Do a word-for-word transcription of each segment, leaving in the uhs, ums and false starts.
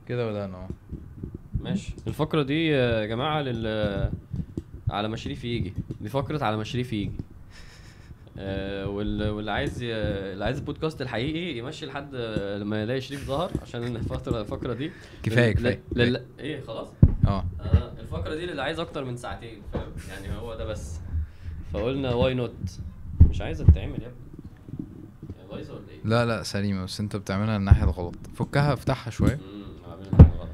كده بدأنا اهو. ماشي. الفقرة دي يا جماعة لل على مشريف يجي، دي فقرة على مشريف يجي. آه وال... واللي عايز ي... اللي عايز البودكاست الحقيقي يمشي لحد لما يلاقي شريف ظهر، عشان الفترة الفقرة دي كفايه لل... كفايه لل... كفاية. لل... ايه خلاص. اه آه الفقرة دي اللي عايز اكتر من ساعتين، فاهم يعني، هو ده بس. فقلنا واي نوت. مش عايزة تتعمل يا ابني، يا بايظة ولا ايه؟ لا لا سليمه، بس انت بتعملها الناحيه الغلط. فكها افتحها شويه. امم عاملها غلط.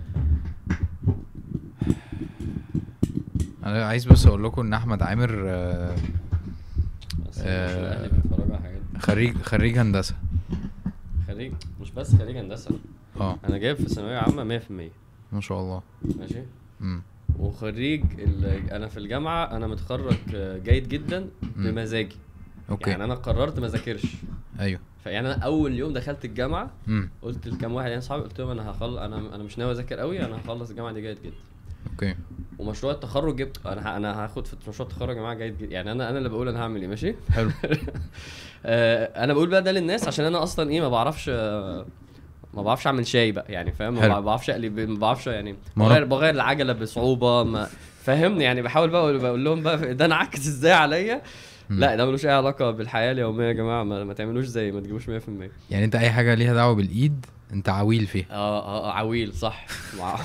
انا عايز بس اقول لكم ان احمد عامر آه، بس آه، آه الاهلي بيتفرجوا على حاجات. خريج خريج هندسه. خريج، مش بس خريج هندسة، اه انا جايب في ثانوية عامة مية في المية. ما شاء الله. ماشي. امم وخريج ال... انا في الجامعه انا متخرج جيد جدا بمزاجي. اوكي يعني انا قررت ما ذاكرش. ايوه. فيعني انا اول يوم دخلت الجامعه امم قلت لكام واحد يعني اصحابي، قلت لهم انا هخلص، انا انا مش ناوي اذاكر قوي، انا هخلص الجامعه دي جيد جدا. اوكي ومشروع التخرج جبت انا ه... انا هاخد في مشروع التخرج يا جماعه جيد جدا. يعني انا انا اللي بقول انا هعمل ايه. ماشي. حلو. آه، انا بقول بقى ده للناس عشان انا اصلا ايه ما بعرفش آه، ما بعرفش اعمل شاي بقى يعني، فاهم. ما حلو. بعرفش اقلب، ما بعرفش يعني ما أنا- بغير بغير العجله بصعوبه، ما فاهمني يعني. بحاول بقى أقول- بقول لهم بقى ده انا عكس ازاي عليا. مم. لا ده ملوش اي علاقه بالحياه اليوميه يا جماعه، ما, ما تعملوش زي ما تجيبوش مية في المية. يعني انت اي حاجه ليها دعوه بالايد انت عويل فيها. اه اه آه، عويل صح. مع-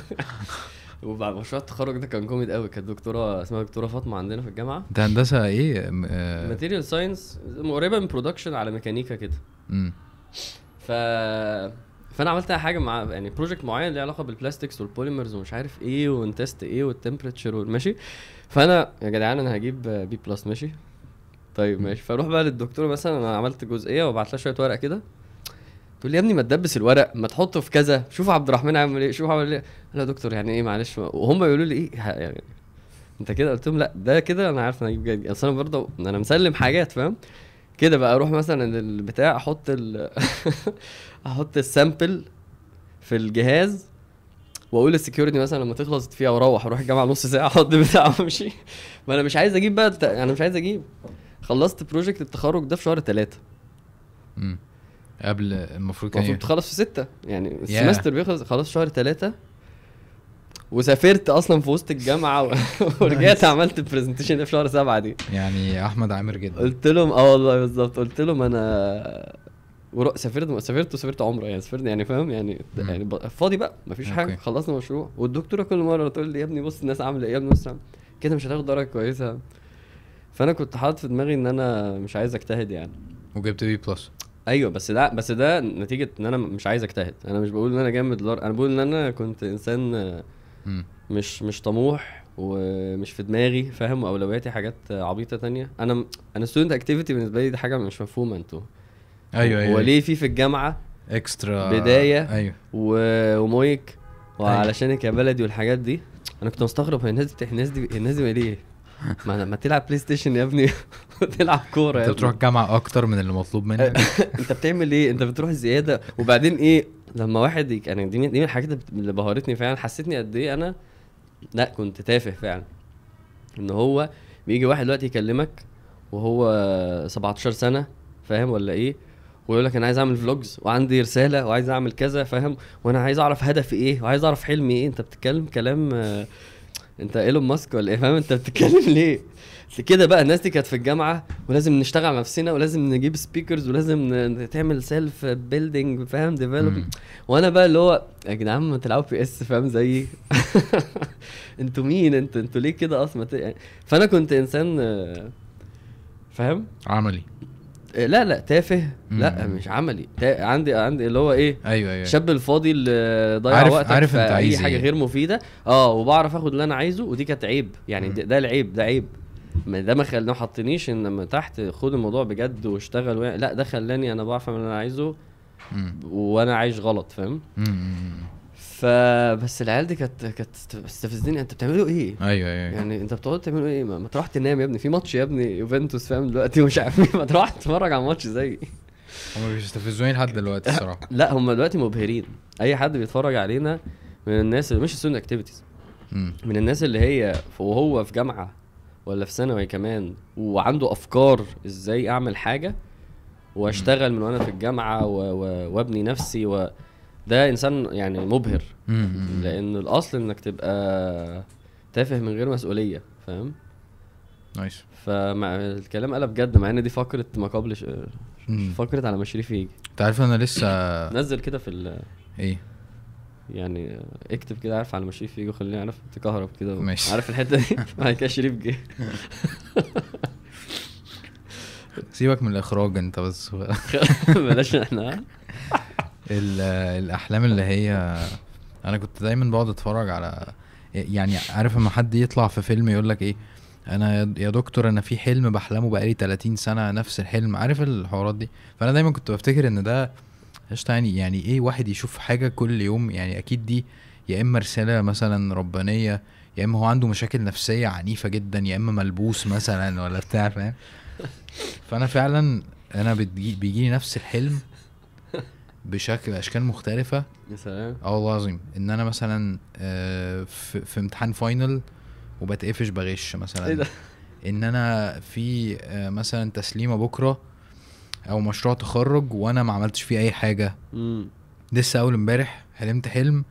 وبعد مشروع التخرج ده كان كوميد قوي. كانت دكتوره اسمها دكتوره فاطمه عندنا في الجامعه، انت هندسه ايه؟ م- آه، ماتيريال ساينس، قريبه من برودكشن على ميكانيكا كده. امم ف فانا عملت حاجه مع يعني بروجكت معين له علاقه بالبلاستكس والبوليمرز ومش عارف ايه ونتست ايه والتمبريتشر ماشي. فانا يا جدعان انا هجيب بي بلس. ماشي طيب ماشي. فاروح بقى للدكتوره مثلا، انا عملت جزئيه وبعت لها شويه ورق كده، تقول لي يا ابني ما تدبس الورق، ما تحطه في كذا، شوف عبد الرحمن عامل ايه، شوف عامل ايه. لا يا دكتور يعني ايه معلش. وهم يقولوا لي ايه ه- يعني انت كده. قلت لهم لا ده كده انا عارف انا هجيب جيد. اصل انا برضه انا مسلم حاجات فاهم كده. بقى اروح مثلا البتاع احط ال احط السامبل في الجهاز واقول للسكيورتي مثلا لما تخلص فيها واروح اروح الجامعه نص ساعه احط بتاع وامشي. ما انا مش عايز اجيب بقى الت- انا مش عايز اجيب. خلصت بروجكت التخرج ده في شهر ثلاثة. امم قبل المفروض كان المفروض ايه؟ تخلص في ستة يعني السمستر بيخلص خلاص في شهر ثلاثة. وسافرت اصلا في وسط الجامعه و... ورجعت عملت البرزنتيشن في شهر سبعة دي. يعني احمد عامر جدا. قلت لهم اه والله بالظبط، قلت لهم انا ورو... سافرت سافرت وسافرت عمره يعني، سافرت يعني فاهم يعني مم. يعني ب... فاضي بقى مفيش حاجه. أوكي. خلصنا مشروع والدكتوره كل مره تقول لي يا ابني بص الناس عامله ايه، يا ابني بص عامل- كده مش هتاخد درجه كويسه. فانا كنت حاطط في دماغي ان انا مش عايز اجتهد يعني. وجبت بي بلس. ايوه بس ده بس ده نتيجه ان انا مش عايز اجتهد. انا مش بقول ان انا جامد لار... انا بقول ان انا كنت انسان امم مش مش طموح ومش في دماغي فاهم، واولوياتي حاجات عبيطه تانية. انا انا ستودنت اكتيفيتي بالنسبه لي دي حاجه مش مفهومه. انتوا ايوه ايوه هو ليه في في الجامعه اكسترا بداية ايوه و... ومويك وعلشانك يا بلدي والحاجات دي. انا كنت مستغرب هي الناس دي الناس دي الناس دي ليه ما ما تلعب بلاي ستيشن يا ابني وتلعب كوره يا انت ابني. بتروح الجامعه اكتر من اللي مطلوب منك. انت بتعمل ايه؟ انت بتروح زياده. وبعدين ايه لما واحد يك... يعني دي من دي من الحاجات اللي بهرتني فعلا، حسيتني قد ايه انا لا كنت تافه فعلا. ان هو بيجي واحد دلوقتي يكلمك وهو سبعتاشر سنه فاهم ولا ايه، ويقول لك انا عايز اعمل فلوجز وعندي رساله وعايز اعمل كذا فاهم، وانا عايز اعرف هدفي ايه وعايز اعرف حلمي ايه. انت بتتكلم كلام آه، انت ايلون ماسك ولا ايه فاهم؟ انت بتتكلم ليه كده بقى؟ الناس دي كانت في الجامعه ولازم نشتغل على نفسنا ولازم نجيب سبيكرز ولازم ن- تعمل سيلف بيلدينج فاهم ديفلوبينج. مم. وانا بقى اللي هو يا جدعان ما تلعبوا بي اس فاهم زيي. انتوا مين؟ انتوا انتوا ليه كده اصلا ت- يعني. فانا كنت انسان آه، فاهم عملي. آه، لا لا تافه. لا مم. مش عملي. تا- عندي عندي اللي هو ايه ايوه ايوه الشاب الفاضي اللي ضيع عارف- وقتك عارف في انت اي عايز حاجه ايه. غير مفيده. اه وبعرف اخد اللي انا عايزه، ودي كانت عيب يعني. مم. ده, ده العيب، ده عيب. ما ده ما خلاني ما حطنيش ان لما تحت خد الموضوع بجد واشتغل و... لا ده خلاني انا بعرف اعمل اللي انا عايزه مم. وانا عايش غلط فاهم. مم. فبس العيال دي كانت كانت استفزني. انت بتعملوا ايه ايوه ايوه يعني؟ انت بتقعدوا تعملوا ايه؟ ما, ما تروح تنام يا ابني، في ماتش يا ابني يوفنتوس فاهم دلوقتي ومش عارف مين. ما تروح تتفرج على ماتش زي هم بيستفزوني لحد دلوقتي الصراحه. لا هم دلوقتي مبهرين. اي حد بيتفرج علينا من الناس اللي مش ستودنت اكتيفيتيز، مم. من الناس اللي هي ف- وهو في جامعه ولا في ثانوي كمان وعنده افكار ازاي اعمل حاجه واشتغل من وانا في الجامعه و... و... وابني نفسي و... ده انسان يعني مبهر. مم. لان الاصل انك تبقى تافه من غير مسؤوليه، فاهم؟ نايس. فمع الكلام قلب جد، مع ان دي فقره ما قبل ش... مم. فقره على مشريف يجي. انت عارف انا لسه نزل كده في ال... ايه يعني اكتب كده عارف على مشريف يجي وخليني اعرف تكهرب كده و... ماشي. عارف الحته دي. بعد كده شريف جه. سيبك من الاخراج انت بس. بلاش احنا. ال- الاحلام اللي هي انا كنت دايما بقعد اتفرج على، يعني عارف لما حد يطلع في فيلم يقول لك ايه، انا يا دكتور انا في حلم بحلمه بقالي ثلاثين سنه نفس الحلم، عارف الحوارات دي. فانا دايما كنت بفتكر ان ده قشطه، يعني يعني ايه واحد يشوف حاجه كل يوم، يعني اكيد دي يا اما رساله مثلا ربانيه، يا اما هو عنده مشاكل نفسيه عنيفه جدا، يا اما ملبوس مثلا ولا بتاع، فاهم؟ فانا فعلا انا بتجي بيجي نفس الحلم بشكل اشكال مختلفه. يا سلام. اه والله العظيم ان انا مثلا آه، في, في امتحان فاينل وبتقفش بغش مثلا. ايه ده؟ ان انا في آه، مثلا تسليمه بكره او مشروع تخرج وانا ما عملتش فيه اي حاجه. امم لسه اول امبارح حلمت حلم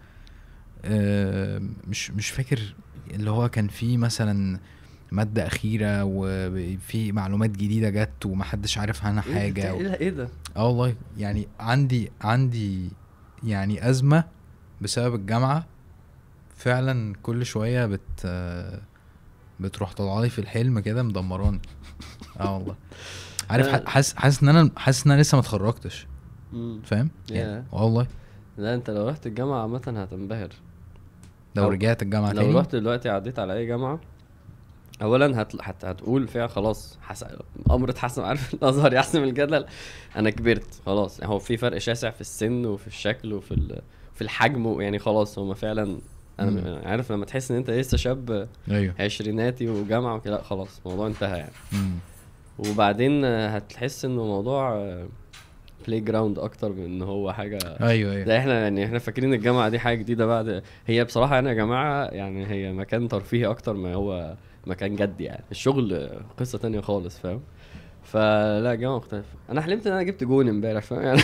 آه، مش مش فاكر، اللي هو كان فيه مثلا ماده اخيره وفي معلومات جديده جت ومحدش عارف عنها حاجه و... ايه ده؟ ايه ده؟ اه والله يعني عندي عندي يعني ازمه بسبب الجامعه فعلا. كل شويه بت بتروح طالعالي في الحلم كده مدمراني. اه والله عارف، ح- حاسس حاسس ان انا حاسس ان انا لسه ما اتخرجتش، امم فاهم يعني؟ ياه. والله لا انت لو رحت الجامعه عامه هتنبهر. لو أو رجعت الجامعه لو تاني رحت دلوقتي عديت على اي جامعه، اولا هت... هت... هتقول فيها خلاص حس... امر اتحسن. عارف الازهر يحسم الجدل. انا كبرت خلاص، يعني هو في فرق شاسع في السن وفي الشكل وفي ال... في الحجم، يعني خلاص هما فعلا. انا مم. م- عارف لما تحس ان انت لسه شاب ايوه. عشريناتي وجامعه وكده، لا خلاص الموضوع انتهى يعني. مم. وبعدين آه، هتحس انه موضوع بلاي جراوند اكتر من ان هو حاجه. ايوه ايوه. ده احنا يعني احنا فاكرين الجامعه دي حاجه جديده، بعد هي بصراحه يعني يا جماعه يعني هي مكان ترفيهي اكتر ما هو مكان جد. يعني الشغل قصه تانية خالص، فاهم؟ فلا جامعه مختلفه. انا حلمت ان انا جبت جون امبارح، فاهم يعني؟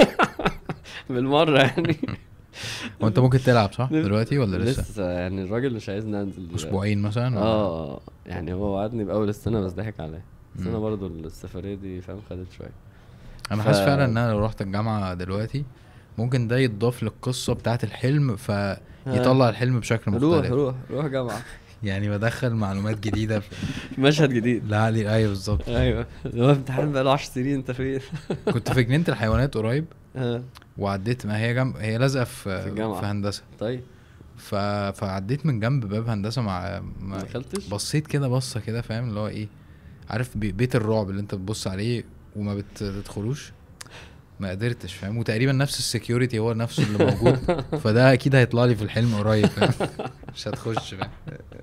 بالمره يعني. وانت ممكن تلعب صح دلوقتي ولا لسه؟ لسه يعني الراجل مش عايزني انزل دلوقتي. اسبوعين مثلا ولا؟ اه يعني هو وعدني باول السنه بس ضحك عليا. بس انا مم. برضو السفريه دي فاهم خدت شويه. انا ف- حاسس فعلا ان انا لو رحت الجامعه دلوقتي ممكن ده يتضاف للقصه بتاعت الحلم فيطلع الحلم بشكل روح مختلف. روح روح جامعه. يعني بدخل معلومات جديده في مشهد جديد. لا علي. ايوه بالظبط. ايوه هو امتحان بقى له عشر سنين، انت فين؟ كنت في جنينه الحيوانات قريب اه وعديت، ما هي جنب، هي لازقه في في الجامعة. في هندسه. طيب ف... فعديت من جنب باب هندسه مع ما ما دخلتش؟ بصيت كده بصه كده، فاهم اللي هو ايه؟ عارف بي- بيت الرعب اللي انت بتبص عليه وما بتدخلوش، ما قدرتش، فاهم؟ وتقريبا نفس السكيورتي هو نفسه اللي موجود. فده اكيد هيطلع لي في الحلم قريب، فاهم؟ مش هتخش، فاهم؟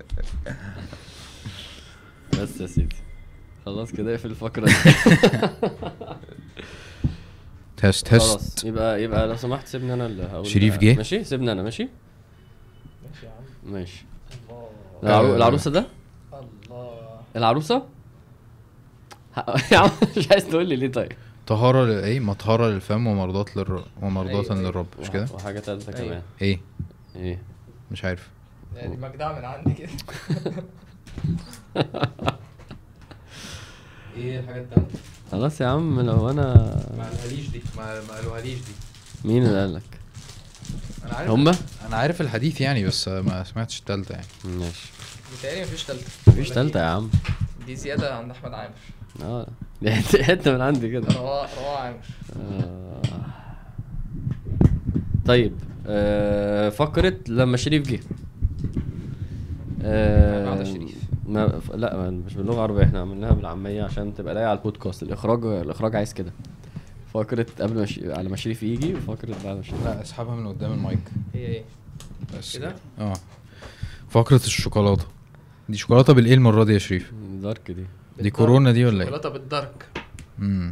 بس يا سيدي خلاص كده اقفل الفقرة دي. تست خلاص تست. يبقى يبقى لو سمحت سيبني انا اللي هقول. شريف جه؟ ماشي سيبني انا. ماشي ماشي يا عم. ماشي. الله العرو... آه. العروسة ده الله. العروسة ح- يا عم مش عايز تقول لي ليه؟ طيب طهارة ل... ايه مطهرة للفم ومرضات للر... ومرضاة أيوة، أيوة. للرب، مش وح- كده؟ وحاجة تالتة أيوة. كمان. ايه ايه؟ مش عارف. يعني مجدع من عندي كده. ايه الحاجات التانية؟ خلاص يا عم لو انا. ما قالوهاليش دي، ما ما قالوهاليش دي. مين اللي قالك؟ انا عارف هما؟ انا عارف الحديث يعني، بس ما سمعتش التالتة يعني. ماشي. بيتهيألي مفيش تالتة. مفيش تالتة يا عم. دي زيادة عند أحمد عامر. اه دي حتة حتة من عندي كده. رواء رواء عامر. آه. طيب آه فقرة لما شريف جه. آه ما بعد شريف. ما ف- لا ما- مش باللغة العربية، احنا عملناها بالعامية عشان تبقى لاقية على البودكاست. الإخراج الإخراج عايز كده. فقرة قبل ما ش... على ما شريف يجي، وفقرة بعد ما شريف. لا اسحبها من قدام المايك هي ايه؟ بس كده؟ اه. فقرة الشوكولاتة دي، شوكولاتة بالايه المرة دي يا شريف؟ دارك دي. دي كورونا دي ولا ايه؟ شوكولاتة بالدارك. امم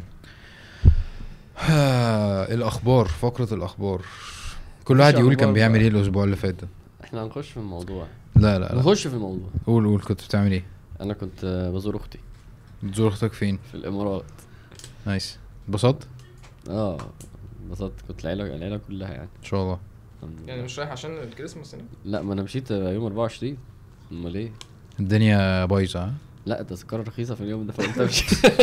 الاخبار، فقرة الاخبار. كل مفيش واحد يقول كان أخبار بيعمل بقى. ايه الاسبوع اللي فات ده. احنا هنخش في الموضوع. لا لا لا نخش في الموضوع. قول قول كنت بتعمل ايه؟ انا كنت آه، بزور اختي بتزور اختك فين؟ في الامارات. نايس. اتبسطت؟ اه انبسطت، كنت العيله العيله كلها يعني ان شاء الله. الحمد لله. يعني مش رايح عشان الكريسماس هنا؟ لا ما انا مشيت يوم أربعة وعشرين. امال ايه؟ الدنيا بايظه ها؟ لا التذكره رخيصه في اليوم ده فقلت امشي.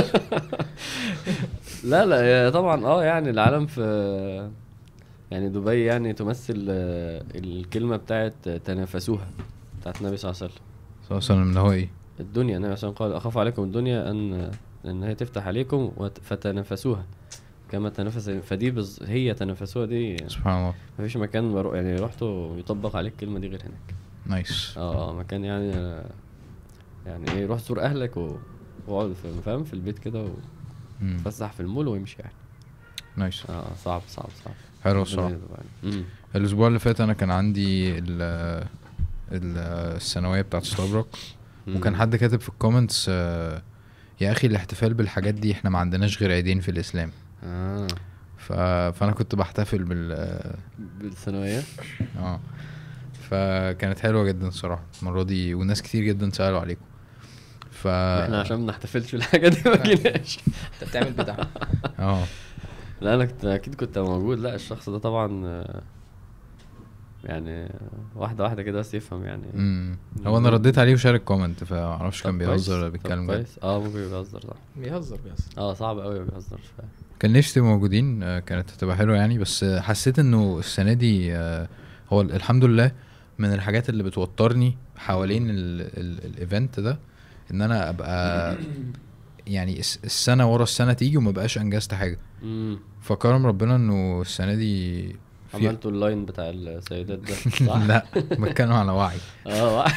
لا لا يا طبعا اه يعني العالم في يعني دبي يعني تمثل آه، الكلمه بتاعت تنافسوها بتاعت النبي صلى الله عليه وسلم. اصلا من هو ايه؟ الدنيا النبي صلى الله عليه وسلم قال اخاف عليكم الدنيا ان ان هي تفتح عليكم وت- فتنافسوها كما تنافس. فدي بز... هي تنافسوها دي سبحان الله. مفيش مكان بروح يعني رحته يطبق عليك الكلمه دي غير هناك. نايس. اه مكان يعني آه، يعني ايه روح زور اهلك و- واقعد في فاهم في البيت كده مم. وتفسح في المول وامشي يعني. نايس. اه صعب صعب صعب. حلو الصراحه. امم الاسبوع اللي فات انا كان عندي ال ال- الثانويه بتاعت ستاربروك، وكان حد كاتب في الكومنتس آه، يا اخي الاحتفال بالحاجات دي احنا ما عندناش غير عيدين في الاسلام. اه ف... فانا كنت بحتفل بال بالثانويه. اه فكانت حلوه جدا الصراحه المره دي، وناس كتير جدا سالوا عليكم. ف احنا عشان ما نحتفلش بالحاجه دي ما جيناش. انت بتعمل بدعه. اه لا انا كنت اكيد كنت موجود. لا الشخص ده طبعا آه، يعني واحده واحده كده بس يفهم يعني. امم هو انا رديت عليه وشارك كومنت، فمعرفش كان طب بيهزر كويس، ولا طب بيتكلم جد. كويس. اه ممكن بيهزر صح. بيهزر بيهزر. اه صعب قوي ما بيهزرش فعلا. كان نفسي موجودين، آه، كانت هتبقى حلوه يعني، بس آه، حسيت انه السنه دي آه، هو ال- الحمد لله من الحاجات اللي بتوترني حوالين الايفنت ده ان انا ابقى يعني الس- السنه ورا السنه تيجي وما بقاش انجزت حاجه. امم فكرم ربنا انه السنه دي في عملتوا اللاين بتاع السيدات ده صح؟ لا بتكلم على وعي. اه وعي.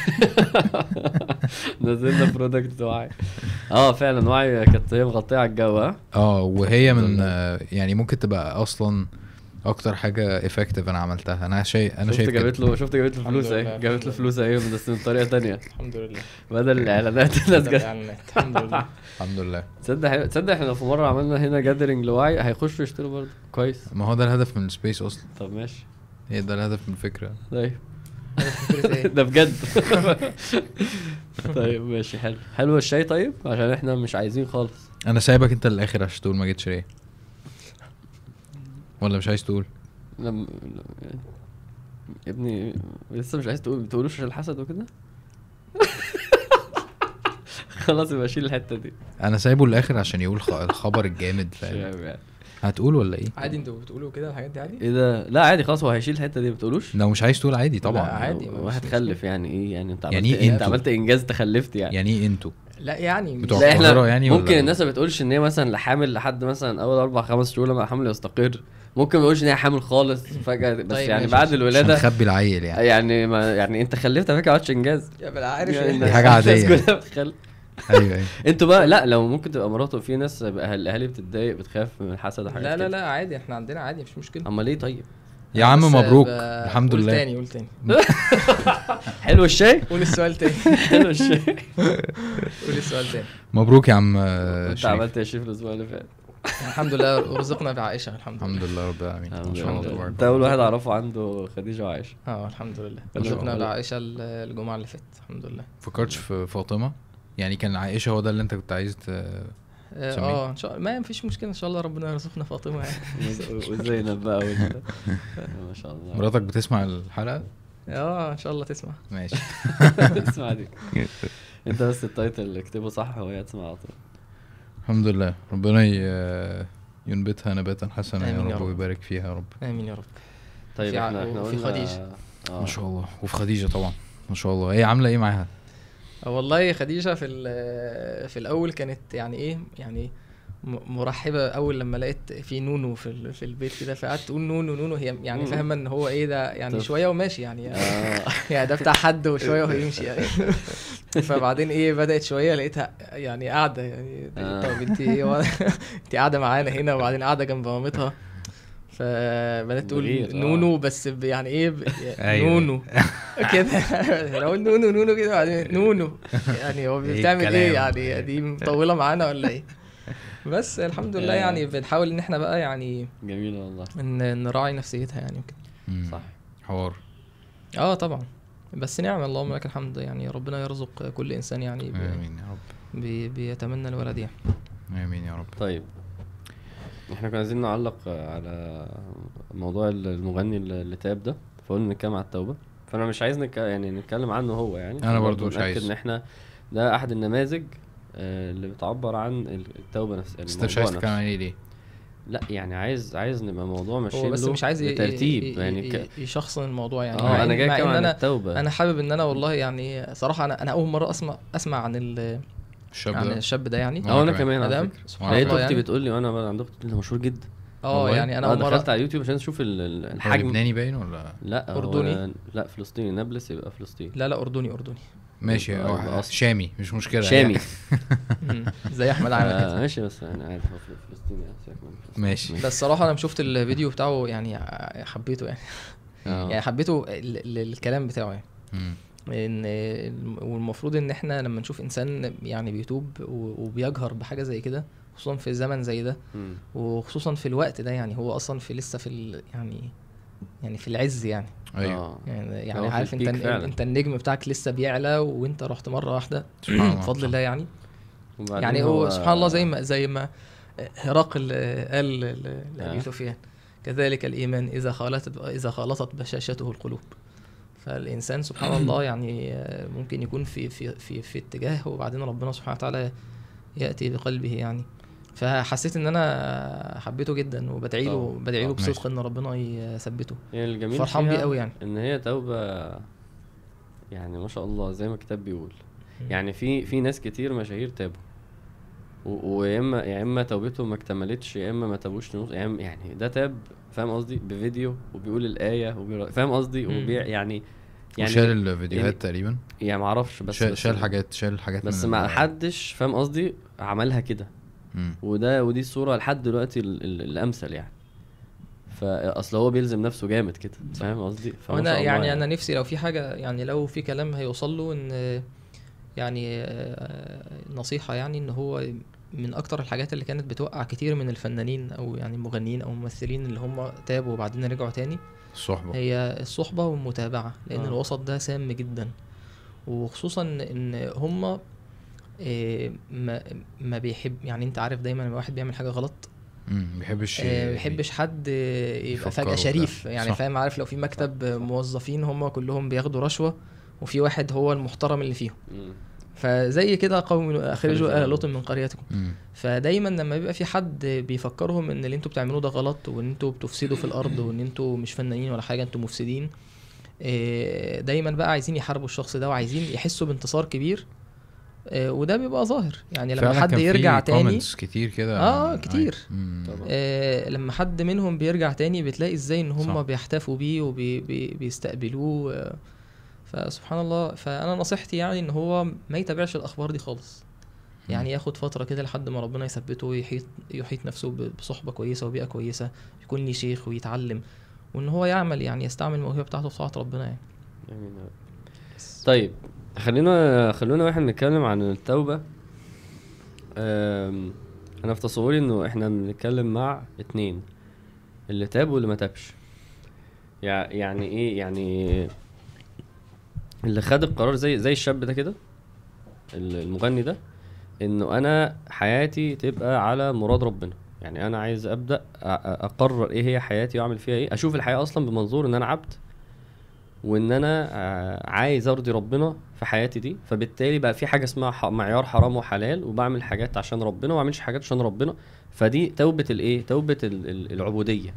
نزلنا برودكت وعي. اه فعلا وعي كانت هي مغطيه على الجو. ها اه وهي من الحمد لله. آه، يعني ممكن تبقى اصلا اكتر حاجه افكتيف انا عملتها. انا شايف انا شفت شايف كده. جابت له شفت جابت له الحمد فلوس لله، اهي الحمد جابت له لله. فلوس اهي بس من طريقه تانية الحمد لله. بدل الاعلانات الناس ده جت. الإعلانات. الحمد لله. الحمد لله. تصدق حلو- تصدق احنا لو في مره عملنا هنا جادرينج لوعي هيخشوا يشتروا برضه كويس. ما هو ده الهدف من السبيس اصلا، طب ماشي هي ده الهدف من الفكره. طيب فكرة ايه؟ ده بجد. طيب ماشي حلو حلو الشاي. طيب عشان احنا مش عايزين خالص. انا سايبك انت للاخر عشان تقول ما جيتش ليه، ولا مش عايز تقول؟ لم... يا ابني لسه مش عايز تقول بتقولوش عشان الحسد وكده. خلاص يبقى شيل الحته دي. انا سايبه للاخر عشان يقول خ- الخبر الجامد، فاهم؟ شايف يعني. هتقول ولا ايه؟ عادي انتوا بتقولوا كده الحاجات دي عادي؟ ايه ده؟ لا عادي خلاص هو هيشيل الحته دي ما بتقولوش. لو مش عايز تقول عادي طبعا. لا، عادي. ما واحد فيش خلف يعني ايه يعني انت عملت يعني يعني ايه؟ انت انتوا؟ عملت انجاز تخلفت يعني. يعني ايه انتوا؟ لا يعني بتوع مش- لا احنا القاهرة يعني ولا ممكن إيه؟ الناس ما بتقولش ان هي مثلا حامل لحد مثلا اول اربع خمس شهور لما الحمل يستقر. ممكن ما يقولش ان هي حامل خالص فجاه بس طيب يعني ماشي، بعد عشان- عشان الولاده تخبي العيل يعني. يعني ما يعني انت خلفت على فكره ما عملتش انجاز. يا بلا عارف يعني ايه؟ الناس- حاجة عادية. الناس كلها بتخلف. ايوه ايوه. انتوا بقى لا لو ممكن تبقى مراته في ناس بقى الاهالي بتتضايق بتخاف من الحسد وحاجات لا لا كده. لا عادي، احنا عندنا عادي مفيش مشكله. امال ليه طيب؟ يا عم بس مبروك ب- الحمد قول لله. تاني قول تاني حلو الشاي. قول السؤال تاني. حلو الشاي. قول السؤال تاني. مبروك يا عم آه، انت شريف. عملت ايه يا شريف الاسبوع اللي فات؟ الحمد لله رزقنا بعائشه الحمد لله. الحمد لله رب العالمين. ما الحمد شاء الله لله. تبارك انت الله. اول واحد اعرفه عنده خديجه وعائشه. اه الحمد لله ما شاء رزقنا الله. بعائشه ال- الجمعه اللي فاتت الحمد لله. فكرتش في فاطمه؟ يعني كان عائشه هو ده اللي انت كنت عايز ت... اه سمير. آه، ان شاء الله ما فيش مشكله ان شاء الله ربنا يرزقنا فاطمه يعني. وزينب بقى وانت ما شاء الله. مراتك بتسمع الحلقه؟ اه ان شاء الله تسمع. ماشي. اسمع دي. انت بس التايتل اكتبه صح وهي تسمع على طول. الحمد لله ربنا ي... ينبتها نباتا حسنا يا آمين يا رب رب. ويبارك فيها يا رب. امين يا رب. طيب في ع- احنا احنا وفي قلنا خديجة. اه ما شاء الله. وفي خديجه طبعا ما شاء الله. هي عامله ايه معاها؟ آه والله خديجه في ال- في الاول كانت يعني ايه يعني م- مرحبه اول لما لقيت في نونو في ال- في البيت كده فقعدت تقول نونو نونو هي يعني مم. فاهمه ان هو ايه ده يعني طفل. شويه وماشي يعني اه يعني ده بتاع حد وشويه وهيمشي يعني. فبعدين ايه بدات شويه لقيتها يعني قاعده يعني آه. طب انت ايه و- انت قاعده معانا هنا وبعدين قاعده جنب مامتها فبدات تقول بغير، آه. نونو بس ب- يعني ايه ب- أيوة. نونو كده. لو نونو نونو كده بعدين نونو يعني هو إيه بتعمل ايه الكلام؟ يعني دي مطوله معانا ولا ايه؟ بس الحمد لله آه. يعني بنحاول ان احنا بقى يعني جميل والله. ان نراعي نفسيتها يعني وكده. مم. صح. حوار. اه طبعا بس نعم اللهم لك الحمد يعني ربنا يرزق كل انسان يعني بي امين يا رب. بي بيتمنى الولد يعني. امين يا رب. طيب احنا كنا عايزين نعلق على موضوع المغني اللي تاب ده، فقلنا نتكلم على التوبه. فانا مش عايز نك... يعني نتكلم عنه هو يعني، انا برضو مش عايز ان احنا ده احد النماذج اللي بتعبر عن التوبه نفسها. بس مش عايز تتكلم عليه ليه؟ لا يعني عايز عايز نبقى موضوع ماشي له، بس مش عايز ترتيب ي... يعني ك... يشخصن الموضوع يعني. اه انا جاي كمان عن أنا التوبه. انا حابب ان انا والله يعني صراحه انا انا اول مره اسمع اسمع عن ال... الشاب عن ده الشاب ده يعني. اه انا كمان على فكره سبحان لقيت الله اختي يعني. بتقول لي وانا بقى عند اختي ده مشهور جدا. اه يعني انا اول اول مره دخلت على يوتيوب عشان اشوف الحجم. لبناني باين ولا لا اردني؟ لا فلسطيني، نابلس يبقى فلسطين. لا لا اردني اردني ماشي اه شامي مش مشكله شامي زي احمد عامل كده ماشي. بس انا عارف هو فلسطيني ماشي. بس صراحه انا شفت الفيديو بتاعه يعني حبيته يعني يعني حبيته الكلام بتاعه يعني ان والمفروض ان احنا لما نشوف انسان يعني بيتوب وبيجهر بحاجه زي كده، خصوصا في زمن زي ده وخصوصا في الوقت ده، يعني هو اصلا في لسه في يعني يعني في العز يعني. ايوه يعني يعني عارف انت انت النجم بتاعك لسه بيعلى وانت رحت مره واحده بفضل الله يعني. يعني هو سبحان الله زي ما زي ما هرقل قال لأبي سفيان كذلك الإيمان إذا خالطت إذا خالطت بشاشته القلوب. فالإنسان سبحان الله يعني ممكن يكون في في في في اتجاه وبعدين ربنا سبحانه وتعالى يأتي بقلبه يعني. فحسيت ان انا حبيته جدا وبدعي له بدعي له بصدق ان ربنا يثبته. يعني الجميل فرحان بيه قوي يعني ان هي توبه يعني ما شاء الله زي ما الكتاب بيقول. يعني في في ناس كتير مشاهير تابوا ويا اما يا اما توبتهم ما اكتملتش يا اما ما تابوش نص يعني. ده تاب فاهم قصدي بفيديو وبيقول الايه وبيقول فاهم قصدي وبيع يعني يعني شال الفيديوهات يعني تقريبا يعني ما اعرفش بس شال, شال حاجات شال حاجات بس ما حدش فاهم قصدي عملها كده. وده ودي الصوره لحد دلوقتي الامثل يعني. فاصل هو بيلزم نفسه جامد كده فاهم قصدي. وانا يعني, يعني انا نفسي لو في حاجه يعني لو في كلام هيوصل له ان يعني نصيحه يعني ان هو من اكتر الحاجات اللي كانت بتوقع كتير من الفنانين او يعني مغنيين او ممثلين اللي هم تابوا وبعدين رجعوا تاني الصحبه هي الصحبه والمتابعه. لان آه. الوسط ده سام جدا وخصوصا ان هم إيه ما ما بيحب يعني انت عارف دايما لما واحد بيعمل حاجه غلط امم بيحبش ما بيحبش حد يبقى فجاه شريف يعني فاهم. عارف لو في مكتب موظفين هم كلهم بياخدوا رشوه وفي واحد هو المحترم اللي فيهم مم. فزي كده قوم اخرجوا اهل لوط من قريتكم. مم. فدايما لما بيبقى في حد بيفكرهم ان اللي انتوا بتعملوه ده غلط وان انتوا بتفسدوا في الارض وان انتوا مش فنانين ولا حاجه انتوا مفسدين، دايما بقى عايزين يحاربوا الشخص ده وعايزين يحسوا بانتصار كبير. وده بيبقى ظاهر يعني لما حد يرجع تاني كتير كده اه كتير آه لما حد منهم بيرجع تاني بتلاقي ازاي ان هم بيحتفوا بيه وبيستقبلوه آه فسبحان الله. فانا نصيحتي يعني ان هو ما يتابعش الاخبار دي خالص يعني ياخد فتره كده لحد ما ربنا يثبته ويحيط يحيط نفسه بصحبه كويسه وبيئه كويسه يكون لي شيخ ويتعلم وان هو يعمل يعني يستعمل الموهبه بتاعته في طاعه ربنا يعني. طيب خلينا خلونا واحد نتكلم عن التوبه. انا في تصوري انه احنا بنتكلم مع اتنين اللي تاب واللي ما تابش. يعني ايه يعني اللي خد القرار زي زي الشاب ده كده المغني ده انه انا حياتي تبقى على مراد ربنا. يعني انا عايز ابدا اقرر ايه هي حياتي واعمل فيها ايه. اشوف الحياه اصلا بمنظور ان انا عبد وان انا عايز ارضي ربنا في حياتي دي. فبالتالي بقى في حاجه اسمها معيار حرام وحلال وبعمل حاجات عشان ربنا وما اعملش حاجات عشان ربنا. فدي توبه الايه توبه العبوديه.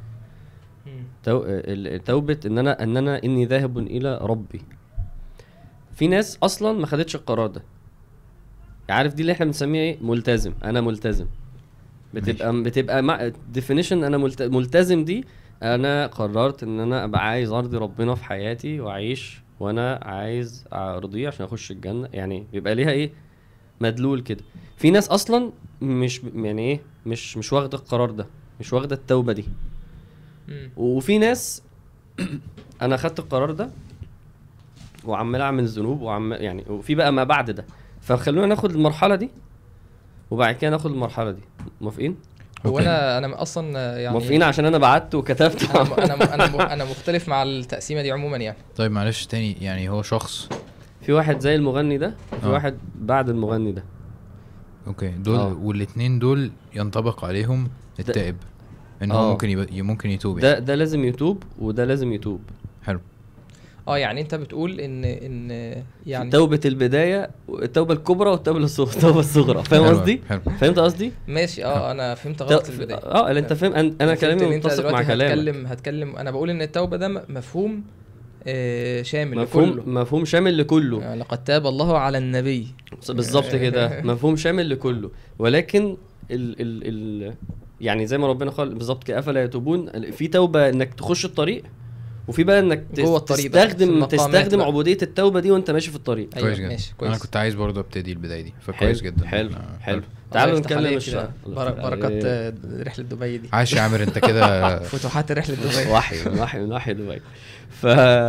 توبه ان انا ان انا اني ذاهب الى ربي. في ناس اصلا ما خدتش القرار ده. عارف دي اللي احنا بنسميها ايه ملتزم. انا ملتزم بتبقى ماشي. بتبقى مع ديفينيشن انا ملتزم دي انا قررت ان انا ابقى عايز ارضي ربنا في حياتي واعيش وانا عايز ارضيه عشان اخش الجنه. يعني بيبقى ليها ايه مدلول كده. في ناس اصلا مش يعني ايه مش مش واخده القرار ده مش واخده التوبه دي. وفي ناس انا خدت القرار ده وعمال اعمل ذنوب وعمال يعني وفي بقى ما بعد ده. فخلونا ناخد المرحله دي وبعد كده ناخد المرحله دي. موافقين؟ هو انا انا اصلا يعني موافقين عشان انا بعت وكتبت. انا انا انا انا مختلف مع التقسيمه دي عموما يعني. طيب معلش تاني يعني هو شخص في واحد زي المغني ده وفي أوه. واحد بعد المغني ده. اوكي دول أوه. والاثنين دول ينطبق عليهم التائب. ان هو ممكن يب... ممكن يتوب ده يعني. ده لازم يتوب وده لازم يتوب. حلو. اه يعني انت بتقول ان ان يعني توبه البدايه التوبه الكبرى والتوبه الصغرى التوبه الصغرى فاهم قصدي؟ فهمت قصدي؟ ماشي. اه انا فهمت غلط البدايه. اه اللي انت فاهم. انا كلامي متفق مع كلامك. هتكلم هتكلم انا بقول ان التوبه ده مفهوم آه شامل مفهوم لكله. مفهوم شامل لكله. آه لقد تاب الله على النبي بالظبط كده. مفهوم شامل لكله. ولكن ال ال ال يعني زي ما ربنا قال بالظبط كده افلا يتوبون. في توبه انك تخش الطريق وفي بقى انك تستخدم تستخدم عبوديه التوبه دي وانت ماشي في الطريق. أيوة كويس جدا. انا كنت عايز برضو ابتدي البدايه دي فكويس جدا. حلو حلو. تعالوا نتكلم بركات رحله دبي دي. عاش يا عامر انت كده. فتوحات رحله دبي. وحي وحي من وحي دبي. ف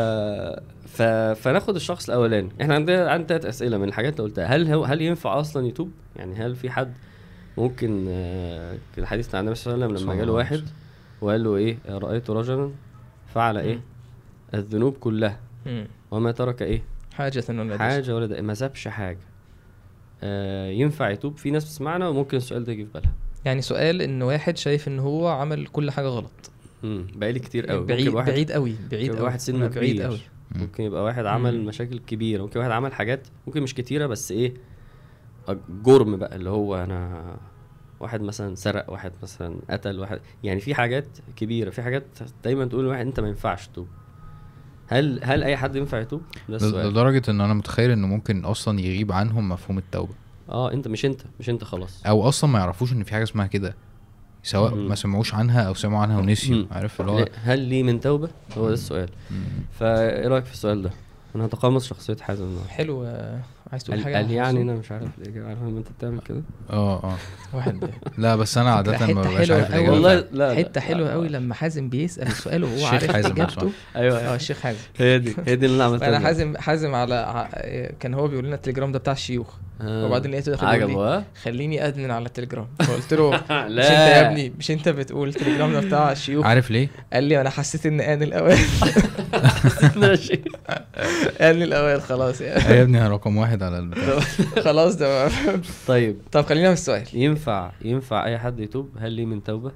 ف فناخد الشخص الاولاني. احنا عندنا عندنا ثلاث اسئله من الحاجات اللي قلتها. هل هو هل ينفع اصلا يتوب؟ يعني هل في حد ممكن الحديث عن النبي صلى الله عليه وسلم لما جاله واحد وقال له ايه رايت رجلا فعل ايه الذنوب كلها وما ترك ايه حاجه ولا حاجه ولا ما سابش حاجه آه ينفع يتوب؟ في ناس بتسمعنا وممكن السؤال ده يجي في بالها. يعني سؤال ان واحد شايف ان هو عمل كل حاجه غلط. امم بقالي كتير قوي. بعيد واحد بعيد قوي بعيد قوي واحد سنه بعيد قوي. ممكن يبقى واحد عمل مم. مشاكل كبيره. ممكن واحد عمل حاجات ممكن مش كتيره بس ايه جرم بقى اللي هو انا واحد مثلا سرق واحد مثلا قتل واحد. يعني في حاجات كبيره. في حاجات دايما تقول لواحد انت ما ينفعش تتوب. هل هل اي حد ينفع يتوب؟ ده السؤال. لدرجه ان انا متخيل انه ممكن اصلا يغيب عنهم مفهوم التوبه. اه انت مش انت مش انت خلاص. او اصلا ما يعرفوش ان في حاجه اسمها كده سواء مم. ما سمعوش عنها او سمعوا عنها ونسيوا. عارف اللي هو هل لي من توبه؟ هو ده السؤال. فايه رايك في السؤال ده؟ انا هتقمص شخصيه حازم النهارده. حلو. عايز تقول حاجه؟ قال يعني انا مش عارف الاجابه. عارف ان انت بتعمل كده. اه اه واحد. لا بس انا عاده ما ببقاش عارف الاجابه. والله لا حته حلوه قوي لما حازم بيسال السؤال وهو عارف اجابته. ايوه اه الشيخ حازم. هي دي هي دي اللي انا عملتها. انا حازم حازم على كان هو بيقول لنا التليجرام ده بتاع الشيوخ وبعدين لقيته داخل يقول لي خليني ادمن على التليجرام. فقلت له مش انت يا ابني مش انت بتقول التليجرام ده بتاع الشيوخ؟ عارف ليه؟ قال لي انا حسيت ان ان الاوان. ماشي ان الاوان خلاص يعني. يا ابني رقم واحد على البتاع. خلاص ده. طيب طب خلينا في السؤال. ينفع ينفع اي حد يتوب؟ هل لي من توبه؟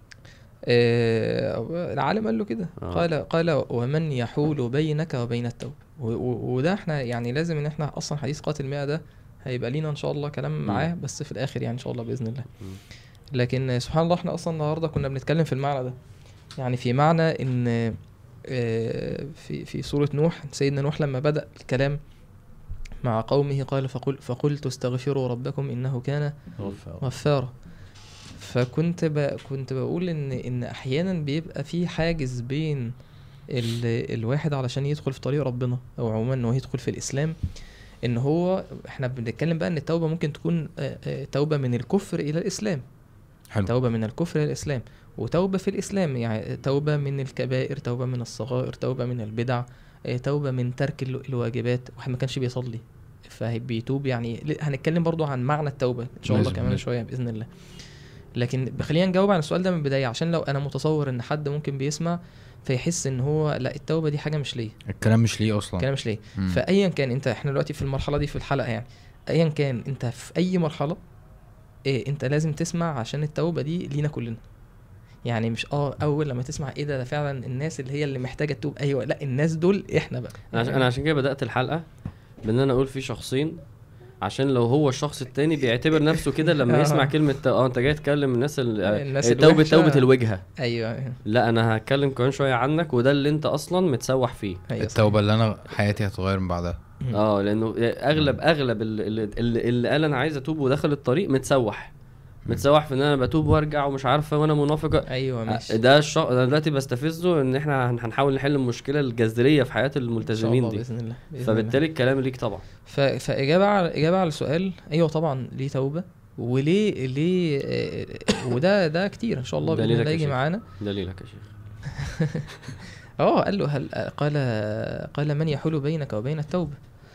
آه العالم قال له كده. آه. قال قال ومن يحول بينك وبين التوبه. وده احنا يعني لازم ان احنا اصلا حديث قاتل مئة ده هيبقى لينا ان شاء الله كلام معاه بس في الاخر يعني ان شاء الله باذن الله. م. لكن سبحان الله احنا اصلا النهارده كنا بنتكلم في المعنى ده. يعني في معنى ان في في سوره نوح سيدنا نوح لما بدأ الكلام مع قومه قال فقل فقلت استغفروا ربكم انه كان غفارا. فكنت كنت بقول ان ان احيانا بيبقى في حاجز بين ال الواحد علشان يدخل في طريق ربنا او عموما انه يدخل في الاسلام ان هو احنا بنتكلم بقى ان التوبه ممكن تكون توبه من الكفر الى الاسلام. حلو. توبه من الكفر الى الاسلام وتوبه في الاسلام يعني توبه من الكبائر توبه من الصغائر توبه من البدع توبه من ترك الواجبات. واحد ما كانش بيصلي فبيتوب. يعني هنتكلم برضو عن معنى التوبه ان شاء الله كمان شويه باذن الله. لكن خلينا نجاوب عن السؤال ده من البدايه عشان لو انا متصور ان حد ممكن بيسمع فيحس ان هو لا التوبه دي حاجه مش ليه. الكلام مش ليه اصلا. الكلام مش ليه. فايا كان انت احنا دلوقتي في المرحله دي في الحلقه يعني ايا كان انت في اي مرحله إيه انت لازم تسمع عشان التوبه دي لينا كلنا. يعني مش اه اول لما تسمع ايه ده, ده فعلا الناس اللي هي اللي محتاجه تتوب. ايوه لا الناس دول احنا بقى. انا عشان كده بدات الحلقه بان انا اقول في شخصين عشان لو هو الشخص التاني بيعتبر نفسه كده لما يسمع كلمه اه انت جاي تكلم الناس التوبه توبه الوجهه. ايوه لا انا هتكلم كمان شويه عنك وده اللي انت اصلا متسوح فيه. أيوة التوبه اللي انا حياتي هتغير من بعدها. اه لانه اغلب اغلب اللي, اللي, اللي قال انا عايز اتوب ودخل الطريق متسوح متسوح في ان انا بتوب وارجع ومش عارفه وانا منافق. ايوه ماشي. ده الشخص انا دلوقتي بستفزه ان احنا هنحاول نحل المشكله الجذريه في حياه الملتزمين دي باذن الله. فبالتالي الكلام ليك طبعا. فاجابه على اجابه على السؤال ايوه طبعا ليه توبه وليه ليه وده ده كتير ان شاء الله باذن الله يجي معانا. دليلك يا شيخ. اه قال له هل قال قال من يحول بينك وبين التوبه.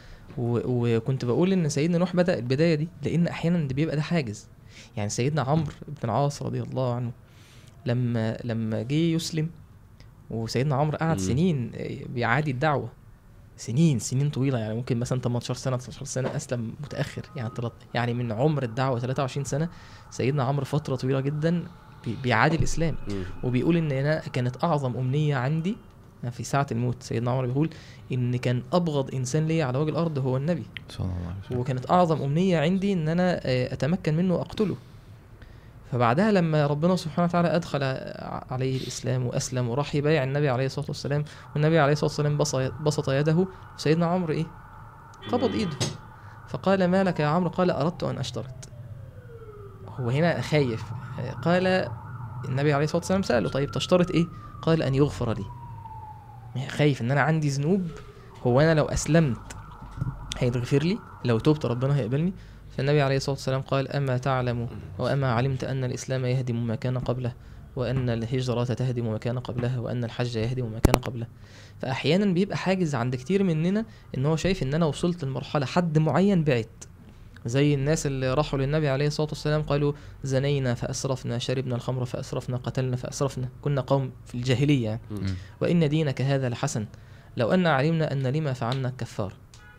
وكنت بقول ان سيدنا نوح بدا البدايه دي لان احيانا ده بيبقى ده حاجز. يعني سيدنا عمرو بن العاص رضي الله عنه لما لما جه يسلم وسيدنا عمرو قعد سنين بيعادي الدعوه سنين سنين طويله يعني ممكن مثلا تمنتاشر سنه تسعتاشر سنه اسلم متاخر يعني يعني من عمر الدعوه ثلاثة وعشرين سنه. سيدنا عمرو فتره طويله جدا بيعادي الاسلام. وبيقول ان انا كانت اعظم امنيه عندي في ساعه الموت. سيدنا عمر بيقول ان كان ابغض انسان ليا على وجه الارض هو النبي صلى الله عليه وسلم، وكانت اعظم امنيه عندي ان انا اتمكن منه واقتله. فبعدها لما ربنا سبحانه وتعالى ادخل عليه الاسلام واسلم وراح يبايع النبي عليه الصلاه والسلام، والنبي عليه الصلاه والسلام بسط يده، سيدنا عمرو ايه قبض ايده فقال ما لك يا عمرو؟ قال اردت ان اشترط. هو هنا خايف. قال النبي عليه الصلاه والسلام ساله طيب تشترط ايه؟ قال ان يغفر لي. خايف ان انا عندي ذنوب، هو انا لو اسلمت هيتغفر لي، لو توبت ربنا هيقبلني. فالنبي عليه الصلاة والسلام قال أما تعلم وأما علمت أن الإسلام يهدم ما كان قبله، وأن الهجرة تهدم ما كان قبلها، وأن الحج يهدم ما كان قبله. فأحيانا بيبقى حاجز عند كتير مننا إن هو شايف إن أنا وصلت لمرحلة حد معين بعت، زي الناس اللي راحوا للنبي عليه الصلاة والسلام قالوا زنينا فأسرفنا، شربنا الخمر فأسرفنا، قتلنا فأسرفنا، كنا قوم في الجاهلية، وإن دينك هذا لحسن، لو أن علمنا أن لما فعلنا كفار.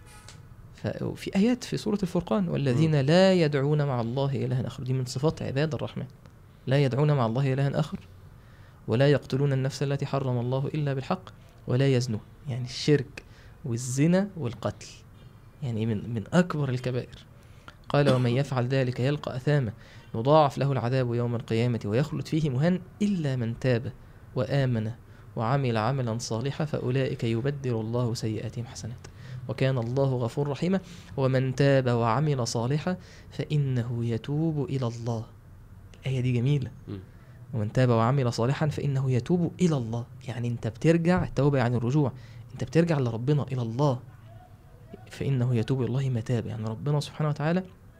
في آيات في سورة الفرقان والذين لا يدعون مع الله إلها آخر، دي من صفات عباد الرحمن، لا يدعون مع الله إلها آخر، ولا يقتلون النفس التي حرم الله إلا بالحق، ولا يزنون، يعني الشرك والزنا والقتل يعني من من أكبر الكبائر. قال ومن يفعل ذلك يلقى أثاما يضاعف له العذاب يوم القيامة ويخلد فيه مهان إلا من تاب وآمن وعمل عملا صالحا فأولئك يبدل الله سيئاتهم حسنات وكان الله غفور رحيما. ومن تاب وعمل صالحا فإنه يتوب إلى الله. الآية دي جميلة. ومن تاب وعمل صالحا فإنه يتوب إلى الله، يعني أنت بترجع، التوبة يعني الرجوع، أنت بترجع لربنا إلى الله. فإنه يتوب إلى الله متاب، يعني ربنا سبحانه وتعالى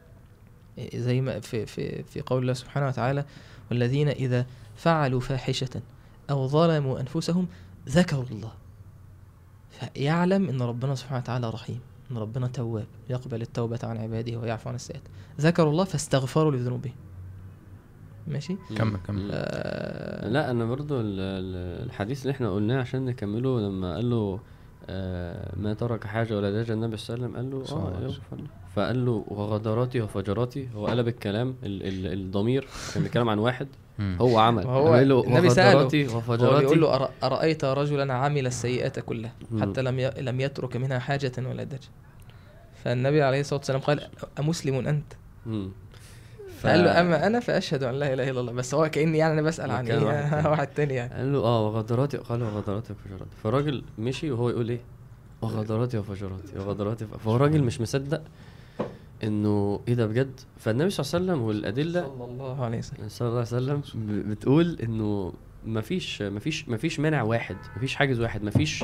زي ما في في في قول الله سبحانه وتعالى والذين إذا فعلوا فاحشة أو ظلموا أنفسهم ذكروا الله، فيعلم ان ربنا سبحانه وتعالى رحيم، ان ربنا تواب يقبل التوبة عن عباده ويعفو عن السيئات، ذكروا الله فاستغفروا لذنوبهم. ماشي كمل كمل. آه لا انا برضو الحديث اللي احنا قلناه عشان نكمله، لما قال له آه ما ترك حاجة ولا داج النبي صلى الله عليه وسلم، قال له اه فقال له وغدراتي وفجراتي. هو قلب الكلام ال ال الضمير كان بيتكلم عن واحد هو عمل، هو النبي سأله هو بيقول له أرأيت رجلا عمل السيئات كلها حتى لم لم يترك منها حاجة ولا دج، فالنبي عليه الصلاة والسلام قال أمسلم أنت؟ فقال له أما أنا فأشهد أن لا إله إلا الله، بس هو كأني يعني أنا بسأل عن إيه واحد, واحد تاني يعني. قال له اه وغدراتي، قال له وغدراتي وفجراتي. فالراجل مشي وهو يقول إيه وغدراتي وفجراتي وغدراتي، فهو الراجل مش مصدق انه ايه ده بجد. فالنبي صلى الله عليه وسلم والادله صلى الله عليه وسلم صلى الله عليه وسلم بتقول انه مفيش مفيش مفيش مانع واحد، مفيش حاجز واحد، مفيش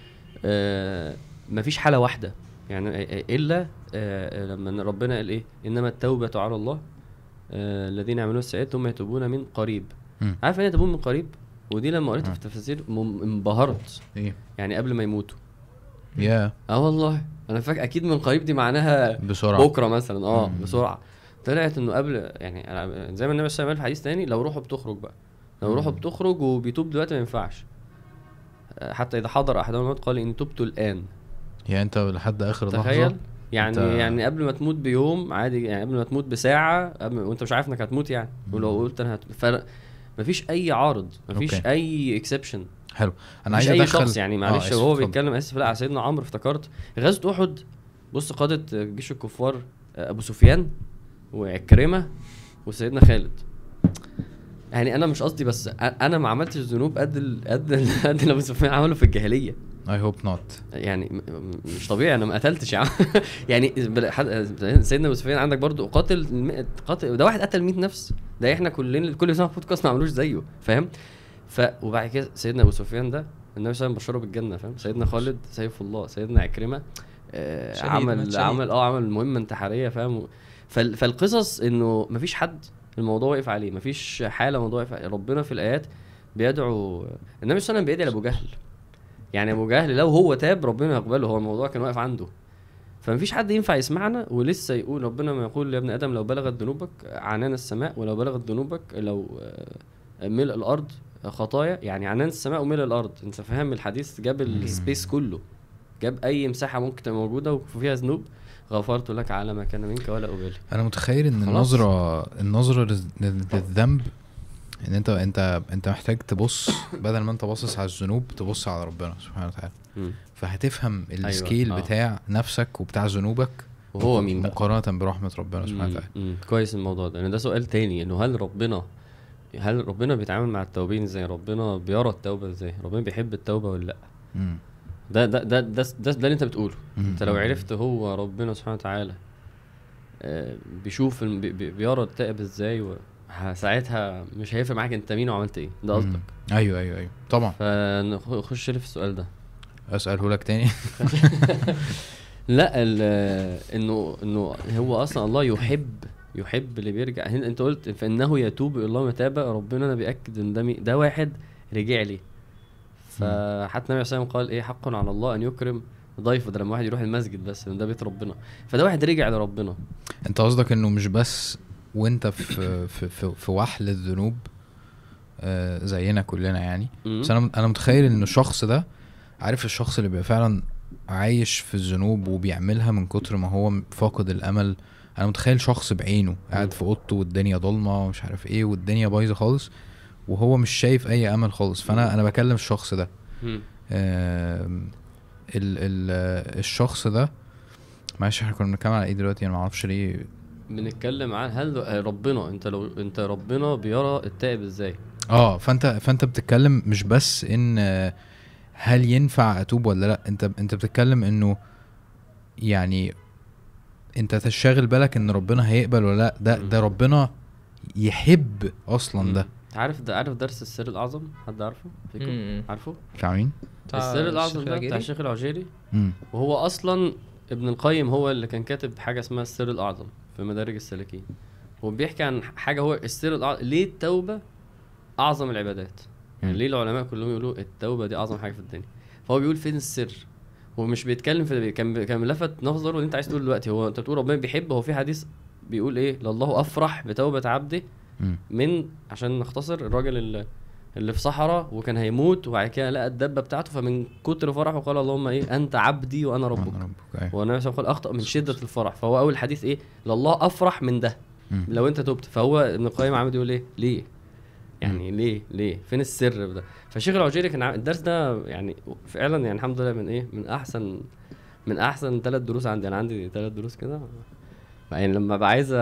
آه مفيش حاله واحده يعني الا آه لما ربنا قال ايه انما التوبه على الله آه الذين يعملون السيئات ثم يتوبون من قريب. عارف ايه يتوبون من قريب؟ ودي لما قريتها في التفاسير انبهرت. ايه يعني قبل ما يموتوا. يا اه والله انا فاكر اكيد من قريب دي معناها بسرعه بكره مثلا اه مم. بسرعه. طلعت انه قبل يعني زي ما النبي صلى الله عليه وسلم في حديث تاني لو روحه بتخرج بقى، لو روحه بتخرج وبيتوب دلوقتي ما ينفعش، حتى اذا حضر احدهم الموت قال ان تبت الان. يعني انت لحد اخر لحظه تخيل يعني يعني قبل ما تموت بيوم عادي، يعني قبل ما تموت بساعه قبل وانت مش عارف انك هتموت يعني، ولو قلت انا هت... مفيش اي عارض، مفيش أوكي. اي اكسبشن. حلو. انا عايز ادخل شخص يعني معلش آه وهو بيتكلم اسف لا على سيدنا عمرو افتكرت غزوه احد. بص قاده جيش الكفار ابو سفيان وعكرمه وسيدنا خالد. يعني انا مش قصدي بس انا ما عملتش ذنوب قد ال... قد ال... قد اللي ابو سفيان عمله في الجاهليه. اي هوب نوت. يعني مش طبيعي انا ما قتلتش يا عم. يعني سيدنا ابو سفيان عندك برضو قاتل قاتل ده واحد قتل مية نفس، ده احنا كلنا كل سنه بودكاست ما عملوش زيه فاهم. ف وبعد كده سيدنا ابو سفيان ده النبي صلى الله عليه وسلم بشره بالجنه فاهم. سيدنا خالد سيف الله، سيدنا عكرمه آه عمل عمل اه عمل مهمه انتحاريه فاهم. فالقصص انه مفيش حد الموضوع واقف عليه، مفيش حاله موضوع واقف عليه. ربنا في الايات بيدعو النبي صلى الله عليه وسلم بيدعي لابو جهل، يعني ابو جهل لو هو تاب ربنا يقبله، هو الموضوع كان واقف عنده. فمفيش حد ينفع يسمعنا ولسه يقول ربنا ما يقول يا ابن ادم لو بلغت ذنوبك عنان السماء ولو بلغت ذنوبك لو ملء الارض خطايا، يعني عنان السماء وملء الارض. انت فاهم الحديث جاب السبيس كله، جاب اي مساحه ممكن تبقى موجوده وفيها ذنوب غفرت لك على ما كان منك ولا ابالي. انا متخيل ان النظره النظره للذنب ان انت انت انت محتاج تبص بدل ما انت باصص على الذنوب تبص على ربنا سبحانه وتعالى. فهتفهم السكيل أيوة. بتاع نفسك وبتاع ذنوبك وهو مين بقى مقارنه برحمه ربنا سبحانه وتعالى. كويس الموضوع ده. يعني ده سؤال تاني، انه هل ربنا هل ربنا بيتعامل مع التوبين ازاي؟ ربنا بيرى التوبه ازاي؟ ربنا بيحب التوبه ولا لا؟ مم. ده ده ده ده, ده, ده اللي انت بتقوله. مم. انت لو عرفت هو ربنا سبحانه وتعالى آه بيشوف بي بيرى التائب ازاي و... ساعتها مش هيفرق معاك انت مين وعملت ايه. ده قصدك؟ ايوه ايوه ايوه طبعا. فنخش لي في السؤال ده. اساله لك تاني. لا انه انه هو اصلا الله يحب يحب اللي بيرجع. انت قلت فانه يتوب الى الله متابه. ربنا انا بياكد ان ده ده واحد رجع لي. فحتى النبي صلى الله عليه وسلم قال ايه حق على الله ان يكرم ضيفه. ده لما واحد يروح المسجد بس ده بيت ربنا. فده واحد رجع لربنا. انت قصدك انه مش بس وانت في في في, في وحل الذنوب آه زينا كلنا يعني. بس انا انا متخيل ان الشخص ده عارف الشخص اللي بيبقى فعلا عايش في الذنوب وبيعملها من كتر ما هو فاقد الامل. انا متخيل شخص بعينه قاعد في اوضته والدنيا ضلمه ومش عارف ايه والدنيا بايظه خالص وهو مش شايف اي امل خالص. فانا انا بكلم الشخص ده آه ال ال الشخص ده معلش احنا كنا بنتكلم على ايه دلوقتي؟ انا ما اعرفش ليه بنتكلم عن هل ربنا انت لو انت ربنا بيرى التائب ازاي. اه فانت فانت بتتكلم مش بس ان هل ينفع اتوب ولا لا. انت انت بتتكلم انه يعني انت تشغل بالك ان ربنا هيقبل ولا لا. ده ده ربنا يحب اصلا. ده عارف ده عارف درس السر الاعظم؟ حد عارفه فيكم؟ عارفه بتاع مين؟ السر الاعظم ده بتاع الشيخ العجيري. وهو اصلا ابن القيم هو اللي كان كاتب حاجه اسمها السر الاعظم في مدارج السالكين. هو بيحكي عن حاجه هو السر الاعظم. ليه التوبه اعظم العبادات؟ يعني ليه العلماء كلهم يقولوا التوبه دي اعظم حاجه في الدنيا؟ فهو بيقول فين السر. هو مش بيتكلم في كان كان لفت نظره اللي انت عايز تقول دلوقتي. هو انت بتقول ربنا بيحب. هو في حديث بيقول ايه لله افرح بتوبه عبده من عشان نختصر الراجل اللي اللي في صحراء وكان هيموت وبعد كده لقى الدبه بتاعته فمن كتر فرحه قال اللهم ايه انت عبدي وانا ربك. والنبي صلى الله عليه وسلم اخطا من شده الفرح. فهو اول حديث ايه لله افرح من ده لو انت تبت. فهو ابن القيم عمد يقول ايه ليه يعني م. ليه ليه فين السر في ده؟ فالشيخ العجيري كان الدرس ده يعني فعلا يعني الحمد لله من ايه من احسن من احسن ثلاث دروس عندي. انا عندي ثلاث دروس كده يعني لما ببقى عايز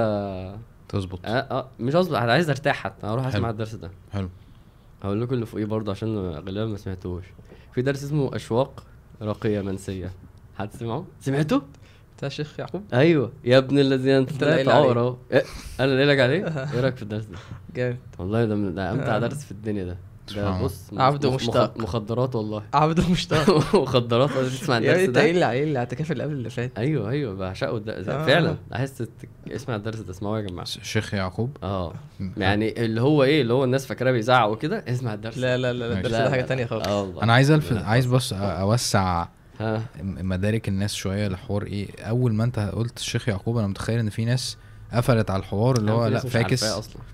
تظبط اه اه مش اظبط عايز ارتاح حتى اروح اسمع الدرس ده. حلو. هقول لكم اللي فوقيه برضه عشان غالبا ما سمعتوش. في درس اسمه اشواق راقيه منسيه. حد سمعه؟ سمعته؟ بتاع الشيخ يعقوب. ايوه يا ابن الذين انت طلعت عقر اهو. انا اللي لك عليه. ايه رايك في الدرس ده؟ جامد والله. ده ده امتع درس في الدنيا ده. ده بص عبده مشتاق. مخدرات والله. عبده مشتاق. مخدرات. تسمع الدرس ده؟ انت قايل لي عليه الاعتكاف اللي قبل اللي فات. ايوه ايوه بعشقه ده فعلا. عايز اسمع الدرس ده. اسمعوه يا جماعه. الشيخ يعقوب اه يعني اللي هو ايه اللي هو الناس فاكراه بيزعق وكده. اسمع الدرس. لا لا لا الدرس ده حاجه ثانيه خالص. انا عايز الف... عايز بس اوسع ها. مدارك الناس شويه لحوار ايه. اول ما انت قلت الشيخ يعقوب انا متخيل ان في ناس قفلت على الحوار اللي هو لا فاكس اصلا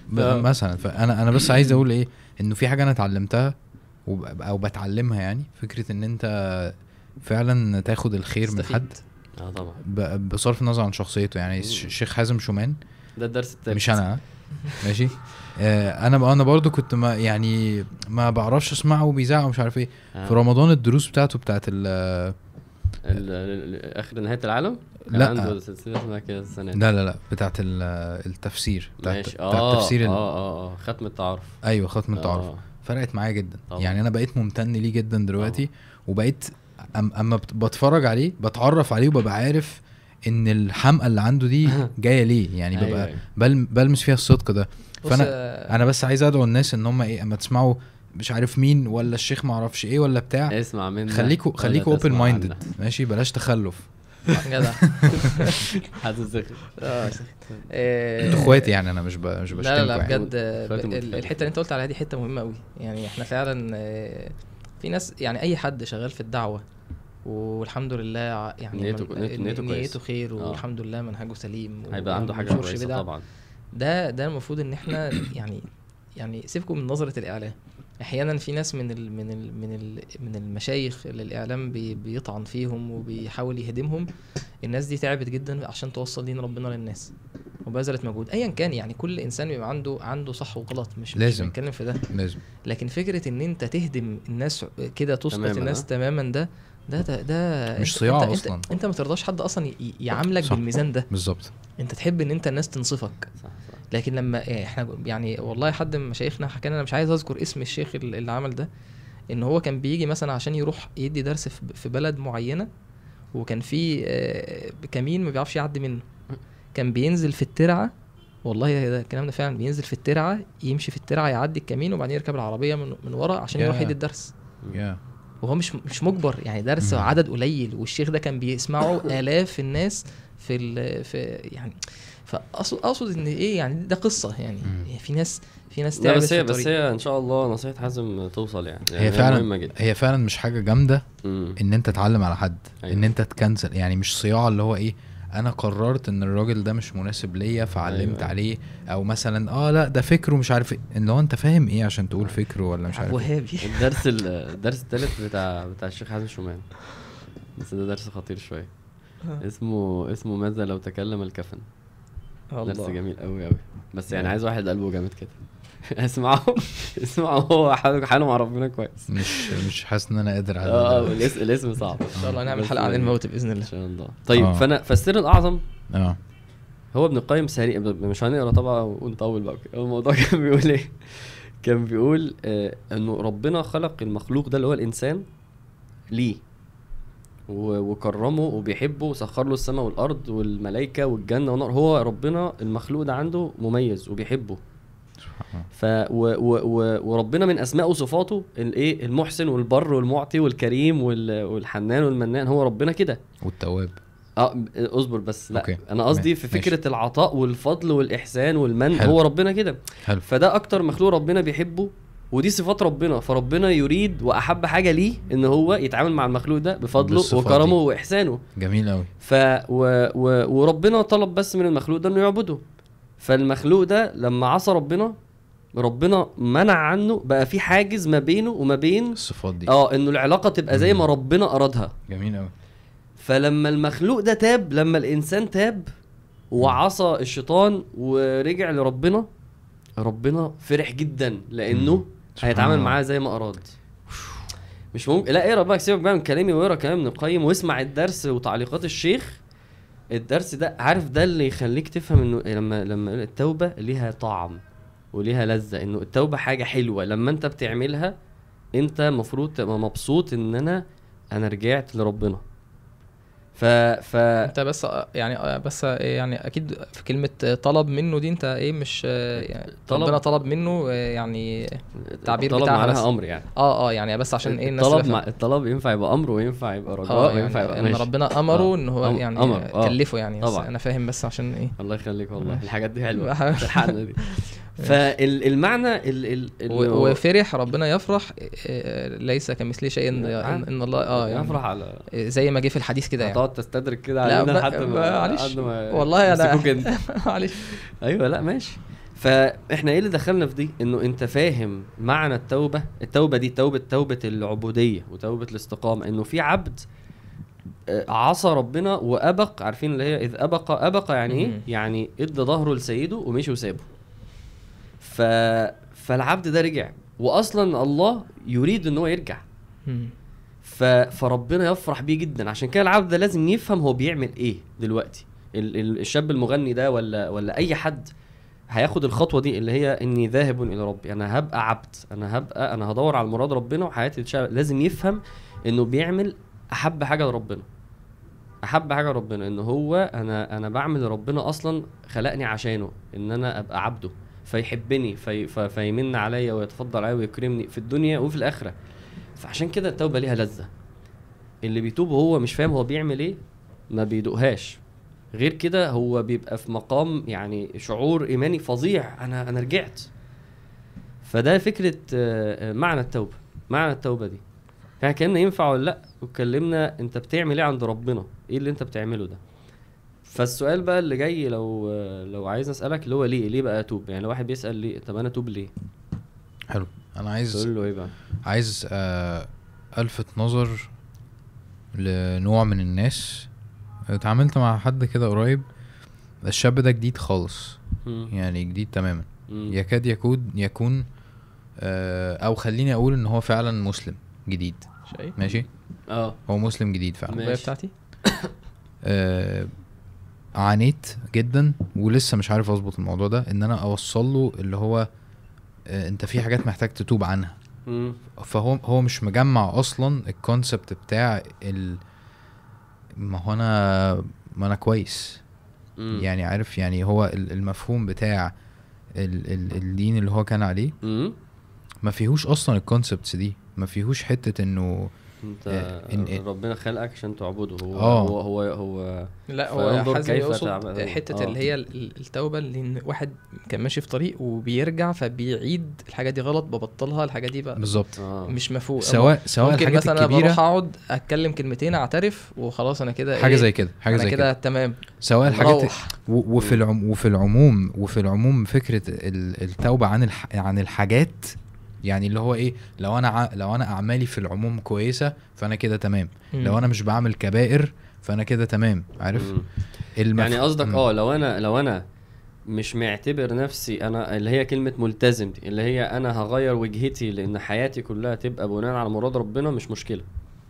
مثلا. فانا انا بس عايز اقول ايه انه في حاجه انا اتعلمتها او بتعلمها يعني فكره ان انت فعلا تاخد الخير استفيد. من حد اه طبعا بصرف النظر عن شخصيته. يعني الشيخ حازم شومان ده الدرس التالت مش انا ماشي آه انا انا برضو كنت ما يعني ما بعرفش اسمعه وبيزعق ومش عارف ايه. آه. في رمضان الدروس بتاعته بتاعت ال اخر نهايه العالم لا عنده سلسله اسمها كده السنه لا لا لا بتاعت التفسير بتاعت, بتاعت التفسير اه اه اه ختم التعارف. ايوه ختم التعارف. آه. فرقت معايا جدا طبعا. يعني انا بقيت ممتن ليه جدا دلوقتي. طبعا. وبقيت أم اما بتفرج عليه بتعرف عليه وببقى عارف ان الحمقى اللي عنده دي جايه ليه. يعني ببقى أيوة. بل بلمس فيها الصدق ده. فانا انا بس عايز ادعو الناس ان هم ايه اما تسمعوا مش عارف مين ولا الشيخ ما اعرفش ايه ولا بتاع اسمع منه. خليكوا خليكوا اوبن مايندد ماشي. بلاش تخلف جدع. هتزخر اه انتوا اخواتي يعني انا مش ب... مش بشتمكم. لا لا بجد الحته اللي انت قلت عليها دي حته مهمه قوي. يعني احنا فعلا في ناس يعني اي حد شغال في الدعوه والحمد لله يعني نيته نيته, نيته خير والحمد لله منهجه سليم هيبقى عنده حاجه كويسه طبعا. ده ده المفروض ان احنا يعني يعني سيبكم من نظره الاعلام. احيانا في ناس من ال من ال من ال من المشايخ اللي الاعلام بي بيطعن فيهم وبيحاول يهدمهم. الناس دي تعبت جدا عشان توصل دين ربنا للناس. وبذلت مجهود ايا كان. يعني كل انسان بيبقى عنده عنده صح وغلط، مش لازم نتكلم في ده لازم. لكن فكره ان انت تهدم الناس كده، تسقط الناس تماما، ده ده ده, ده مش صياعه انت اصلا. انت, انت ما ترضاش حد اصلا يعاملك صح. بالميزان ده بالظبط. انت تحب ان انت الناس تنصفك. صح صح. لكن لما احنا يعني والله حد من مشايخنا حكى لنا، انا مش عايز اذكر اسم الشيخ اللي عمل ده، ان هو كان بيجي مثلا عشان يروح يدي درس في بلد معينه، وكان في كمين ما بيعرفش يعدي منه، كان بينزل في الترعه، والله ده الكلام ده فعلا، بينزل في الترعه يمشي في الترعه يعدي الكمين وبعدين يركب العربيه من, من ورا عشان يروح يدي الدرس. yeah. وهو مش مش مجبر، يعني درس عدد قليل، والشيخ ده كان بيسمعه آلاف الناس في ال في يعني. فاقصد اقصد ان ايه يعني ده قصه يعني, يعني في ناس في ناس تعبت بس هي بس هي ان شاء الله نصيحه حازم توصل يعني, يعني هي فعلا هي فعلا مش حاجه جامده ان انت تعلم على حد. أيوة. ان انت تكنسل يعني مش صياعه اللي هو ايه انا قررت ان الراجل ده مش مناسب ليا فعلمت أيوة. عليه، او مثلا اه لا ده فكره مش عارف ايه، ان لو انت فاهم ايه عشان تقول فكره ولا مش عارف وهابي. الدرس الدرس الثالث بتاع بتاع الشيخ حازم شومان، بس ده درس خطير شويه، اسمه اسمه ماذا لو تكلم الكفن. الله. درس جميل قوي قوي، بس يعني عايز واحد قلبه جامد كده اسمعه اسمعه هو حاله مع ربنا كويس. مش مش حاسس ان انا قادر على اه الاسم الاسم صعب. ان شاء الله نعمل حلقه عن الموت باذن الله ان شاء الله. طيب أوه. فانا فالسر الاعظم اه هو ابن القيم سريع، مش هنقرا طبعا ونطول بقى. الموضوع كان بيقول ايه؟ كان بيقول آه انه ربنا خلق المخلوق ده اللي هو الانسان ليه وكرمه وبيحبه وسخر له السماء والارض والملائكه والجنه والنار. هو ربنا المخلوق ده عنده مميز وبيحبه. ف و و و وربنا من اسماء وصفاته الايه المحسن والبر والمعطي والكريم والحنان والمنان. هو ربنا كده. والتواب. اه اصبر بس لا أوكي. انا قصدي في فكره ماشي. العطاء والفضل والاحسان والمن. حلو. هو ربنا كده. حلو. فده اكتر مخلوق ربنا بيحبه ودي صفات ربنا. فربنا يريد واحب حاجه ليه ان هو يتعامل مع المخلوق ده بفضله وكرمه واحسانه. جميل قوي. ف و و وربنا طلب بس من المخلوق ده انه يعبده. فالمخلوق ده لما عصى ربنا ربنا منع عنه، بقى في حاجز ما بينه وما بين الصفات دي اه انه العلاقه تبقى زي ما ربنا ارادها. جميل قوي. فلما المخلوق ده تاب، لما الانسان تاب وعصى الشيطان ورجع لربنا، ربنا فرح جدا لانه هيتعامل معاه زي ما اراد. مش ممكن لا اقرا بقى، سيبك بقى من كلامي واقرا كلام ابن القيم واسمع الدرس وتعليقات الشيخ. الدرس ده عارف ده اللي يخليك تفهم انه لما لما التوبه ليها طعم وليها لذة، انه التوبة حاجة حلوة لما انت بتعملها انت مفروض تبقى مبسوط ان انا انا رجعت لربنا. ف ف انت بس يعني بس يعني اكيد في كلمة طلب منه دي انت ايه مش يعني طلب ربنا طلب منه يعني تعبير طلب بتاعها معناها امر يعني اه اه يعني بس عشان ايه الناس الطلب مع الطلب ينفع يبقى امر وينفع يبقى رجاء آه وينفع يعني يبقى ان ربنا امره آه. ان هو أم يعني آه. كلفه يعني. بس انا فاهم بس عشان ايه. الله يخليك والله الحاجات دي حلوه الحلقه دي. فالمعنى ال ال ال وفرح ربنا يفرح ليس كمثله شيء ان, إن الله اه يعني يفرح على زي ما جه في الحديث كده يعني. هتقعد تستدرك كده علينا لحد ما معلش والله انا معلش ايوه لا ماشي. فاحنا ايه اللي دخلنا في دي؟ انه انت فاهم معنى التوبه. التوبه دي توبه توبه العبوديه وتوبه الاستقامه. انه في عبد عصى ربنا وابق، عارفين اللي هي اذ ابق ابق يعني ايه؟ يعني ادى ظهره لسيده ومشي وسابه. ف... فالعبد ده رجع، واصلا الله يريد ان هو يرجع. ف... فربنا يفرح بيه جدا. عشان كده العبد ده لازم يفهم هو بيعمل ايه دلوقتي. ال... الشاب المغني ده ولا ولا اي حد هياخد الخطوه دي اللي هي اني ذاهب الى ربي، انا هبقى عبد، انا هبقى انا هدور على مراد ربنا وحياتي تشابه. لازم يفهم انه بيعمل احب حاجه لربنا، احب حاجه لربنا، ان هو انا انا بعمل لربنا اصلا خلقني عشانه، ان انا ابقى عبده فيحبني في فيمن عليا ويتفضل عليا ويكرمني في الدنيا وفي الاخره. فعشان كده التوبه ليها لذه. اللي بيتوب وهو مش فاهم هو بيعمل ايه ما بيدوقهاش. غير كده هو بيبقى في مقام يعني شعور ايماني فظيع، انا انا رجعت. فده فكره معنى التوبه. معنى التوبه دي يعني كان ينفع ولا لا، واتكلمنا انت بتعمل ايه عند ربنا، ايه اللي انت بتعمله ده. فالسؤال بقى اللي جاي لو لو عايز اسالك اللي هو ليه ليه بقى اتوب. يعني لو واحد بيسال ليه، طب انا اتوب ليه؟ حلو. انا عايز تقول له ايه بقى؟ عايز آه الفت نظر لنوع من الناس. اتعاملت مع حد كده قريب الشاب ده جديد خالص مم. يعني جديد تماما مم. يكاد يكون يكون آه او خليني اقول ان هو فعلا مسلم جديد شيء ماشي اه هو مسلم جديد فعلا ماشي. الباقي بتاعتي آه عانيت جدا ولسه مش عارف اظبط الموضوع ده ان انا اوصل له اللي هو آه انت في حاجات محتاج تتوب عنها مم. فهو هو مش مجمع اصلا الكونسبت بتاع ال ما هو انا ما انا كويس مم. يعني عارف يعني هو ال- المفهوم بتاع ال ال الدين اللي هو كان عليه مم. ما فيهوش اصلا الكونسبتس دي ما فيهوش حتة انه انت آه، إن- إن- ربنا خلقك عشان تعبده هو آه. هو هو هو لا هو فينظر حازم كيف يقصد تعمل. حته آه. اللي هي ال- التوبه اللي إن واحد كان ماشي في طريق وبيرجع فبيعيد الحاجه دي غلط ببطلها الحاجه دي بقى بالظبط اه مش مفهوم سواء سواء ممكن الحاجات مثلا انا الكبيرة بروح اقعد اتكلم كلمتين اعترف وخلاص انا كده حاجة إيه؟ زي كده حاجة انا زي كده كده تمام سواء الحاجات نروح. و- وفي العم وفي العموم وفي العموم فكرة ال- التوبة عن الح عن الحاجات يعني اللي هو ايه لو انا ع... لو انا اعمالي في العموم كويسة فانا كده تمام مم. لو انا مش بعمل كبائر فانا كده تمام عارف مم. المف... يعني قصدك مم. اه لو انا لو انا مش معتبر نفسي انا اللي هي كلمة ملتزم دي اللي هي انا هغير وجهتي لان حياتي كلها تبقى بناء على مراد ربنا مش مشكلة.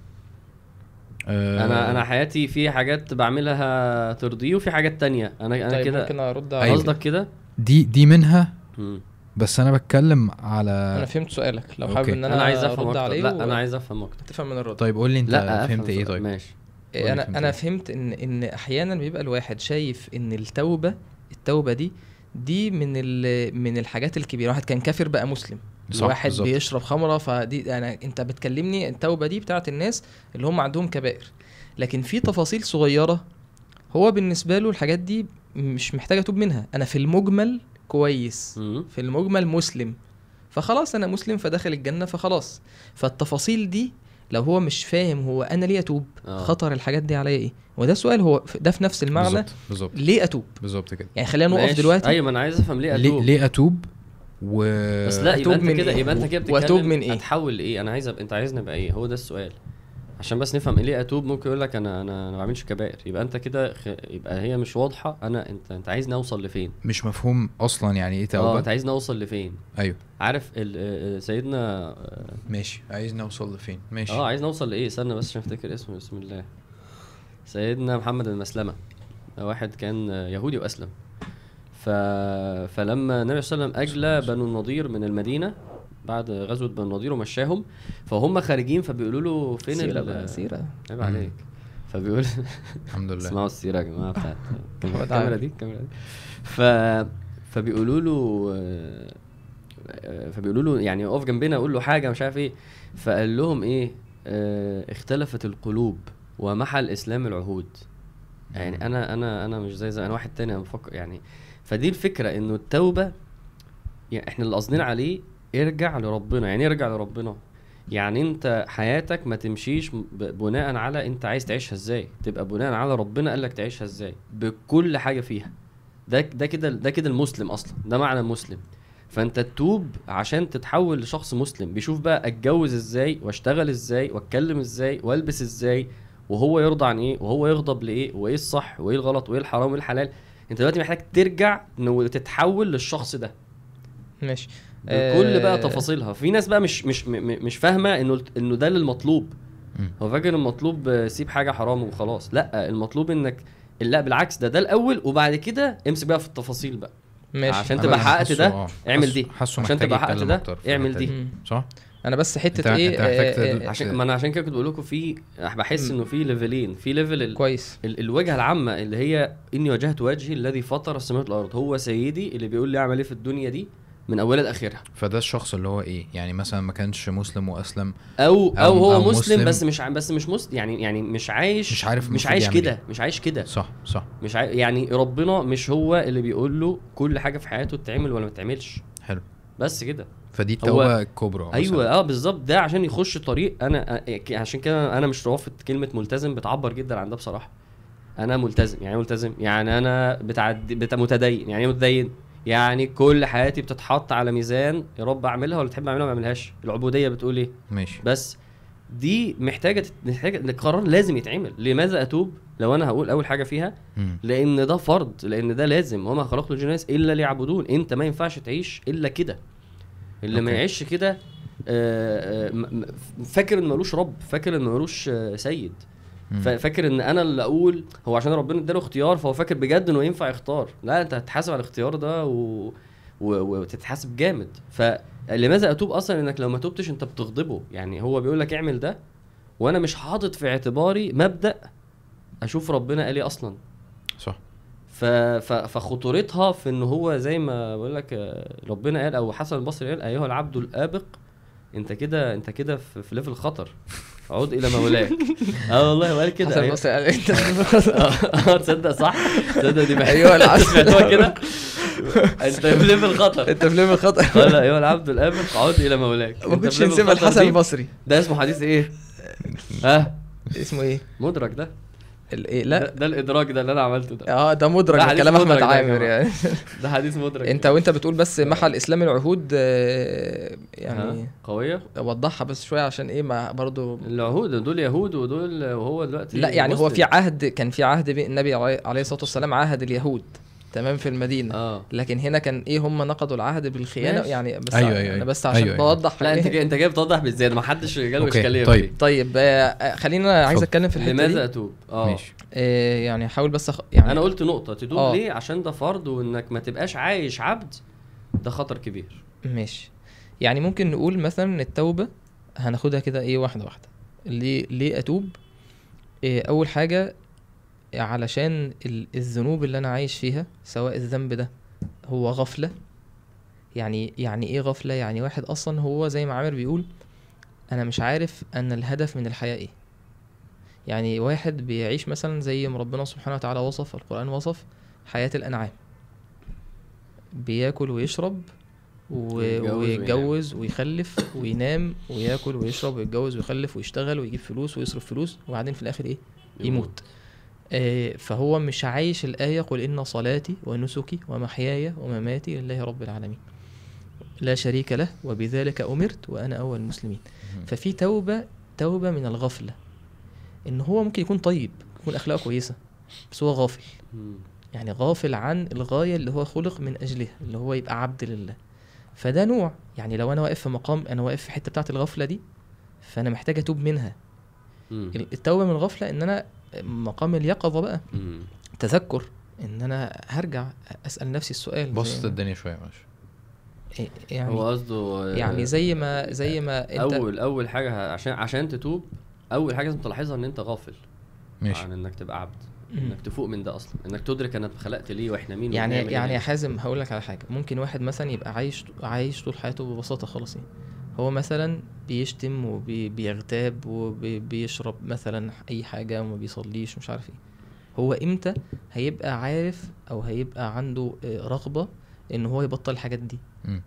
آه... انا انا حياتي في حاجات بعملها ترضيه وفي حاجات تانية انا انا طيب كده ممكن ارد أيوة. على قصدك كده. دي دي منها مم. بس انا بتكلم على انا فهمت سؤالك لو حابب أوكي. ان انا, انا عايز افهم ارد اكتر. عليه لا و- انا عايز افهم اكتر. تفهم من الرد. طيب قول لي انت لا فهمت أفهم ايه سؤال. طيب ماشي. قولي انا فهمت انا إيه؟ فهمت ان ان احيانا بيبقى الواحد شايف ان التوبه التوبه دي دي من ال- من الحاجات الكبيره. واحد كان كافر بقى مسلم صح، واحد بالظبط. بيشرب خمره فدي انا انت بتكلمني التوبه دي بتاعت الناس اللي هم عندهم كبائر لكن في تفاصيل صغيره هو بالنسبه له الحاجات دي مش محتاج اتوب منها. انا في المجمل كويس مم. في المجمل مسلم فخلاص انا مسلم فداخل الجنه فخلاص. فالتفاصيل دي لو هو مش فاهم هو انا ليه اتوب آه. خطر الحاجات دي عليا ايه وده سؤال هو ف- ده في نفس المعنى بالظبط بالظبط ليه اتوب بالظبط كده يعني خلينا نقف ماشي. دلوقتي ايوه ما انا عايز افهم ليه ليه اتوب. ليه اتوب و بس لا يبقى أتوب انت من كده إيه؟ يبقى انت كده بتتكلم وأتوب من إيه؟ هتحول لايه؟ انا عايز أب... انت عايزني ابقى ايه؟ هو ده السؤال عشان بس نفهم ليه اتوب. ممكن يقول لك انا انا انا ما بعملش كبائر يبقى انت كده خ... يبقى هي مش واضحه. انا انت انت عايزني اوصل لفين؟ مش مفهوم اصلا يعني ايه اه توبه انت عايزني اوصل لفين؟ ايوه عارف ال... آه، سيدنا اه ماشي عايز نوصل لفين ماشي آه، عايزني اوصل لايه؟ استنى بس عشان افتكر اسمه. بسم الله. سيدنا محمد المسلمه ده واحد كان آه، يهودي واسلم. ف... فلما النبي صلى الله عليه وسلم اجلى بنو النضير من المدينه بعد غزوه بنو النضير ومشاهم فهم خارجين فبيقولوا له فين سيرة ال- بقى سيرة عيب عليك. فبيقول الحمد لله اسمعوا السيره يا جماعه بتاعت هو الكاميرا تعالى. دي الكاميرا دي ف فبيقولوا له آه، آه، فبيقولوا له يعني اقف جنبنا اقول له حاجه مش عارف ايه. فقال لهم ايه آه، اختلفت القلوب ومحى الاسلام العهود. يعني انا انا انا مش زي زي انا واحد تاني انا بفكر يعني. فدي الفكره انه التوبه يعني احنا اللي قصدنا عليه ارجع لربنا. يعني ارجع لربنا يعني انت حياتك ما تمشيش ب- بناء على انت عايز تعيشها ازاي تبقى بناء على ربنا قالك تعيشها ازاي بكل حاجه فيها. ده ده كده ده كده المسلم اصلا ده معنى المسلم. فانت تتوب عشان تتحول لشخص مسلم بيشوف بقى اتجوز ازاي واشتغل ازاي واتكلم ازاي والبس ازاي وهو يرضى عن ايه وهو يغضب لايه وايه الصح وايه الغلط وايه الحرام وايه الحلال. انت دلوقتي محتاج ترجع انه تتحول للشخص ده ماشي بكل بقى آه، تفاصيلها. في ناس بقى مش مش م- م- مش فاهمه انه انه ده المطلوب. مم. هو فاكر المطلوب آه، سيب حاجه حرام وخلاص. لا المطلوب انك لا بالعكس ده ده الاول وبعد كده امسك بقى في التفاصيل بقى ماشي عشان أنا تبقى بس حققت حاسه- ده آه، اعمل حاسه- دي. حاسه عشان محتاج تبقى حققت يتكلم ده أكتر في اعمل الحتة دي. دي. مم. صح انا بس حته أنت- ايه أنت محتاج آه، تد- آه، عشان ما انا عشان كده كنت بقول لكم في بحس مم. انه في ليفلين. في ليفل ال... كويس ال... الوجهه العامه اللي هي اني وجهت وجهي الذي فطر السماوات والارض هو سيدي اللي بيقول لي اعمل ايه في الدنيا دي من اولها لاخرها. فده الشخص اللي هو ايه يعني مثلا ما كانش مسلم واسلم او او, أو- هو أو مسلم, مسلم بس مش ع- بس مش مسلم يعني يعني مش عايش مش عارف مش المفروض عايش يعمل كده إيه. مش عايش كده صح صح مش عاي... يعني ربنا مش هو اللي بيقول له كل حاجه في حياته تتعمل ولا ما تتعملش حلو بس كده. فدي هو- التوبه الكبرى مثلاً. ايوه اه بالظبط ده عشان يخش طريق. انا آه، عشان كده انا مش رافض كلمه ملتزم بتعبر جدا عن ده بصراحه. انا ملتزم يعني إيه ملتزم يعني انا بتعدي بت... متدين يعني إيه متدين يعني كل حياتي بتتحط على ميزان يا رب اعملها ولا تحب اعملها ما اعملهاش. العبوديه بتقول ايه ماشي بس دي محتاجه تت- محتاجه قرار لازم يتعمل. لماذا اتوب لو انا هقول اول حاجه فيها، لان ده فرض، لان ده لازم، وما خلقت الجن والانس الا ليعبدون. انت ما ينفعش تعيش الا كده. اللي ما يعيش كده فاكر ان ملوش رب، فاكر ان ملوش سيد، فاكر ان انا اللي اقول هو عشان ربنا اداله اختيار فهو فاكر بجد انه ينفع يختار. لا، انت هتحاسب على الاختيار ده و... و... وتتحاسب جامد. فلماذا اتوب اصلا؟ انك لو ما توبتش انت بتغضبه. يعني هو بيقول لك اعمل ده وانا مش حاطط في اعتباري مبدأ اشوف ربنا قال ايه اصلا. صح. ف... ف... فخطورتها في ان هو زي ما بقول لك ربنا قال، او حسن البصري قال ايها العبد الابق، انت كده انت كده في, في ليفل خطر، عود الى مولاك. اه والله هو قال كده. حسن البصري قال انت اه تصدق صح، تصدق دي ايوه العبد سمعتوها كده، انت في ليفل خطر، انت في ليفل خطر. ولا ايها العبد الابق عود الى مولاك. ما كنتش نسيب الحسن البصري ده اسمه حديث ايه؟ ها اسمه ايه؟ مدرك. ده الايه؟ لا ده, ده الادراك ده اللي انا عملته ده. اه ده مدرك كلام احمد عامر يعني. ده حديث مدرك. انت وانت بتقول بس محى الاسلام العهود يعني قويه، وضحها بس شويه عشان ايه ما برضو العهود دول يهود ودول وهو دلوقتي لا يعني مسلم. هو في عهد، كان في عهد بين النبي عليه الصلاه والسلام عهد اليهود تمام في المدينه. آه. لكن هنا كان ايه هم نقضوا العهد بالخيانه يعني. بس أيوة أيوة انا بس عشان أيوة بوضح. لا انت جاي انت جاي بتوضح بالزياده، ما حدش جاله اشكاليه. طيب طيب آه خلينا عايز اتكلم في الحته دي. لماذا اتوب؟ اه ماشي. آه يعني حاول بس أخ... يعني انا قلت نقطه تتوب آه. ليه؟ عشان ده فرض، وانك ما تبقاش عايش عبد ده خطر كبير. ماشي. يعني ممكن نقول مثلا التوبه هناخدها كده ايه واحده واحده. ليه ليه اتوب؟ إيه اول حاجه علشان الذنوب اللي انا عايش فيها، سواء الذنب ده هو غفله. يعني يعني ايه غفله؟ يعني واحد اصلا هو زي ما عامر بيقول انا مش عارف ان الهدف من الحياه ايه. يعني واحد بيعيش مثلا زي ما ربنا سبحانه وتعالى وصف، القرآن وصف حياة الأنعام، بياكل ويشرب ويتجوز ويخلف وينام وياكل ويشرب ويتجوز ويخلف ويشتغل ويجيب فلوس ويصرف فلوس، وبعدين في الآخر إيه؟ يموت. آه فهو مش عايش الآية قل إن صلاتي ونسكي ومحياي ومماتي لله رب العالمين لا شريك له وبذلك أمرت وأنا أول المسلمين. ففي توبة توبة من الغفلة، ان هو ممكن يكون طيب، يكون اخلاقه كويسه، بس هو غافل. يعني غافل عن الغايه اللي هو خلق من اجلها، اللي هو يبقى عبد لله. فده نوع، يعني لو انا واقف في مقام، انا واقف في حته بتاعه الغفله دي، فانا محتاج اتوب منها. التوبه من الغفله ان انا مقام اليقظه بقى، تذكر ان انا هرجع اسال نفسي السؤال. بص الدنيا شويه ماشي. يعني هو قصده يعني زي ما زي ما انت اول اول حاجه عشان عشان تتوب، اول حاجه لازم تلاحظها ان انت غافل ماشي عن انك تبقى عبد، انك تفوق من ده اصلا، انك تدرك انا اتخلقت ليه واحنا مين. يعني يعني يا حازم هقول لك على حاجه. ممكن واحد مثلا يبقى عايش عايش طول حياته ببساطه خالص، يعني هو مثلا بيشتم وبيغتاب وبيشرب مثلا اي حاجه وما بيصليش مش عارف ايه. هو امتى هيبقى عارف او هيبقى عنده رغبه ان هو يبطل الحاجات دي؟ م.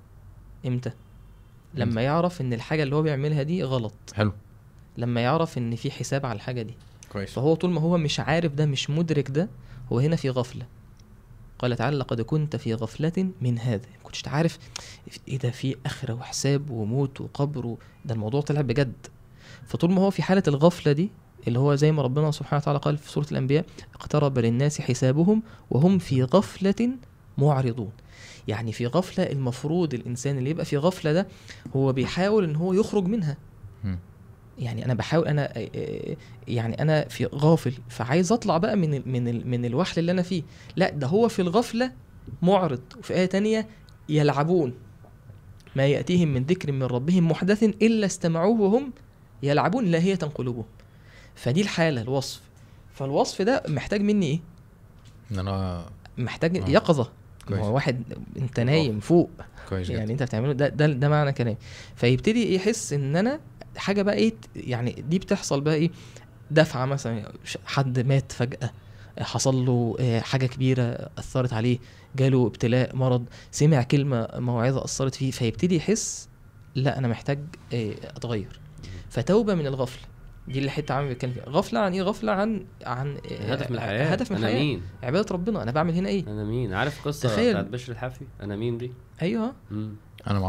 امتى؟ لما يعرف ان الحاجه اللي هو بيعملها دي غلط. حلو. لما يعرف ان في حساب على الحاجه دي. كويس. فهو طول ما هو مش عارف ده، مش مدرك ده، هو هنا في غفله. قال تعالى لقد كنت في غفله من هذا، ما كنتش عارف ايه ده، في اخره وحساب وموت وقبر، ده الموضوع طلع بجد. فطول ما هو في حاله الغفله دي، اللي هو زي ما ربنا سبحانه وتعالى قال في سوره الانبياء اقترب للناس حسابهم وهم في غفله معرضون. يعني في غفله، المفروض الانسان اللي يبقى في غفله ده هو بيحاول ان هو يخرج منها. م. يعني انا بحاول، انا يعني انا في غافل فعايز اطلع بقى من ال من ال من الوحل اللي انا فيه. لا، ده هو في الغفله معرض. وفي ايه تانية يلعبون ما ياتيهم من ذكر من ربهم محدث الا استمعوه وهم يلعبون لاهية قلوبهم. فدي الحاله، الوصف. فالوصف ده محتاج مني ايه؟ ان انا محتاج آه. يقظه. هو واحد انت نايم فوق كويس يعني جدا. انت بتعمله ده ده ده معنى كلام. فيبتدي يحس ان انا حاجه بقى ايه، يعني دي بتحصل بقى ايه، دفعه مثلا، حد مات فجاه، حصل له حاجه كبيره اثرت عليه، جاله ابتلاء، مرض، سمع كلمه موعظه اثرت فيه، فيبتدي يحس لا انا محتاج اتغير. فتوبه من الغفله دي اللي حته عامل بيتكلم فيها. غفله عن ايه؟ غفله عن عن هدف من الحياه. هدف من الحياه. انا مين؟ عباده ربنا. انا بعمل هنا ايه؟ انا مين؟ عارف قصه بتاعت بشر الحافي انا مين دي؟ ايوه مم. انا ما اعرفهاش.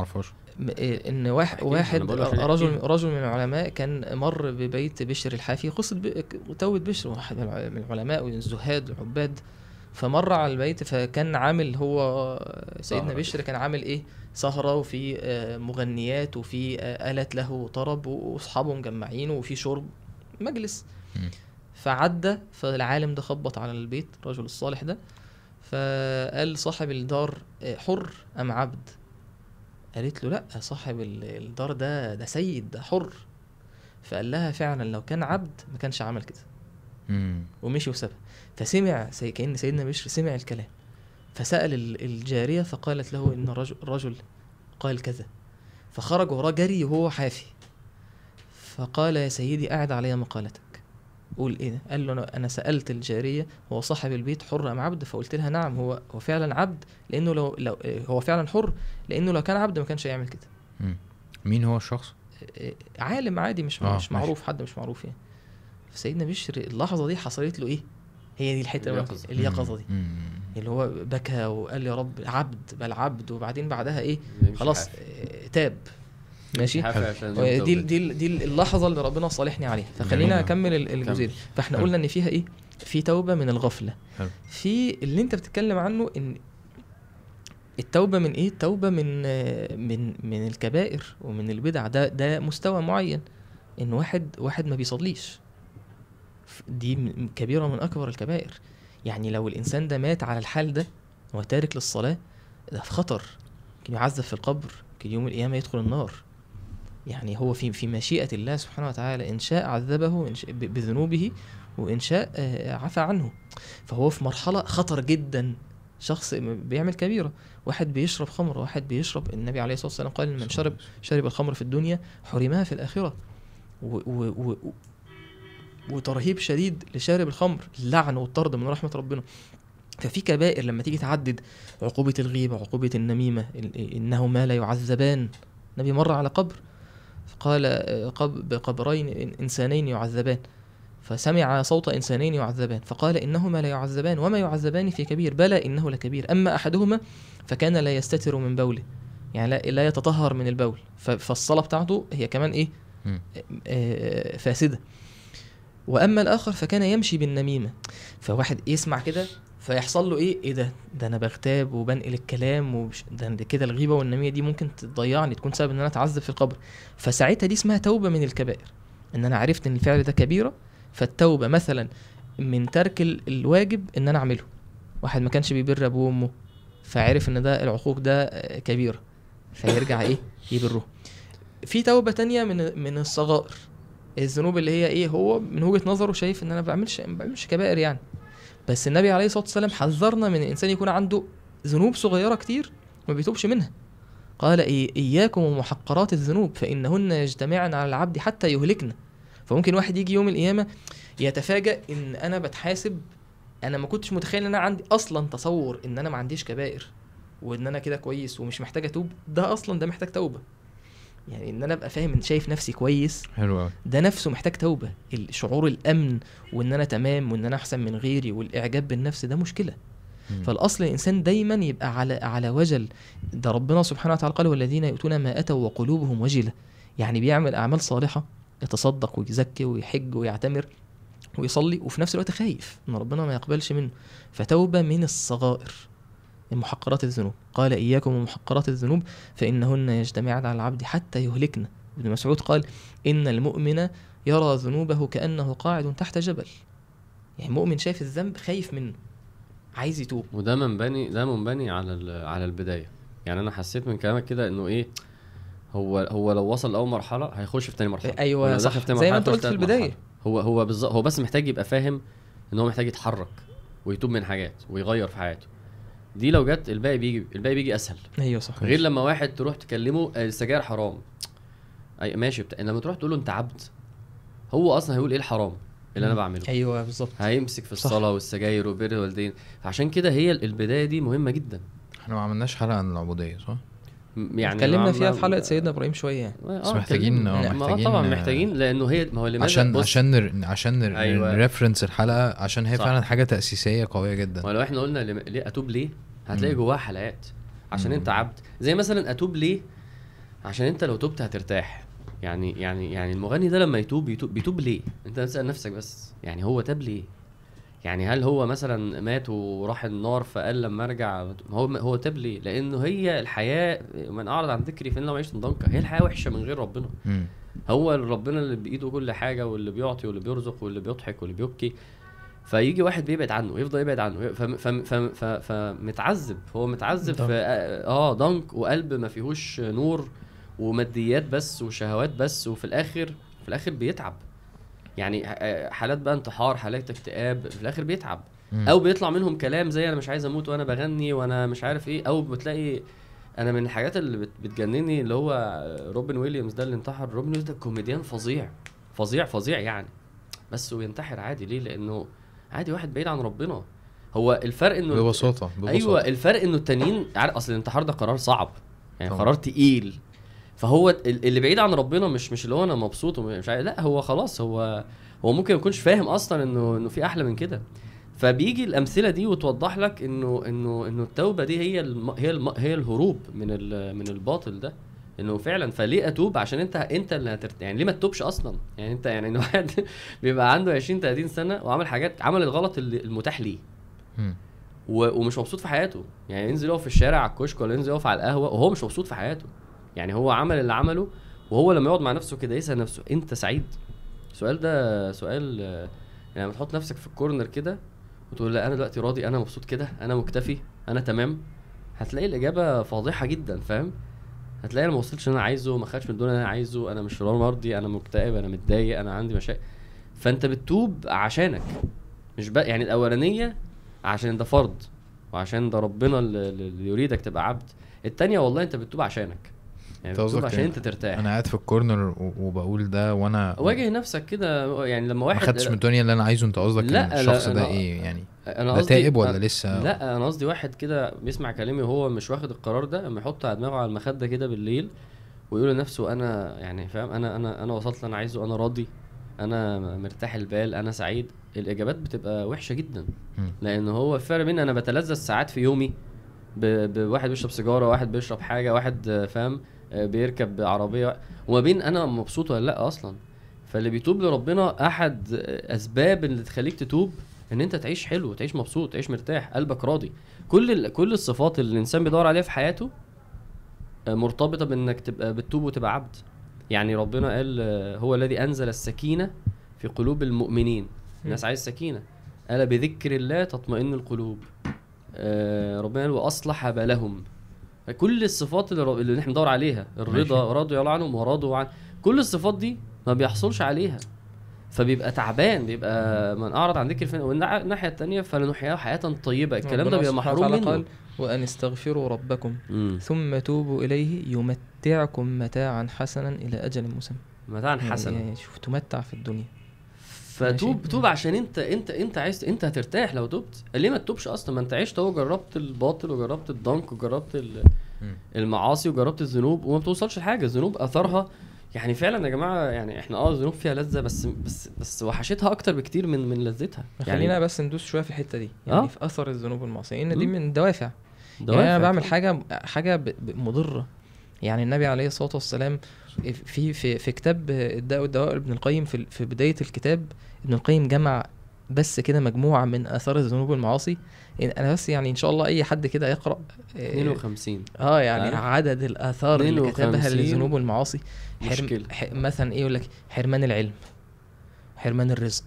ان واحد واحد رجل رجل من العلماء كان مر ببيت بشر الحافي، قصه توبه بشر، واحد من العلماء والزهاد والعباد، فمر على البيت فكان عامل هو سيدنا بشر كان عامل ايه سهره وفي مغنيات وفي آلات له طرب واصحابه مجمعين وفي شرب مجلس. فعدى فالعالم ده خبط على البيت الرجل الصالح ده، فقال صاحب الدار حر ام عبد؟ قالت له لا، صاحب الدار ده ده سيد، ده حر. فقال لها فعلا لو كان عبد ما كانش عمل كده، ومشي وسابها. فسمع سي كأن سيدنا بشر سمع الكلام، فسأل الجارية فقالت له إن الرجل, الرجل قال كذا، فخرج وراه جري وهو حافي، فقال يا سيدي أعد علي مقالتك. قول إيه؟ قال له أنا سألت الجارية هو صاحب البيت حر أم عبد؟ فقلت لها نعم، هو هو فعلا عبد، لأنه لو, لو هو فعلا حر، لأنه لو كان عبد ما كانش يعمل كده. مين هو الشخص؟ عالم عادي مش آه مش معروف، حد مش معروف يعني. فسيدنا بشر اللحظة دي حصلت له إيه؟ هي دي الحته اليقظه دي مم. اللي هو بكى وقال يا رب عبد بل عبد، وبعدين بعدها ايه خلاص تاب ماشي. دي دي دي اللحظه اللي ربنا صالحني عليها. فخلينا اكمل الجزئيه. فاحنا قلنا ان فيها ايه؟ في توبه من الغفله، في اللي انت بتتكلم عنه ان التوبه من ايه؟ التوبه من من من الكبائر ومن البدع. ده ده مستوى معين، ان واحد واحد ما بيصليش، دي كبيرة من أكبر الكبائر. يعني لو الإنسان ده مات على الحال ده وتارك للصلاة، ده في خطر، كان يعذب في القبر، كان يوم القيامة يدخل النار. يعني هو في في مشيئة الله سبحانه وتعالى، إن شاء عذبه بذنوبه وإن شاء عفى عنه. فهو في مرحلة خطر جدا. شخص بيعمل كبيرة، واحد بيشرب خمر، واحد بيشرب، النبي عليه الصلاة والسلام قال من شرب شرب الخمر في الدنيا حرمها في الآخرة. و و و وترهيب شديد لشارب الخمر، اللعن والطرد من رحمة ربنا. ففي كبائر لما تيجي تعدد، عقوبة الغيبة، عقوبة النميمة، إنه ما لا يعذبان. النبي مر على قبر فقال بقبرين إنسانين يعذبان، فسمع صوت إنسانين يعذبان فقال إنهما لا يعذبان وما يعذبان في كبير، بلى إنه لكبير، أما أحدهما فكان لا يستتر من بوله، يعني لا, لا يتطهر من البول، فالصلاة بتاعته هي كمان إيه آه فاسدة. واما الاخر فكان يمشي بالنميمه. فواحد يسمع كده فيحصل له ايه ايه ده ده انا بغتاب وبنقل الكلام وبش... ده كده الغيبه والنميمه دي ممكن تضيعني، تكون سبب ان انا اتعذب في القبر. فساعتها دي اسمها توبه من الكبائر، ان انا عرفت ان الفعل ده كبيره. فالتوبه مثلا من ترك الواجب ان انا اعمله. واحد ما كانش بيبر ابوه وامه فعرف ان ده العقوق ده كبيره، فيرجع ايه يبره. في توبه تانية من من الصغائر، الذنوب اللي هي ايه، هو من وجهة نظره شايف ان انا بعملش ما بعملش كبائر يعني، بس النبي عليه الصلاة والسلام حذرنا من الانسان يكون عنده ذنوب صغيرة كتير وما بيتوبش منها. قال إيه اياكم ومحقرات الذنوب فانهن يجتمعن على العبد حتى يهلكنا. فممكن واحد يجي يوم القيامة يتفاجأ ان انا بتحاسب، انا ما كنتش متخيل ان انا عندي اصلا تصور ان انا ما عنديش كبائر وان انا كده كويس ومش محتاج اتوب. ده اصلا ده محتاج توبة، يعني ان انا ابقى فاهم ان شايف نفسي كويس، حلو ده نفسه محتاج توبه. الشعور الامن وان انا تمام وان انا احسن من غيري والاعجاب بالنفس ده مشكله. م. فالاصل الانسان دايما يبقى على على وجل. ده ربنا سبحانه وتعالى قال والذين يؤتون ما اتوا وقلوبهم وجله، يعني بيعمل اعمال صالحه، يتصدق ويزكي ويحج ويعتمر ويصلي، وفي نفس الوقت خايف ان ربنا ما يقبلش منه. فتوبه من الصغائر، محقرات الذنوب. قال إياكم ومحقرات الذنوب فإنهن يجتمعن على العبد حتى يهلكنا. ابن مسعود قال إن المؤمن يرى ذنوبه كأنه قاعد تحت جبل، يعني مؤمن شايف الذنب خايف منه عايز يتوب. وده منبني ده منبني على على البداية. يعني أنا حسيت من كلامك كده إنه إيه، هو هو لو وصل لأول مرحلة هيخش في تاني مرحلة. أيوة صح، زي ما أنت قلت في البداية. هو هو بالظبط، هو بس محتاج يبقى فاهم إن هو محتاج يتحرك ويتوب من حاجات ويغير في حياته. دي لو جت الباقي بيجي الباقي بيجي اسهل. ايوه صح. غير لما واحد تروح تكلمه السجاير حرام، اي ماشي بتا... لما تروح تقول له انت عبد، هو اصلا هيقول ايه الحرام اللي انا بعمله. ايوه بالظبط، هيمسك في الصلاه والسجاير وبر الوالدين. عشان كده هي البدايه دي مهمه جدا. احنا ما عملناش حلقه عن العبوديه صح؟ يعني اتكلمنا فيها في حلقه سيدنا ابراهيم شويه يعني. بس محتاجين اه محتاجين طبعا محتاجين، لانه هي ما هو لماذا عشان عشان نر... عشان نر... أيوة. نريفرنس الحلقه، عشان هي صح. فعلا حاجه تاسيسيه قويه جدا. ولو احنا قلنا ليه اتوب ليه، هتلاقي جواها حلقات. عشان مم. انت عبد. زي مثلا اتوب ليه عشان انت لو تبت هترتاح. يعني يعني يعني المغني ده لما يتوب بيتوب, بيتوب ليه؟ انت تسال نفسك بس، يعني هو تاب ليه؟ يعني هل هو مثلا مات وراح النار فقال لما ارجع؟ هو هو تاب ليه؟ لانه هي الحياه من اعرض عن ذكري فان لو عشت ضنكه، هي الحياه وحشه من غير ربنا. م. هو ربنا اللي بايده كل حاجه، واللي بيعطي واللي بيرزق واللي بيضحك واللي بيبكي. فيجي واحد بيبعد عنه ويفضل يبعد عنه فمتعذب. هو متعذب في اه ضنك وقلب ما فيهوش نور وماديات بس وشهوات بس، وفي الاخر في الاخر بيتعب. يعني حالات بقى انتحار، حالات اكتئاب، في الاخر بيتعب. م. او بيطلع منهم كلام زي انا مش عايز اموت وانا بغني وانا مش عارف ايه. او بتلاقي انا من الحاجات اللي بتجنني اللي هو روبن ويليامز ده اللي انتحر. روبن ويليامز ده كوميديان فظيع فظيع فظيع يعني، بس وينتحر عادي. ليه؟ لانه عادي واحد بعيد عن ربنا. هو الفرق انه ببساطه ببساطه ايوه الفرق انه التانيين اصل الانتحار ده قرار صعب يعني، طبعا. قرار تقيل. فهو اللي بعيد عن ربنا مش مش اللي هو انا مبسوط ومش عارف، لا هو خلاص هو هو ممكن يكونش فاهم اصلا انه انه في احلى من كده. فبيجي الامثله دي وتوضح لك انه انه انه التوبه دي هي الم هي الم هي الهروب من من الباطل ده. انه فعلا فليه اتوب؟ عشان انت انت اللي هترت... يعني ليه ما تتوبش اصلا؟ يعني انت يعني ان واحد بيبقى عنده عشرين ثلاثين سنه وعمل حاجات، عمل الغلط المتاح ليه و... ومش مبسوط في حياته. يعني ينزل يقف في الشارع على الكشك ولا ينزل يقف على القهوه وهو مش مبسوط في حياته. يعني هو عمل اللي عمله، وهو لما يقعد مع نفسه كده يسأل نفسه انت سعيد؟ السؤال ده سؤال يعني لما تحط نفسك في الكورنر كده وتقول لا انا دلوقتي راضي، انا مبسوط كده، انا مكتفي، انا تمام، هتلاقي الاجابه فاضحه جدا. فاهم؟ هتلاقي انا ما وصلتش اللي انا عايزه، ما خدتش من دول انا عايزه، انا مش مرضي، انا مكتئب، انا متضايق، انا عندي مشاكل. فانت بتتوب عشانك، مش بقى يعني الاولانيه عشان ده فرض وعشان ده ربنا اللي يريدك تبقى عبد. التانية والله انت بتتوب عشانك، يعني بتتوب عشان انت ترتاح. انا قاعد في الكورنر وبقول ده وانا واجه نفسك كده. يعني لما واحد ما خدتش من الدنيا اللي انا عايزه، انت قصدك ان الشخص ده ايه يعني؟ انا قصدي تائب ولا لسه؟ لا انا قصدي واحد كده بيسمع كلامي وهو مش واخد القرار ده، اما يحط على دماغه على المخده كده بالليل ويقول لنفسه انا يعني فاهم، انا انا انا وصلت اللي انا عايزه، انا راضي، انا مرتاح البال، انا سعيد. الاجابات بتبقى وحشه جدا، لان هو الفرق بين انا بتلذذ ساعات في يومي بواحد بيشرب سيجاره، واحد بيشرب حاجه، واحد فاهم بيركب عربيه، وما بين انا مبسوط ولا لا اصلا. فاللي بيتوب لربنا احد اسباب اللي تخليك تتوب ان انت تعيش حلو، تعيش مبسوط، تعيش مرتاح، قلبك راضي. كل كل الصفات اللي الانسان بيدور عليها في حياته مرتبطه بانك تبقى بتتوب وتبقى عبد. يعني ربنا قال هو الذي انزل السكينه في قلوب المؤمنين. الناس عايز سكينه، الا بذكر الله تطمئن القلوب. آه ربنا قال واصلح بالهم. كل الصفات اللي, اللي احنا بندور عليها، الرضا، رضي الله عنهم ورضوا عن، كل الصفات دي ما بيحصلش عليها، فبيبقى تعبان، بيبقى من اعرض عن ذكر فين. والناحيه الثانيه فلنحياه حياه طيبه، الكلام ده بيبقى محروم منه. قال وان استغفروا ربكم م. ثم توبوا اليه يمتعكم متاعا حسنا الى اجل مسمى. متاعا حسنا يعني شوف تمتع في الدنيا. فتوب توب عشان انت انت انت عايز، انت هترتاح لو توبت. ليه ما تتوبش اصلا؟ ما انت عشت اهو، جربت الباطل وجربت الضنك وجربت المعاصي وجربت الذنوب وما بتوصلش لحاجه. الذنوب اثرها يعني فعلا يا جماعه، يعني احنا اه الذنوب فيها لذه، بس بس بس وحشتها اكتر بكتير من من لذتها. يعني خلينا بس ندوس شويه في الحته دي، يعني آه؟ في اثر الذنوب والمعصيه، ان دي من دوافع. يعني انا بعمل حاجه حاجه مضره. يعني النبي عليه الصلاه والسلام في في في كتاب الداء والدواء ابن القيم، في في بدايه الكتاب ابن القيم جمع بس كده مجموعه من اثار الذنوب والمعاصي. انا بس يعني ان شاء الله اي حد كده يقرا اثنين وخمسين اه يعني عارف؟ عدد الاثار اللي كتبها للذنوب والمعاصي. حرم مثلا ايه يقول لك حرمان العلم، حرمان الرزق،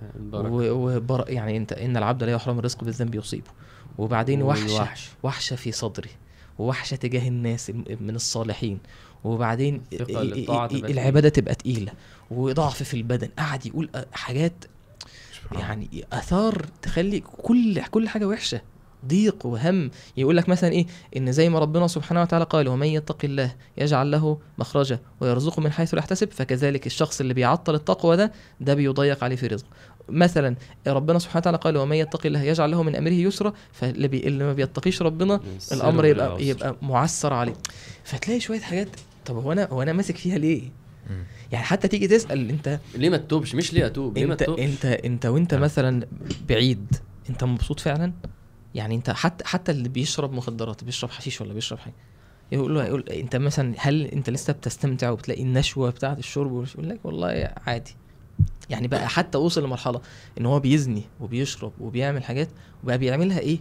وبر... يعني انت ان العبد لا يحرم الرزق بالذنب يصيبه. وبعدين وحشه وحشه في صدري، ووحشه تجاه الناس من الصالحين. وبعدين العباده تبقى تقيله، وضعف في البدن. قاعد يقول حاجات يعني اثار تخلي كل كل حاجه وحشه، ضيق وهم. يقول لك مثلا ايه، ان زي ما ربنا سبحانه وتعالى قال ومن يتق الله يجعل له مخرجا ويرزقه من حيث لا يحتسب، فكذلك الشخص اللي بيعطل التقوى ده ده بيضيق عليه في رزقه. مثلا ربنا سبحانه وتعالى قال ومن يتق الله يجعل له من امره يسرا، فاللي بي... اللي ما بيتقيش ربنا الامر يبقى يبقى معسر عليه. فتلاقي شويه حاجات، طب هو انا هو انا ماسك فيها ليه؟ يعني حتى تيجي تسال انت ليه ما تتوبش، مش ليه اتوب، ليه ما تتوبش؟ انت انت وانت مثلا بعيد، انت مبسوط فعلا؟ يعني انت حتى حتى اللي بيشرب مخدرات، بيشرب حشيش ولا بيشرب حاجه، يقول له يقول انت مثلا هل انت لسه بتستمتع وبتلاقي النشوه بتاعه الشرب؟ يقول لك والله عادي. يعني بقى حتى وصل لمرحله ان هو بيزني وبيشرب وبيعمل حاجات وبقى بيعملها ايه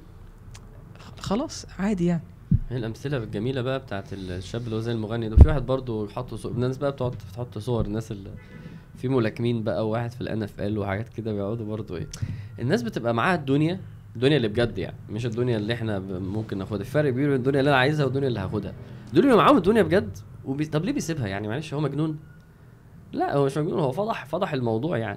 خلاص عادي. يعني هي الامثله الجميله بقى بتاعت الشاب اللي هو زي المغني ده. في واحد برضو حط صور الناس بقى بتقعد تحط صور الناس اللي في ملاكمين بقى، وواحد في الان اف ال وحاجات كده بيقعدوا برضو ايه. الناس بتبقى معاها الدنيا الدنيا اللي بجد يعني، مش الدنيا اللي احنا ممكن ناخدها. الفرق بين الدنيا اللي انا عايزها والدنيا اللي هاخدها. دول اللي معاهم الدنيا بجد وبي... طب ليه بيسيبها يعني؟ معلش هو مجنون؟ لا هو مش مجنون، هو فضح فضح الموضوع يعني.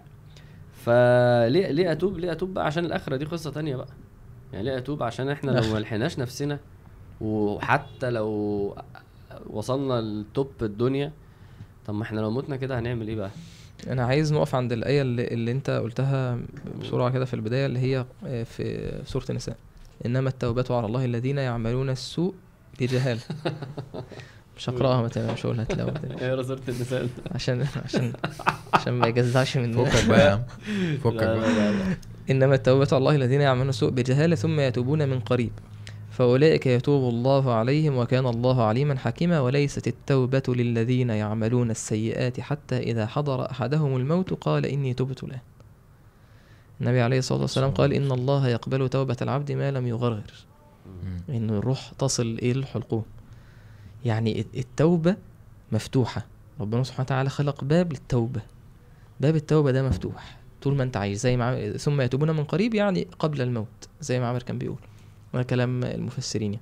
فليه ليه اتوب ليه اتوب بقى عشان الاخره دي قصه تانية بقى. يعني ليه اتوب عشان احنا لو ما لحقناش نفسنا، وحتى لو وصلنا لتوب الدنيا، طب ما احنا لو متنا كده هنعمل ايه بقى؟ انا عايز نقف عند الايه اللي, اللي انت قلتها بسرعه كده في البدايه، اللي هي في سوره النساء، انما التوبه على الله الذين يعملون السوء بجهاله. مش هقراها مثلا، مش هقولها تلاوه يا سوره النساء عشان عشان عشان ما يجزعش من فكك بقى يا عم فكك بقى. انما التوبه على الله الذين يعملون السوء بجهاله ثم يتوبون من قريب فأولئك يتوب الله عليهم وكان الله عليما حكيما. وليست التوبة للذين يعملون السيئات حتى إذا حضر أحدهم الموت قال إني تبت الآن. النبي عليه الصلاة والسلام قال إن الله يقبل توبة العبد ما لم يغرغر، إن الروح تصل إلى الحلقوم. يعني التوبة مفتوحة، ربنا سبحانه وتعالى خلق باب للتوبة، باب التوبة ده مفتوح طول ما أنت عايش، زي ما ثم يتوبون من قريب يعني قبل الموت، زي ما عمر كان بيقول، وكلام المفسرين.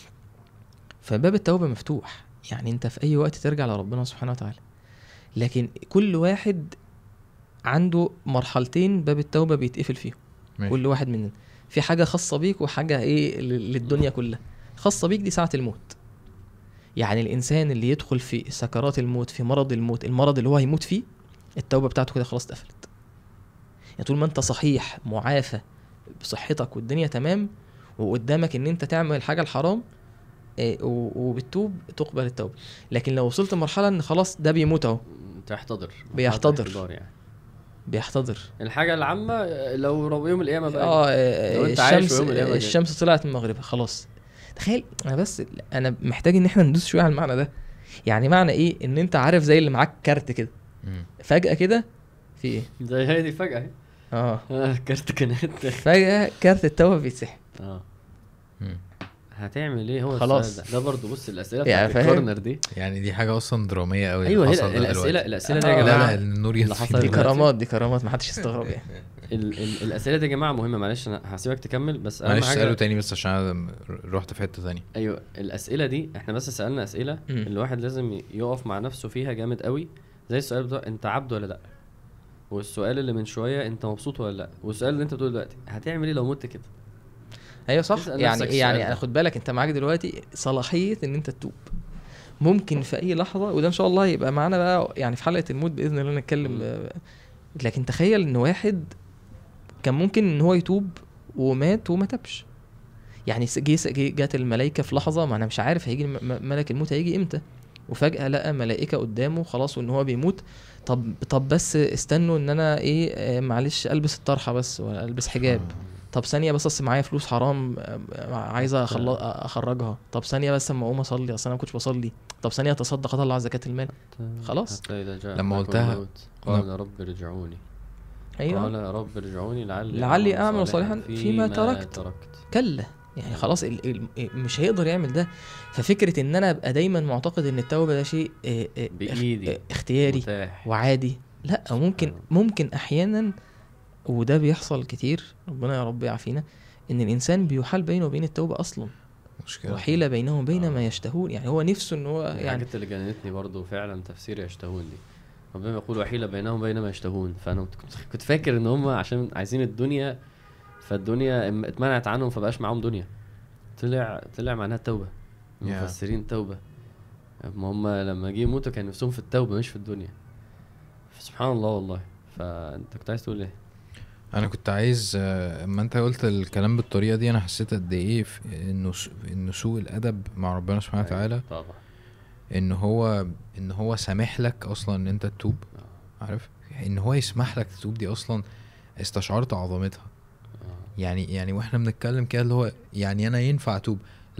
فباب التوبة مفتوح، يعني انت في اي وقت ترجع لربنا سبحانه وتعالى. لكن كل واحد عنده مرحلتين باب التوبة بيتقفل فيهم. ماشي. كل واحد مننا في حاجة خاصة بيك وحاجة ايه للدنيا كلها. خاصة بيك دي ساعة الموت، يعني الانسان اللي يدخل في سكرات الموت، في مرض الموت، المرض اللي هو هيموت فيه، التوبة بتاعته كده خلاص اتقفلت. يعني طول ما انت صحيح معافى بصحتك والدنيا تمام وقدامك ان انت تعمل حاجه الحرام إيه وبتتوب تقبل التوبه. لكن لو وصلت لمرحله ان خلاص ده بيموت اهو، تحتضر بيحتضر يعني. بيحتضر الحاجه العامه. لو يوم القيامه بقى اه لو انت الشمس الشمس طلعت من مغربها خلاص. تخيل انا بس انا محتاج ان احنا ندوس شويه على المعنى ده. يعني معنى ايه؟ ان انت عارف زي اللي معاك كارت كده فجاه كده في ايه زي هي دي فجاه اه كارت كانت فجاه كارت التوبه بيتسحب. اه هتعمل ايه؟ هو خلاص ده, ده برضو. بص الاسئله بتاعت الكورنر دي يعني دي حاجه اصلا دراميه قوي. ايوه هي الاسئله الاسئله دي يا جماعه جماعه النور اللي حصل دي كرامات دي كرامات ما حدش يستغرب يعني. ال ال الاسئله دي يا جماعه مهمه. معلش انا هسيبك تكمل بس اهم حاجه سأله تاني بس عشان رحت في حته ثانيه. ايوه الاسئله دي احنا بس سالنا اسئله الواحد لازم يقف مع نفسه فيها جامد قوي. زي السؤال بتاع انت عبد ولا لا، والسؤال اللي من شويه انت مبسوط ولا لا، والسؤال اللي انت بتقوله دلوقتي هتعمل ايه لو مت كده. ايوه صح. يعني يعني انا خد بالك انت معاك دلوقتي صلاحيه ان انت تتوب. ممكن في اي لحظه، وده ان شاء الله يبقى معانا بقى يعني في حلقه الموت باذن الله نتكلم. لكن تخيل ان واحد كان ممكن ان هو يتوب ومات وما تابش. يعني جات الملائكه في لحظه، ما انا مش عارف هيجي ملك الموت هيجي امتى، وفجاه لقى ملائكه قدامه خلاص وان هو بيموت. طب طب بس استنوا ان انا ايه معلش البس الطرحه بس ولا البس حجاب. طب ثانيه بس اصل معايا فلوس حرام عايزه اخرجها. طب ثانيه بس اما اقوم اصلي اصل انا ما كنتش بصلي. طب ثانيه اتصدق اطلع زكاه المال. خلاص لما قلتها قال يا رب ارجعوني. ايوه قال يا رب ارجعوني لعلي لعلي اعمل صالحا فيما تركت. تركت كلا يعني خلاص مش هيقدر يعمل ده. ففكره ان انا ابقى دايما معتقد ان التوبه ده شيء بايدي اختياري متاح وعادي، لا ممكن ممكن احيانا، وده بيحصل كتير ربنا يا رب يعافينا، ان الانسان بيحال بينه وبين التوبه اصلا مشكله، وحيله بينه وبين آه. ما يشتهون. يعني هو نفسه ان هو يعني الحاجات اللي جننتني برضو فعلا تفسير يشتهون دي. ربنا يقول وحيله بينهم وبين ما يشتهون. فانا كنت فاكر ان هم عشان عايزين الدنيا، فالدنيا اتمنعت عنهم فبقاش معاهم دنيا. طلع طلع معناها التوبه. مفسرين توبه، ما هم لما جه يموتوا كان نفسهم في التوبه مش في الدنيا. سبحان الله والله. فانت كنت عايز تقول ايه؟ انا كنت عايز اما انت قلت الكلام بالطريقه دي انا حسيت قد ايه انه انه سوء الادب مع ربنا سبحانه وتعالى. طبعا ان هو ان هو سامح لك اصلا ان انت تتوب. عارف ان هو يسمح لك تتوب دي اصلا استشعرت عظمتها. يعني يعني واحنا بنتكلم كده اللي هو يعني انا ينفع اتوب؟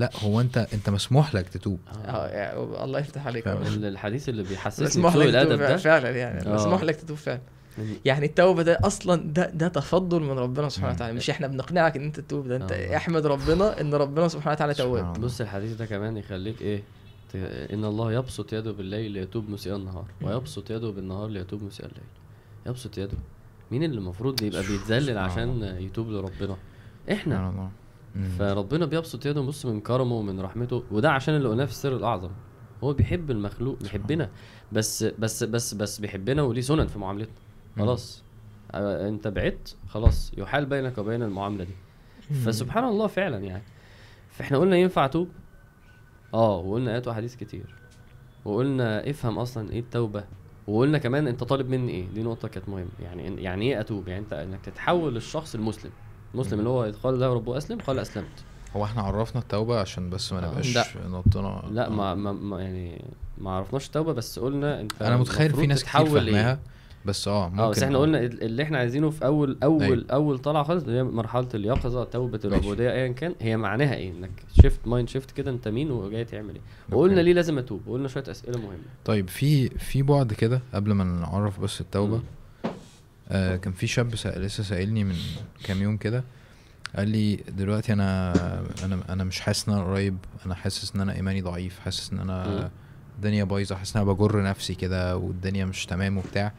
لا هو انت انت مسموح لك تتوب. اه يعني الله يفتح عليك. الحديث اللي بيحسسني بسوء الادب ده فعلا يعني مسموح لك تتوب فعلا. يعني التوبه ده اصلا ده ده تفضل من ربنا سبحانه وتعالى، مش احنا بنقنعك ان انت تتوب، ده انت أوه. احمد ربنا ان ربنا سبحانه وتعالى تواب. بص الحديث ده كمان يخليك ايه، ان الله يبسط يده بالليل ليتوب مسيء النهار ويبسط يده بالنهار ليتوب مسيء الليل. يبسط يده، مين اللي المفروض يبقى بيتذلل عشان يتوب لربنا؟ احنا. فربنا بيبسط يده بص من كرمه ومن رحمته، وده عشان اللي قلناه في السر الاعظم، هو بيحب المخلوق، بيحبنا بس بس بس بس بيحبنا وليه سنن في معاملتنا. خلاص آه انت بعدت خلاص يحال بينك وبين المعامله دي. فسبحان الله فعلا يعني. فاحنا قلنا ينفع توب اه، وقلنا ايات وحديث كتير، وقلنا افهم اصلا ايه التوبه، وقلنا كمان انت طالب مني ايه، دي نقطه كانت مهمه. يعني يعني ايه اتوب؟ يعني انت انك تتحول للشخص المسلم، المسلم اللي هو قال له ربه اسلم قال اسلمت. هو احنا عرفنا التوبه عشان بس ما نبقاش نطنا. لا ما, ما يعني ما عرفناش التوبه، بس قلنا انت انا متخيل في ناس كتير فاهمها بس اه ممكن. اه بس احنا قلنا اللي احنا عايزينه في اول اول أيوه. اول طلعه خالص اللي هي مرحله اليقظه، توبه العبوديه ايا كان هي معناها ايه، انك شيفت مايند شيفت كده، انت مين وجاي تعمل ايه. وقلنا ليه لازم اتوب، وقلنا شويه اسئله مهمه. طيب في في بعد كده قبل ما نعرف بس التوبه. آه كان في شاب لسه سائلني من كام يوم كده، قال لي دلوقتي انا انا انا مش حاسس ان انا قريب، انا حاسس ان انا ايماني ضعيف، حاسس ان انا الدنيا بايظه، حاسس ان انا بجر نفسي كده والدنيا مش تمام وبتاع.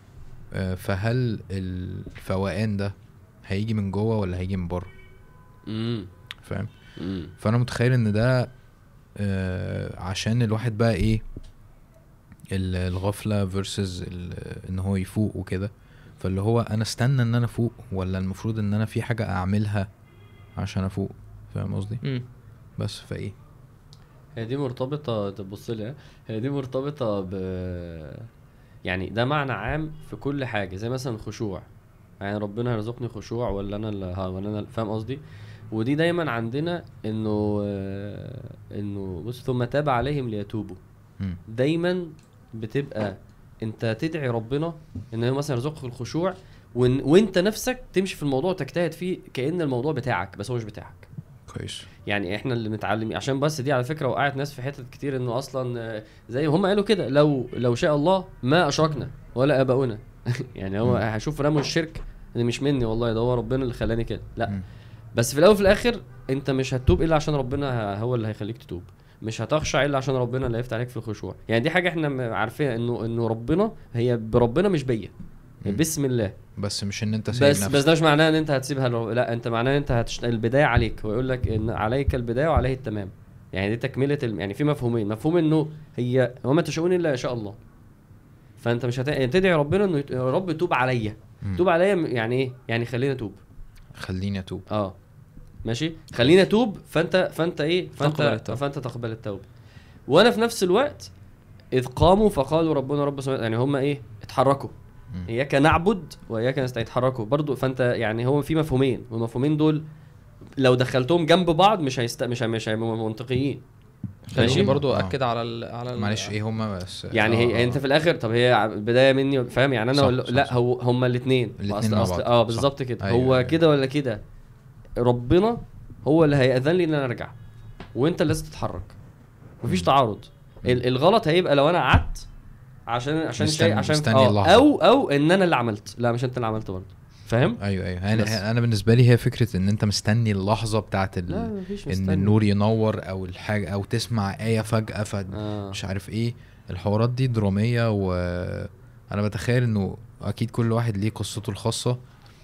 فهل الفوقان ده هيجي من جوه ولا هيجي من بره؟ امم فاهم. فانا متخيل ان ده عشان الواحد بقى ايه الغفله فيرسز ان هو يفوق وكده. فاللي هو انا استنى ان انا افوق ولا المفروض ان انا في حاجه اعملها عشان افوق؟ فاهم قصدي؟ بس فايه هي دي مرتبطه، تبص لها هي دي مرتبطه ب يعني ده معنى عام في كل حاجه، زي مثلا الخشوع، يعني ربنا يرزقني خشوع ولا انا اللي ولا انا، فاهم قصدي؟ ودي دايما عندنا انه انه بص ثم تاب عليهم ليتوبوا. دايما بتبقى انت تدعي ربنا ان هو مثلا يرزقك الخشوع، وانت نفسك تمشي في الموضوع تجتهد فيه كأن الموضوع بتاعك بس هو مش بتاعك. كويس. يعني احنا اللي متعلمين عشان بس دي على فكره وقعت ناس في حتت كتير، انه اصلا زي هم قالوا كده لو لو شاء الله ما اشركنا ولا اباؤنا. يعني هو هشوف رموا الشرك اللي مش مني والله، ده هو ربنا اللي خلاني كده. لا م. بس في الاول وفي الاخر انت مش هتتوب الا عشان ربنا هو اللي هيخليك تتوب، مش هتخشع الا عشان ربنا اللي هيفتح عليك في الخشوع. يعني دي حاجه احنا عارفين انه انه ربنا هي بربنا مش بيا، بسم الله، بس مش ان انت سايب بس نفسك. بس ده مش معناه ان انت هتسيبها لو... لا انت معناه ان انت هتشتغل البدايه عليك، ويقول لك ان عليك البدايه وعليه التمام. يعني دي تكمله ال... يعني في مفهومين، مفهوم انه هي وما تشاءون الا ان شاء الله، فانت مش هت... يعني تدعي ربنا انه يت... يا رب توب عليا. توب عليا يعني ايه؟ يعني خليني اتوب، خليني اتوب اه ماشي، خليني اتوب. فانت فانت ايه فانت تقبل فانت تقبل التوبه. وانا في نفس الوقت اذ قاموا فقالوا ربنا رب السماوات، يعني هم ايه اتحركوا، اياك نعبد واياك نستعين، يتحركوا برضو. فانت يعني هو في مفهومين، والمفهومين دول لو دخلتهم جنب بعض مش هيست مش مش هيبقوا منطقيين. ماشي برضو اكد على ال... على ال... معلش ايه هما بس يعني هي انت في الاخر طب هي البدايه مني، فاهم يعني انا ولا لا؟ هو هما الاثنين اصل اه بالظبط كده. أيوة هو أيوة. كده ولا كده ربنا هو اللي هيأذن لي ان انا ارجع، وانت اللي لازم تتحرك، مفيش تعارض. الغلط هيبقى لو انا قعدت عشان عشان شيء عشان أو, او او ان انا اللي عملت، لا مش انت اللي عملت برضه، فاهم؟ ايوه ايوه انا انا بالنسبه لي هي فكره ان انت مستني اللحظه بتاعه ال... ان النور ينور او الحاجه، او تسمع ايه فجاه فد آه. مش عارف ايه الحوارات دي دراميه. وانا بتخيل انه اكيد كل واحد ليه قصته الخاصه،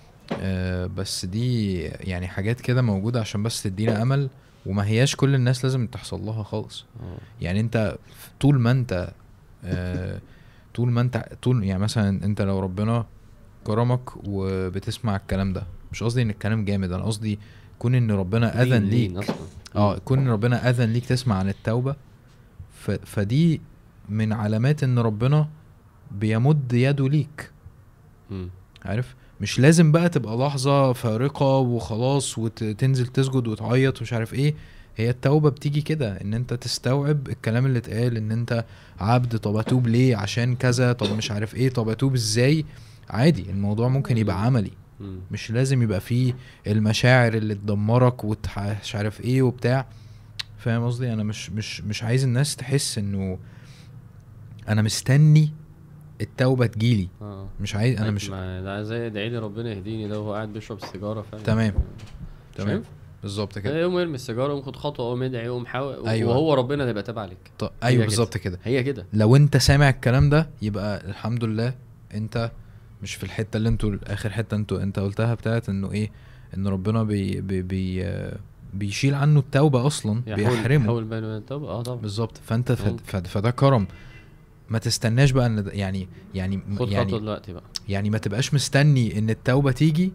آه بس دي يعني حاجات كده موجوده عشان بس تدينا امل، وما هياش كل الناس لازم تحصل لها خالص. آه. يعني انت طول ما انت آه طول ما انت طول يعني مثلا انت لو ربنا كرمك وبتسمع الكلام ده، مش قصدي ان الكلام جامد، انا قصدي كون ان ربنا اذن ليك اه كون ان ربنا اذن ليك تسمع عن التوبه، ف... فدي من علامات ان ربنا بيمد يده ليك. م. عارف مش لازم بقى تبقى لحظه فارقه وخلاص وتنزل تسجد وتعيط ومش عارف ايه. هي التوبه بتيجي كده ان انت تستوعب الكلام اللي اتقال، ان انت عبد، طب اتوب ليه؟ عشان كذا، طب مش عارف ايه، طب اتوب ازاي؟ عادي الموضوع ممكن يبقى عملي، مش لازم يبقى فيه المشاعر اللي تدمرك ومش عارف ايه وبتاع. فاهم قصدي؟ انا مش مش مش عايز الناس تحس انه انا مستني التوبه تجيلي. اه مش عايز انا مش ده زي ادعي لي ربنا يهديني ده وهو قاعد بيشرب سيجاره فاهم. تمام تمام بالظبط كده. يوم يرمي السيجاره وياخد خطوه او يدعي يقوم حاول أيوة. وهو ربنا هيبقى تابع عليك. طيب ايوه بالظبط كده. هي كده لو انت سامع الكلام ده يبقى الحمد لله انت مش في الحته اللي انتوا اخر حته انتوا انت قلتها بتاعت انه ايه ان ربنا بي بي بي بيشيل عنه التوبه اصلا بيحرمه يحول باله من التوبه. اه طبعا بالظبط. فانت فده كرم. ما تستناش بقى ان يعني يعني خد يعني خطوه دلوقتي بقى. يعني ما تبقاش مستني ان التوبه تيجي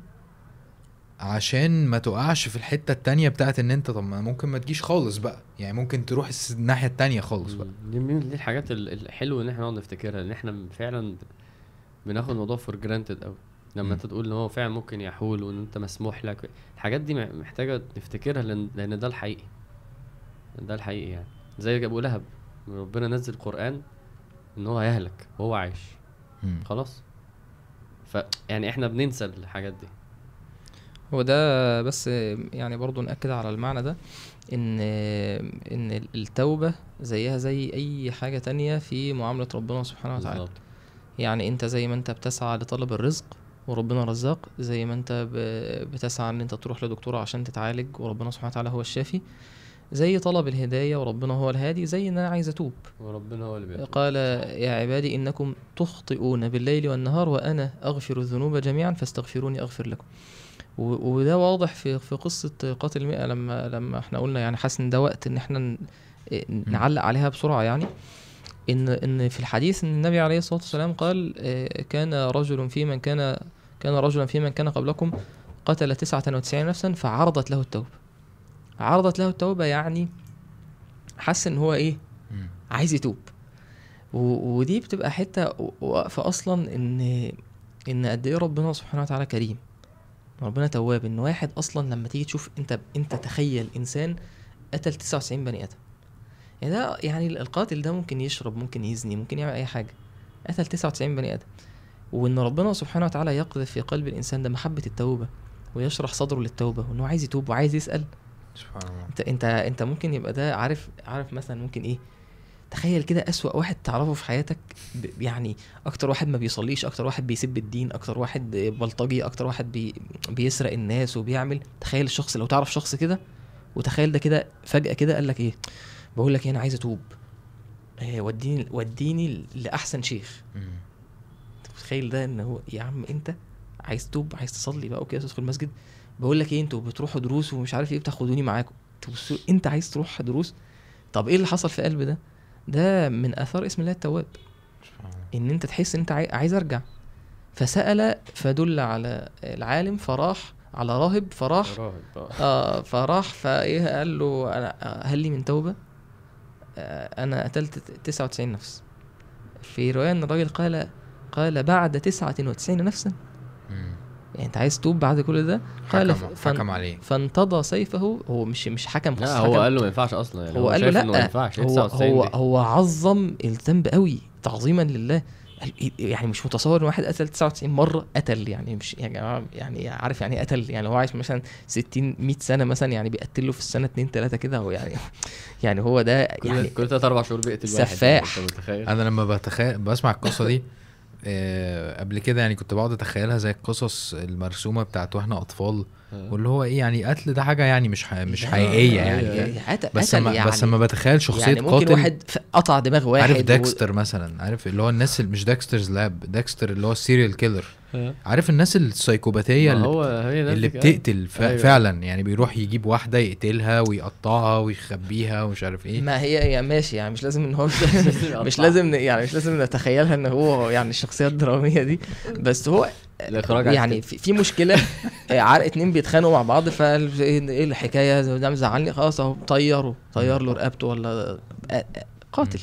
عشان ما تقعش في الحته التانية بتاعت ان انت طب ممكن ما تجيش خالص بقى، يعني ممكن تروح الناحيه التانية خالص بقى. دي من دي الحاجات الحلوه ان احنا نقعد نفتكرها، ان احنا فعلا بناخد الموضوع فور جرانتد قوي لما انت تقول ان هو فعلا ممكن يحول وان انت مسموح لك. الحاجات دي محتاجه نفتكرها لان لان ده الحقيقي، ده الحقيقي يعني. زي ابو لهب ربنا نزل القرآن ان هو هيهلك وهو عايش مم. خلاص. ف يعني احنا بننسى الحاجات دي. هو ده بس يعني برضو نأكد على المعنى ده ان ان التوبة زيها زي اي حاجة تانية في معاملة ربنا سبحانه وتعالى. بالضبط. يعني انت زي ما انت بتسعى لطلب الرزق وربنا رزاق، زي ما انت بتسعى ان انت تروح لدكتور عشان تتعالج وربنا سبحانه وتعالى هو الشافي، زي طلب الهداية وربنا هو الهادي، زي ان انا عايز اتوب وربنا هو اللي بيتوب. قال يا عبادي انكم تخطئون بالليل والنهار وانا اغفر الذنوب جميعا فاستغفروني اغفر لكم. وده واضح في في قصة قاتل المئة لما لما احنا قلنا يعني حاسس ان ده وقت ان احنا نعلق عليها بسرعة. يعني ان ان في الحديث ان النبي عليه الصلاة والسلام قال كان رجل في من كان كان رجلا في من كان قبلكم قتل تسعة وتسعين نفسا فعرضت له التوبة. عرضت له التوبة يعني حس ان هو ايه عايز يتوب. ودي بتبقى حتة واقفة اصلا ان ان قد ايه ربنا سبحانه وتعالى كريم، ربنا تواب. ان واحد اصلا لما تيجي تشوف انت انت تخيل انسان قتل تسعة وتسعين بني ادم، يعني ده يعني القاتل ده ممكن يشرب ممكن يزني ممكن يعمل اي حاجة، قتل تسعة وتسعين بني ادم. وان ربنا سبحانه وتعالى يقذف في قلب الانسان ده محبة التوبة ويشرح صدره للتوبة وانه عايز يتوب وعايز يسأل. سبحان الله. انت انت انت ممكن يبقى ده عارف عارف مثلا ممكن ايه، تخيل كده أسوأ واحد تعرفه في حياتك، يعني اكتر واحد ما بيصليش، اكتر واحد بيسب الدين، اكتر واحد بلطجي، اكتر واحد بي بيسرق الناس وبيعمل. تخيل الشخص لو تعرف شخص كده وتخيل ده كده فجأة كده قال لك ايه، بقول لك انا عايز اتوب، ايه وديني وديني لاحسن شيخ. تخيل ده ان هو يا عم انت عايز تتوب عايز تصلي بقى وكده تدخل المسجد، بقول لك ايه انتوا بتروحوا دروس ومش عارف ايه بتاخدوني معاكم، انت عايز تروح دروس. طب ايه اللي حصل في قلب ده؟ ده من اثار اسم الله التواب، ان انت تحس ان انت عايز ارجع. فسأل فدل على العالم فراح على راهب فراح اه فراح فايه قال له انا هل لي من توبه؟ آه انا قتلت تسعة وتسعين نفس. في روايه ان الراجل قال قال بعد تسعة وتسعين نفسا، يعني انت عايز توب بعد كل ده؟ قال حكم, فن... حكم عليه فانتضى سيفه. هو مش مش حكم لا هو حكم. قال له ما ينفعش اصلا، يعني هو, هو قال له لا ما ينفعش. هو هو, هو عظم الذنب قوي تعظيما لله، يعني مش متصور ان واحد قتل تسعة وتسعين مره قتل، يعني مش يا جماعه يعني عارف يعني قتل، يعني هو عايش مثلا ستين مية سنه مثلا، يعني بيقتل له في السنه اتنين تلاتة كده، هو يعني يعني هو ده يعني كل تلات اربع شهور بيقتل واحد سفاح. انا لما بتخيل بسمع القصه دي آه قبل كده يعني كنت بقعد اتخيلها زي القصص المرسومه بتاعت واحنا اطفال، واللي هو ايه يعني قتل ده حاجه يعني مش ح... مش حقيقيه يعني, يعني بس ما يعني بس لما بتخيل شخصيه يعني ممكن قاتل واحد قطع دماغ واحد، عارف ديكستر و... مثلا، عارف اللي هو الناس اللي مش ديكسترز لاب، ديكستر اللي هو السيريال كيلر، عارف الناس السايكوباتيه اللي, هو اللي بتقتل ف... أيوة. فعلا يعني بيروح يجيب واحده يقتلها ويقطعها ويخبيها ومش عارف ايه. ما هي يا ماشي يعني مش لازم ان هو مش لازم يعني مش لازم نتخيلها ان هو يعني الشخصيات الدراميه دي، بس هو يعني في, في مشكله اتنين بيتخانقوا مع بعض، فايه الحكايه ده مزعلني خلاص اهو طيره طير له رقبته ولا قاتل.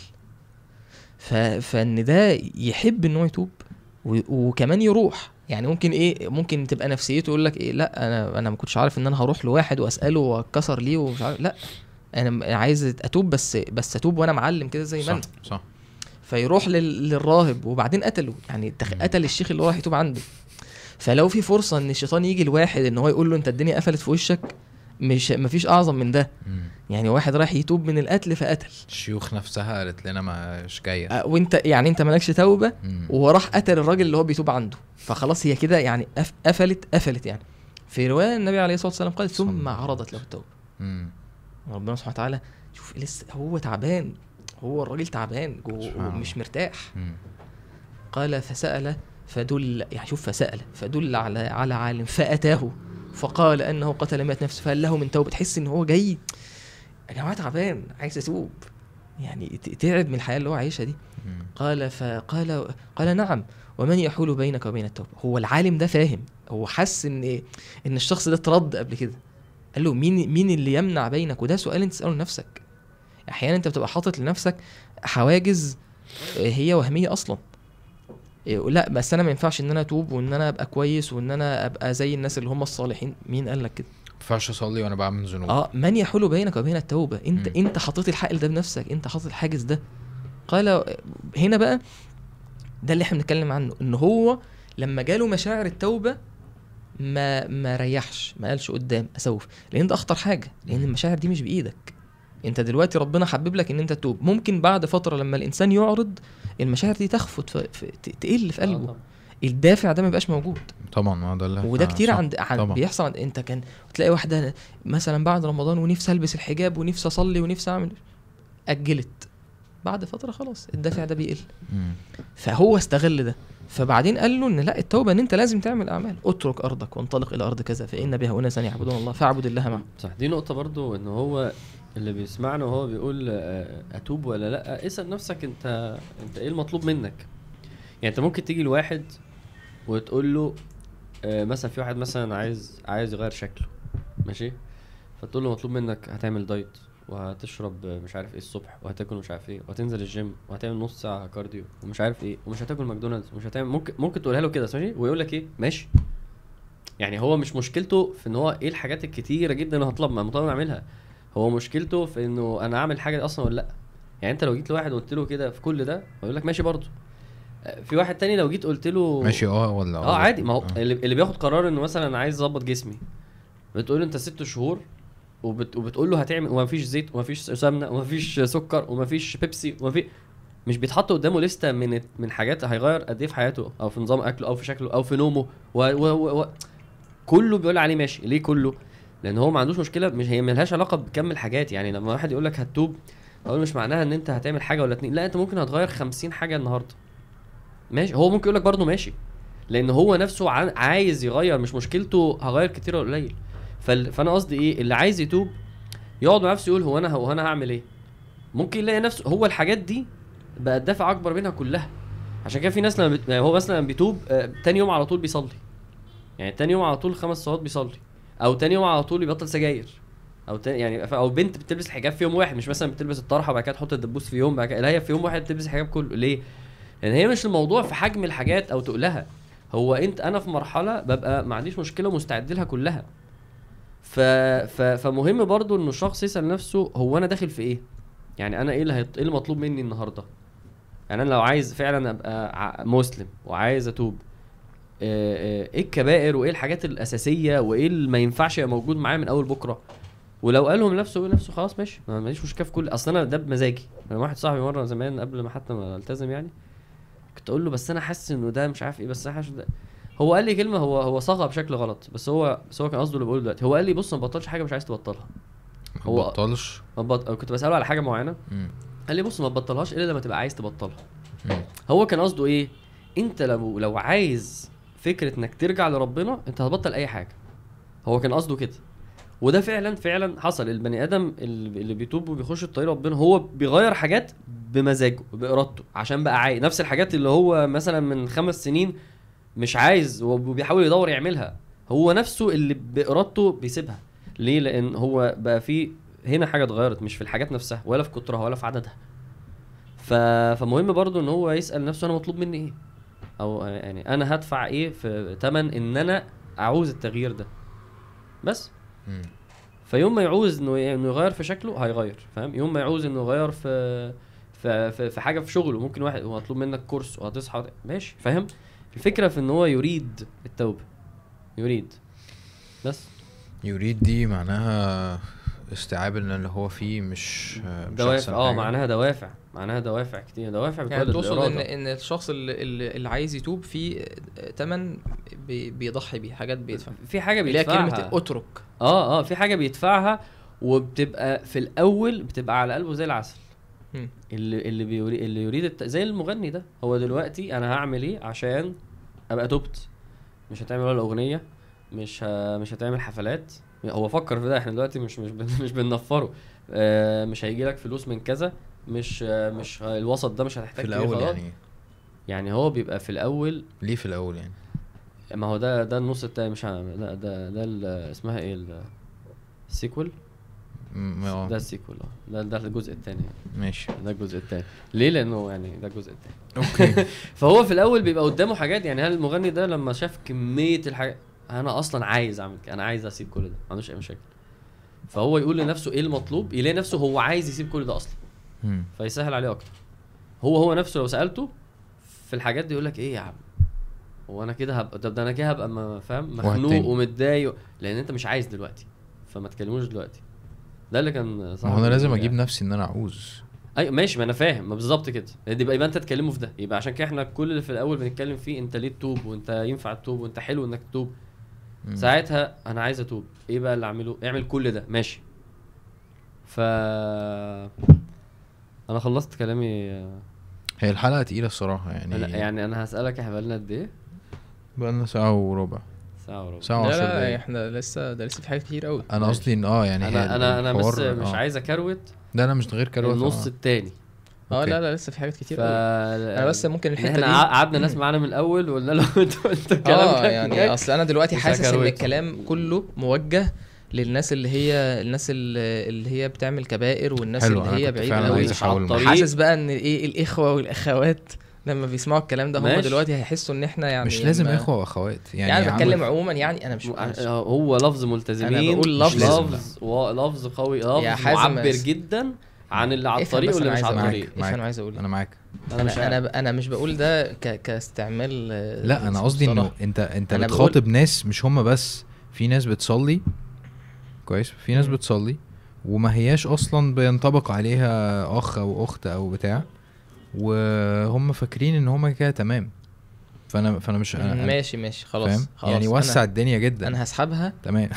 فان ده يحب انه يتوب وكمان يروح، يعني ممكن ايه ممكن تبقى نفسيته يقول لك ايه لا انا انا ما كنتش عارف ان انا هروح لواحد واساله واتكسر ليه ومش عارف، لا انا عايز اتوب بس بس اتوب وانا معلم كده زي ما انا صح. فيروح للراهب وبعدين قتله، يعني قتل الشيخ اللي هو راح يتوب عنده. فلو في فرصه ان الشيطان يجي لواحد ان هو يقول له انت الدنيا قفلت في وشك مش مفيش اعظم من ده. مم. يعني واحد رايح يتوب من القتل فقتل، الشيوخ نفسها قالت لنا مش جايه، أه وانت يعني انت مالكش توبه مم. وراح قتل الراجل اللي هو بيتوب عنده، فخلاص هي كده يعني قف- قفلت قفلت يعني. في روايه النبي عليه الصلاه والسلام قال ثم عرضت له التوبه. مم. ربنا سبحانه وتعالى شوف لسه هو تعبان، هو الراجل تعبان ومش مرتاح. مم. قال فسأل فدل، يعني شوف فسأل فدل على على عالم فأتاه فقال أنه قتل مئة نفس فهل له من توبة. تحس إن هو جاي يا جماعة تعبان عايز يتوب، يعني تعب من الحياة اللي هو عايشها دي. مم. قال فقال قال نعم ومن يحول بينك وبين التوبة. هو العالم ده فاهم، هو حس إن إيه، إن الشخص ده اترد قبل كده. قال له مين مين اللي يمنع بينك؟ وده سؤال انت تسأله لنفسك. احيانا انت بتبقى حاطط لنفسك حواجز هي وهميه اصلا. لا بس انا ما ينفعش ان انا اتوب وان انا ابقى كويس وان انا ابقى زي الناس اللي هم الصالحين. مين قال لك كده؟ ما ينفعش اصلي وانا بعمل ذنوب. اه من يحول بينك وبين التوبه. انت م. انت حطيت الحائل ده بنفسك، انت حاطط الحاجز ده. قال هنا بقى ده اللي احنا بنتكلم عنه، ان هو لما جاله مشاعر التوبه ما ما ريحش، ما قالش قدام اسوف، لان ده اخطر حاجه، لان المشاعر دي مش بايدك. انت دلوقتي ربنا حبب لك ان انت تتوب، ممكن بعد فتره لما الانسان يعرض المشاعر دي تخفت في في تقل في قلبه. آه الدافع ده ما بيبقاش موجود طبعا. ما ده اللي وده كتير عند, عند بيحصل عند انت كان تلاقي واحده مثلا بعد رمضان ونفسي البس الحجاب ونفسي اصلي ونفسي اعمل، اجلت بعد فتره خلاص الدافع ده بيقل. مم. فهو استغل ده، فبعدين قال له ان لا التوبه ان انت لازم تعمل اعمال، اترك ارضك وانطلق الى ارض كذا فان بها اناسا يعبدون الله فاعبد الله معه. صح. دي نقطه برضو ان هو اللي بيسمعنا وهو بيقول اتوب ولا لا، اسال نفسك انت انت ايه المطلوب منك. يعني انت ممكن تيجي لواحد وتقول له مثلا في واحد مثلا عايز عايز يغير شكله ماشي، فتقول له مطلوب منك هتعمل دايت وهتشرب مش عارف ايه الصبح وهتاكل مش عارف ايه وهتنزل الجيم وهتعمل نص ساعه كارديو ومش عارف ايه ومش هتاكل ماكدونالدز ومش هتعمل، ممكن ممكن تقولها له كده ماشي ويقول لك ايه ماشي. يعني هو مش مشكلته في ان هو ايه الحاجات الكتيره جدا اللي هطلب مطلوب اعملها، هو مشكلته في انه انا اعمل حاجه اصلا ولا لا. يعني انت لو جيت لواحد وقلت له كده في كل ده هيقول لك ماشي برضه. في واحد تاني لو جيت قلت له ماشي اه ولا اه عادي، ما هو آه. اللي, اللي بياخد قرار انه مثلا عايز اظبط جسمي بتقول له انت ست شهور وبت... وبتقول له هتعمل ومفيش زيت ومفيش سمنه ومفيش سكر ومفيش بيبسي ومفي مش بيتحط قدامه لسته من من حاجات هيغير قد ايه في حياته او في نظام اكله او في شكله او في نومه و... و... و... و... كله بيقول عليه ماشي. ليه كله؟ لان هو ما عندوش مشكله، مش هي ملهاش علاقه بكمل حاجات. يعني لما واحد يقول لك هتوب اقول مش معناها ان انت هتعمل حاجه ولا اتنين، لا انت ممكن هتغير خمسين حاجه النهارده ماشي. هو ممكن يقول لك برضه ماشي لان هو نفسه عايز يغير، مش مشكلته هغير كتير ولا قليل. فال... فانا قصدي ايه، اللي عايز يتوب يقعد مع نفسه يقول هو انا هو انا هعمل ايه، ممكن يلاقي نفسه هو الحاجات دي بقى الدافع اكبر منها كلها. عشان كده في ناس لما بت... يعني هو مثلا بيتوب آه... تاني يوم على طول بيصلي، يعني تاني يوم على طول خمس صلوات بيصلي، او تاني يوم على طول يبطل سجاير، او تاني يعني او بنت بتلبس الحجاب في يوم واحد، مش مثلا بتلبس الطرحه وبعد كده تحط الدبوس في يوم بعد كده، لا هي في يوم واحد بتلبس الحجاب كله. ليه؟ لان يعني هي مش الموضوع في حجم الحاجات او تقولها، هو انت انا في مرحله ببقى ما عنديش مشكله مستعد لها كلها. ف... ف... فمهم برضو انه الشخص يسال نفسه هو انا داخل في ايه، يعني انا ايه اللي هيط... ايه المطلوب مني النهارده. يعني انا لو عايز فعلا ابقى مسلم وعايز اتوب، ايه الكبائر وايه الحاجات الاساسيه وايه اللي ما ينفعش يبقى موجود معايا من اول بكره. ولو قالهم لنفسه يقول نفسه خلاص ماشي ما ماليش مشكله في كل، اصل انا ده بمزاجي. انا واحد صاحبي مره زمان قبل ما حتى ما التزم يعني كنت اقول له بس انا حاسس انه ده مش عارف ايه، بس انا حاسس ده، هو قال لي كلمه هو هو صاغها بشكل غلط، بس هو بس هو كان قصده اللي بقوله دلوقتي. هو قال لي بص ما تبطلش حاجه مش عايز تبطلها. هو ما بطلش ما بط... كنت بساله على حاجه معينه م. قال لي بص ما تبطلهاش الا لما تبقى عايز تبطلها. م. هو كان قصده ايه، انت لو لو عايز فكره انك ترجع لربنا انت هتبطل اي حاجه. هو كان قصده كده، وده فعلا فعلا حصل. البني ادم اللي بيتوب وبيخش الطريق ربنا هو بيغير حاجات بمزاجه بارادته عشان بقى عايز نفس الحاجات اللي هو مثلا من خمس سنين مش عايز وبيحاول يدور يعملها، هو نفسه اللي بارادته بيسيبها. ليه؟ لان هو بقى في هنا حاجه اتغيرت، مش في الحاجات نفسها ولا في كترها ولا في عددها. ف... فمهم برضو ان هو يسال نفسه انا مطلوب مني ايه، او يعني انا هدفع ايه في ثمن ان انا اعوز التغيير ده بس. م. فيوم ما يعوز انه انه يغير في شكله هيغير، فاهم؟ يوم ما يعوز انه يغير في في في, في حاجه في شغله، ممكن واحد هو مطلوب منك كورس وهتصحى ماشي، فاهم؟ الفكره في ان هو يريد التوبه، يريد بس. يريد دي معناها استيعاب ان اللي هو فيه مش دوافع. اه معناها دوافع معناها دوافع كتير، دوافع يعني توصل ان ان الشخص اللي, اللي عايز يتوب في تمن بيضحي بيه، حاجات بيدفع في حاجه بيدفعها، كلمه اترك. اه اه في حاجه بيدفعها وبتبقى في الاول بتبقى على قلبه زي العسل. م. اللي اللي بيريد اللي يريد الت... زي المغني ده، هو دلوقتي انا هعمل ايه عشان ابقى توبت؟ مش هتعمل ولا اغنيه، مش ه... مش هتعمل حفلات. هو فكر في ده، احنا دلوقتي مش مش بن... مش بننفره. آه مش هيجي لك فلوس من كذا، مش آه مش الوسط ده مش هتحتاج في الاول يعني. يعني هو بيبقى في الاول. ليه في الاول يعني؟ ما هو ده ده النص التاني مش ه... لا ده ده اسمها ايه السيكوال. م- ده السيكوال اه ده ده الجزء الثاني يعني. ماشي، ده الجزء الثاني. ليه؟ لانه يعني ده الجزء الثاني. اوكي. فهو في الاول بيبقى قدامه حاجات، يعني هل المغني ده لما شاف كميه الحاجات، انا اصلا عايز اعمل كده، انا عايز اسيب كل ده، ما عندوش اي مشاكل. فهو يقول لنفسه ايه المطلوب، يلاقي نفسه هو عايز يسيب كل ده اصلا، فيسهل عليه اكتر. هو هو نفسه لو سالته في الحاجات دي يقول لك ايه يا عم، هو انا كده هبقى، طب ده انا كده هبقى ما فاهم مخنوق ومتضايق، لان انت مش عايز دلوقتي، فما تكلموش دلوقتي. ده اللي كان صح. انا لازم اجيب يعني. نفسي ان انا اعوز. اي ماشي، ما انا فاهم، ما بالظبط كده. يبقى يبقى انت تتكلموا في ده، يبقى عشان كده احنا كل اللي في الاول بنتكلم فيه انت ليه تتوب، وانت ينفع تتوب، وانت حلو انك تتوب. م. ساعتها انا عايز اتوب، ايه بقى اللي اعمله؟ اعمل كل ده ماشي. ف انا خلصت كلامي. هي الحلقه تقيله الصراحه يعني. أنا يعني انا هسالك احنا بقالنا قد ايه؟ بقالنا ساعه وربع. ساعه وربع. ساعه لا, لا احنا لسه ده لسه في حاجات كتير قوي. انا قصدي ان اه يعني انا انا انا بس مش آه. عايز اكروت. ده انا مش غير كروت النص آه. التاني. اه لا لا لسه في حاجات كتير ف... قوي. انا بس ممكن الحته دي احنا قعدنا ناس معانا من الاول وقلنا لهم انتوا انتوا الكلام اه يعني اصل انا دلوقتي حاسس ان الكلام كله موجه للناس اللي هي الناس اللي هي بتعمل كبائر، والناس اللي هي بعيده قوي. حاسس بقى ان ايه الاخوه والاخوات لما بيسمعوا الكلام ده هم دلوقتي هيحسوا ان احنا يعني مش لازم اخوه واخوات يعني. يعني بتكلم عموما يعني انا مش هو لفظ ملتزمين، انا بقول لفظ لفظ لفظ قوي، لفظ معبر جدا عن اللي على الطريق واللي مش على الطريق. انا عايز اقول انا معاك. انا مش انا انا مش بقول ده ك كاستعمال. لا انا قصدي انه انت انت بتخاطب ناس مش هم بس، في ناس بتصلي كويس، في ناس بتصلي وما هياش اصلا بينطبق عليها اخ او اخت او بتاع، وهم فاكرين ان هم كده تمام. فانا فانا مش أنا ماشي ماشي خلاص, خلاص يعني وسع الدنيا جدا. انا هسحبها تمام.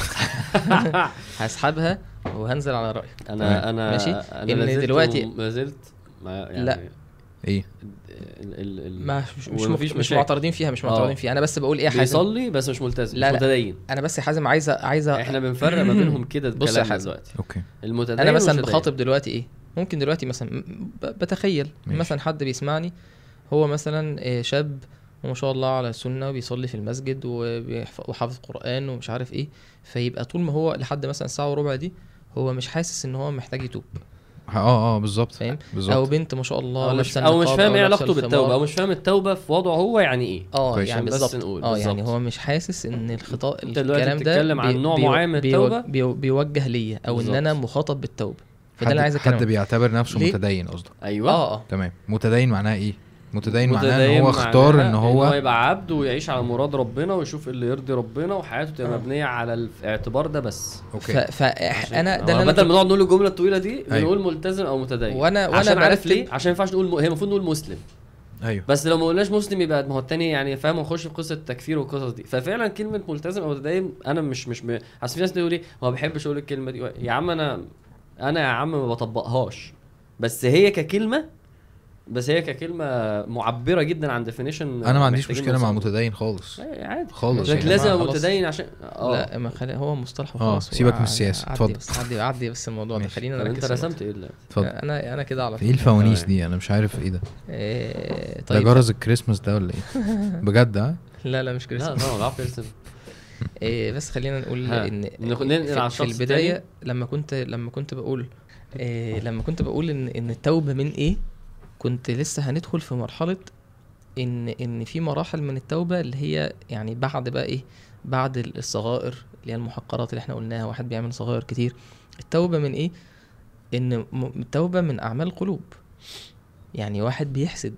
هسحبها وهنزل على رايك. انا انا ماشي أنا ان دلوقتي ما زلت يعني لا ايه ال ال ما مش مش, مش معترضين فيها مش معترضين فيها. انا بس بقول ايه حازم بيصلي بس مش ملتزم، لا مش متدين. انا بس حازم عايزه عايزه احنا بنفرق ما بينهم كده. بص يا حازم دلوقتي اوكي المتدين انا مثلا بخاطب دلوقتي ايه، ممكن دلوقتي مثلا بتخيل ماشي. مثلا حد بيسمعني هو مثلا شاب وما شاء الله على السنه وبيصلي في المسجد وحافظ قرآن ومش عارف ايه، فيبقى طول ما هو لحد مثلا الساعه وربع دي هو مش حاسس ان هو محتاج يتوب. اه اه بالظبط فاهم. او بنت ما شاء الله او مش, أو مش فاهم ايه علاقته بالتوبه، او مش فاهم التوبه في وضعه هو يعني ايه. اه يعني بالظبط اه يعني هو مش حاسس ان الخطاب الكلام ده بتتكلم عن نوع معين من التوبه بي بيوجه ليا او بالزبط. ان انا مخاطب بالتوبه. فده اللي عايز اتكلم. حد بيعتبر نفسه ليه؟ متدين قصدك؟ ايوه اه اه تمام. متدين معناه ايه؟ متدين معناه ان هو اختار ان هو ان هو يبقى عبد ويعيش على مراد ربنا ويشوف اللي يرضي ربنا وحياته تبقى مبنيه على الاعتبار ده بس. اوكي. فانا ده بدل ما نقعد نقول الجمله الطويله دي بنقول ملتزم او متدين. وانا وانا عشان عارف ليه؟ عشان ما ينفعش نقول م... هي المفروض نقول مسلم. ايوه بس لو ما قلناش مسلم يبقى ما هو الثاني يعني فاهم، نخش في قصه التكفير والقصص دي. ففعلا كلمه ملتزم او متدين انا مش مش م... اصل في ناس تقول لي هو ما بحبش اقول الكلمه دي. يا عم انا انا يا عم ما بطبقهاش، بس هي ككلمه بس هي ككلمه معبره جدا عن ديفينيشن. انا ما عنديش مشكله مع متدين خالص عادي خالص يعني. لازم متدين عشان اه لا ما خلي هو مصطلح وخلاص. سيبك من السياسه اتفضل. بس عدي عدي بس الموضوع ده خلينا نركز. انت رسمت ايه دلوقتي؟ اتفضل. انا انا كده على ايه الفوانيس دي؟ انا مش عارف ايه ده. إيه طيب ده جرس الكريسماس ده ولا ايه؟ بجد ها؟ لا لا مش كريسماس. لا لا بعرف ارسم. إيه بس خلينا نقول ان في البدايه لما كنت لما كنت بقول إيه لما كنت بقول ان ان التوبه من ايه، كنت لسه هندخل في مرحلة ان ان في مراحل من التوبة اللي هي يعني بعد بقى ايه، بعد الصغائر اللي هي المحقرات اللي احنا قلناها، واحد بيعمل صغائر كتير. التوبة من ايه؟ ان التوبة من اعمال القلوب. يعني واحد بيحسد،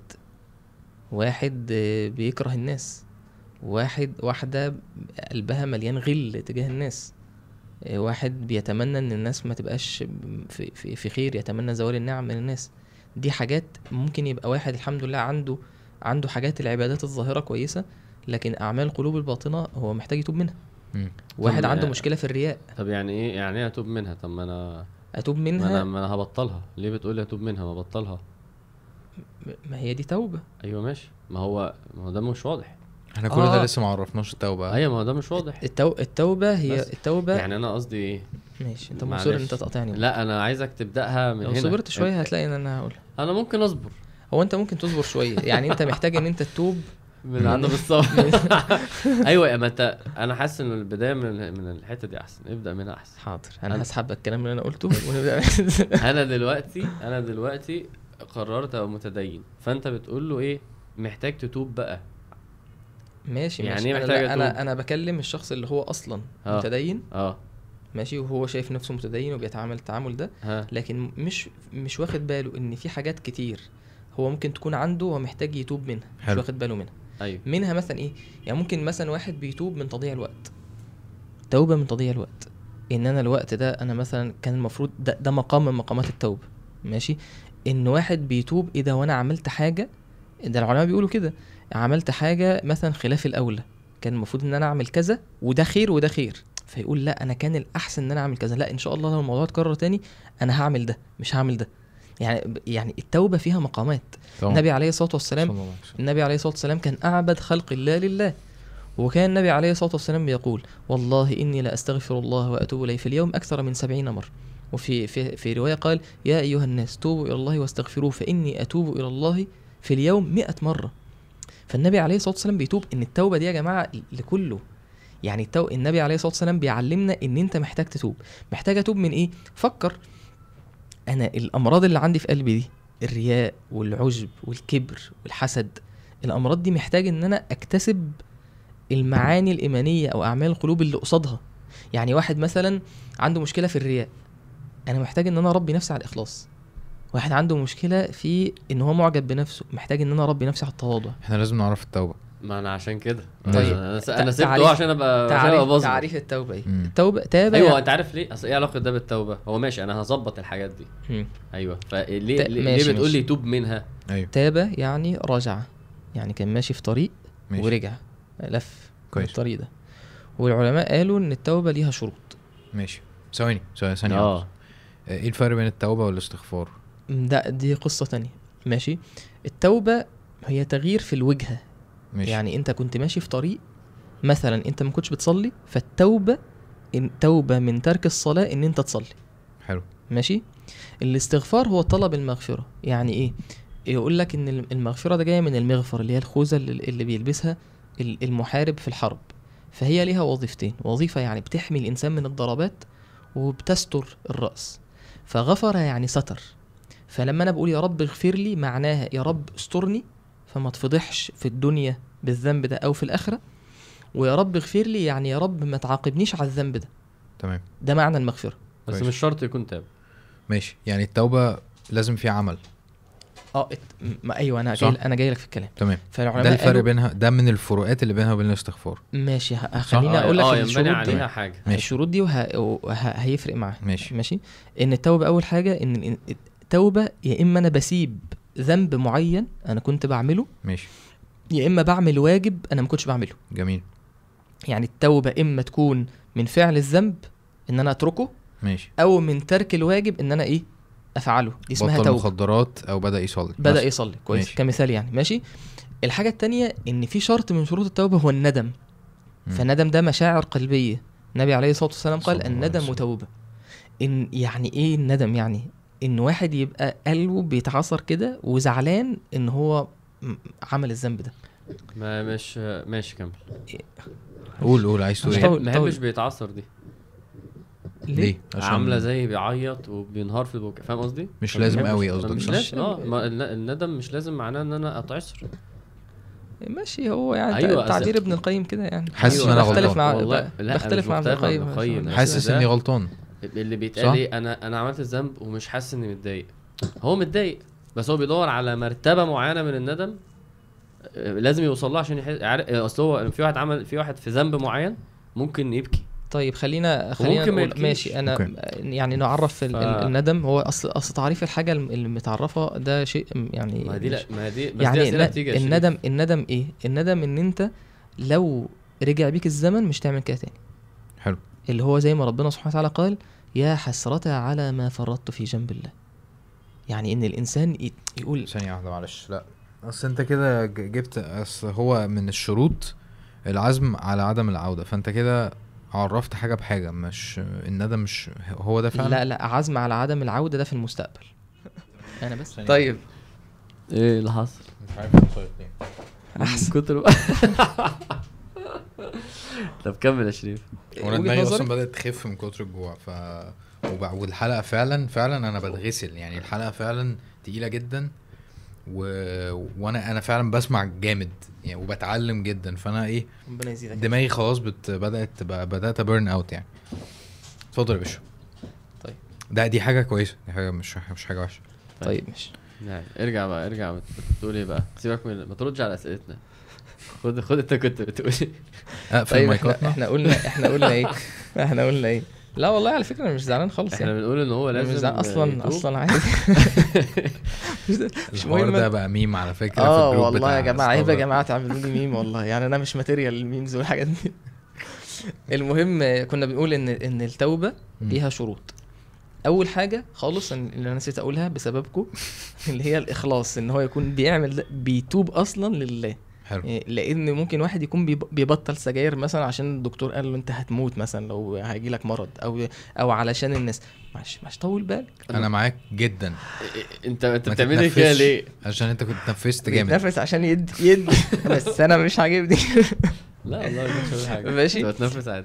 واحد بيكره الناس، واحد واحدة قلبها مليان غل تجاه الناس، واحد بيتمنى ان الناس ما تبقاش في, في, في خير، يتمنى زوال النعم من الناس. دي حاجات ممكن يبقى واحد الحمد لله عنده عنده حاجات العبادات الظاهرة كويسة، لكن اعمال القلوب الباطنة هو محتاج يتوب منها. مم. واحد عنده مشكلة في الرياء. طب يعني ايه يعني ايه اتوب منها؟ طب ما انا اتوب ما منها، انا, ما أنا هبطلها. ليه بتقول لي اتوب منها؟ ما بطلها. ما هي دي توبة. ايوه ماشي، ما هو ما هو ده مش واضح. احنا كل آه. ده لسه ما عرفناش التوبه. ايوه ما هو ده مش واضح. التو... التوبة هي بس التوبة يعني انا قصدي ايه؟ ماشي انت معلش. مصر ان انت تقاطعني. لا انا عايزك تبداها من لو هنا. صبرت شوية هتلاقي ان انا هقول. انا ممكن اصبر. هو انت ممكن تصبر شوية يعني انت محتاج ان انت تتوب من عنده بالصبر. ايوه ما انت انا حاسس ان البدايه من من الحته دي احسن، ابدا منها احسن. حاضر انا أنا- هسحب الكلام اللي انا قلته ونبدا. انا دلوقتي انا دلوقتي قررت ابقى متدين، فانت بتقول له ايه؟ محتاج تتوب بقى. ماشي يعني ماشي إيه انا محتاج لا أتوب؟ انا انا بكلم الشخص اللي هو اصلا آه. متدين اه ماشي، وهو شايف نفسه متدين وبيتعامل التعامل ده، ها لكن مش مش واخد باله ان في حاجات كتير هو ممكن تكون عنده ومحتاج يتوب منها، مش حلو. واخد باله منها. ايوه منها مثلا ايه؟ يعني ممكن مثلا واحد بيتوب من تضييع الوقت، توبة من تضييع الوقت، ان انا الوقت ده انا مثلا كان المفروض ده, ده مقام من مقامات التوبة ماشي. ان واحد بيتوب اذا وانا عملت حاجة، ده العلماء بيقولوا كده، عملت حاجة مثلا خلاف الاولى، كان المفروض ان انا اعمل كذا وده خير وده خير، فيقول لا انا كان الاحسن ان انا اعمل كذا، لا ان شاء الله لو الموضوع اتكرر تاني انا هعمل ده مش هعمل ده. يعني يعني التوبة فيها مقامات. طبعا. النبي عليه الصلاة والسلام صلى الله عليه وسلم. النبي عليه الصلاة والسلام كان أعبد خلق الله لله، وكان النبي عليه الصلاة والسلام بيقول والله إني لا أستغفر الله وأتوب إليه في اليوم أكثر من سبعين مرة. وفي في في رواية قال يا أيها الناس توبوا إلى الله واستغفروه فإني أتوب إلى الله في اليوم مئة مرة. فالنبي عليه الصلاة والسلام بيتوب. إن التوبة دي يا جماعة لكله، يعني التو... النبي عليه الصلاة والسلام بيعلمنا إن أنت محتاج تتوب. محتاج أتوب من إيه؟ فكر أنا الأمراض اللي عندي في قلبي دي، الرياء والعجب والكبر والحسد، الأمراض دي محتاج إن أنا أكتسب المعاني الإيمانية أو أعمال القلوب اللي قصادها. يعني واحد مثلا عنده مشكلة في الرياء، أنا محتاج إن أنا أربي نفسي على الإخلاص. واحد عنده مشكلة في إن هو معجب بنفسه، محتاج إن أنا أربي نفسي على التواضع. احنا لازم نعرف التوبة. ما انا عشان كده طيب. انا س- انا سبته تعريف- عشان ابقى عشان ابقى تعريف بظبط. تعريف التوبة إيه؟ مم. التوبة تابع. ايوه انت عارف ليه؟ اصل ايه علاقه ده بالتوبه؟ هو ماشي انا هظبط الحاجات دي مم. ايوه، فليه تا- ليه, ماشي، ليه بتقول لي ماشي. توب منها؟ ايوه تابة يعني رجع، يعني كان ماشي في طريق ماشي. ورجع لف كويس. الطريق ده. والعلماء قالوا ان التوبة ليها شروط. ماشي ثواني ثواني ثانية اه واحدة. ايه الفرق بين التوبة والاستغفار؟ ده دي قصة تانية ماشي. التوبة هي تغيير في الوجهة. ماشي. يعني انت كنت ماشي في طريق مثلا انت ما كنتش بتصلي، فالتوبة إن توبة من ترك الصلاة ان انت تصلي. حلو. ماشي. الاستغفار هو طلب المغفرة. يعني ايه؟ يقول لك ان المغفرة ده جاية من المغفر اللي هي الخوذة اللي, اللي بيلبسها المحارب في الحرب. فهي ليها وظيفتين، وظيفة يعني بتحمي الانسان من الضربات وبتستر الرأس. فغفر يعني ستر. فلما انا بقول يا رب اغفر لي معناها يا رب استرني فما تفضحش في الدنيا بالذنب ده او في الاخرة، ويا رب اغفر لي يعني يا رب ما تعاقبنيش على الذنب ده. تمام. ده معنى المغفرة. بس كويس. مش شرط يكون تاب. ماشي يعني التوبة لازم في عمل. اه ات... ما ايوه انا جاي انا جاي لك في الكلام. تمام. فالعلماء ده الفرق قالوا بينها، ده من الفروقات اللي بينها وبين الاستغفار. ماشي ه- خليني آه، اقول لك اه ينبني الشروط دي. عليها حاجه. ماشي. الشروط دي وه... وه... هيفرق معاها. ماشي. ماشي. ان التوبة اول حاجة ان التوبة يا اما انا بسيب ذنب معين انا كنت بعمله، ماشي. يا اما بعمل واجب انا ما كنتش بعمله. جميل. يعني التوبة اما تكون من فعل الذنب ان انا اتركه، ماشي. او من ترك الواجب ان انا ايه افعله، دي اسمها بطل توبة. مخدرات او بدأ يصلي. بدأ مثلا. يصلي كويس ماشي. كمثال يعني. ماشي. الحاجة التانية ان في شرط من شروط التوبة هو الندم. مم. فالندم ده مشاعر قلبية. النبي عليه الصلاة والسلام قال صلى الله عليه الندم وسلم. توبة. ان يعني ايه الندم؟ يعني ان واحد يبقى قلبه بيتعصر كده وزعلان ان هو م- عمل الذنب ده. ما مش ماشي كمل. قول قول عايز تقول مش ايه؟ طول- ما طول. بحبش بيتعصر دي. ليه؟ عشان عامله زي بيعيط وبينهار في البكاء، فاهم قصدي؟ مش ما لازم بحبش- قوي قصدك، مش صح؟ لازم. اه ما الن- الندم مش لازم معناه ان انا اتعصر. ماشي. هو يعني أيوة، أيوة تعبير أصل- ابن القيم كده يعني. حاسس إن أنا بختلف غلطان. مع والله لا، بختلف أنا مع مش ابن مختلف مع القيم. ابن القيم. عشان- حاسس ده- اني غلطان. اللي صح؟ بيتقال لي انا انا عملت الذنب ومش حاسس اني متضايق. هو متضايق بس هو بيدور على مرتبه معينه من الندم آه، لازم يوصل لها عشان يحس. عارف اصل هو في واحد عمل في واحد في ذنب معين ممكن يبكي طيب خلينا خلينا نقول ماشي انا أوكي. يعني نعرف ف... الندم هو اصل اصل تعريف الحاجه المتعرفه ده شيء يعني ما دي لا ما دي بس يعني دي بتيجي الندم الندم ايه الندم ان انت لو رجع بيك الزمن مش تعمل كده تاني. حلو. اللي هو زي ما ربنا سبحانه وتعالى قال يا حسرة على ما فرطت في جنب الله. يعني ان الانسان يقول ثانيه واحده معلش لا اصل انت كده جبت اصل هو من الشروط العزم على عدم العوده فانت كده عرفت حاجه بحاجه مش الندم مش هو ده فعلا. لا لا عزم على عدم العوده ده في المستقبل. انا بس طيب ايه اللي حصل مش عارف اوصل ليه احسن كتر طب كمل يا شريف. وانا دماغي اصلا بدات تخف من كتر الجوع ف والحلقه فعلا فعلا انا بتغسل يعني الحلقه فعلا تقيله جدا و... وانا انا فعلا بسمع جامد يعني وبتعلم جدا فانا ايه دماغي خلاص بت... بدات بدات ابرن اوت يعني. اتفضل يا باشا. طيب ده دي حاجه كويسه دي حاجه مش مش حاجه وحشه. طيب ماشي يعني ارجع بقى ارجع بتقول ايه بقى سيبك من ما تردش على اسئلتنا خد خد انت كنت بتقول ايه. اقفل طيب مايكاتنا. احنا قلنا احنا قلنا ايه احنا قلنا ايه لا والله على فكره انا مش زعلان خالص احنا يعني. بنقول ان هو لازم اصلا يتوب. اصلا عادي مش مهم ده بقى ميم على فكره اه في الجروب والله يا جماعه عيب يا جماعه تعملوا لي ميم والله يعني انا مش ماتيريال الميمز والحاجات دي. المهم كنا بنقول ان ان التوبه ليها شروط. اول حاجه خالص اللي انا نسيت اقولها بسببكم اللي هي الاخلاص ان هو يكون بيعمل بيتوب اصلا لله. حلو. لان ممكن واحد يكون بيبطل سجاير مثلا عشان الدكتور قال له انت هتموت مثلا لو هيجي لك مرض او او علشان الناس مش مش طول بالك. انا معاك جدا. انت انت بتعمل ايه كده ليه؟ عشان انت كنت تنفست جامد. تنفس عشان يد يد بس انا مش عاجبني. لا والله مش ولا حاجه ماشي بتنفس عادي.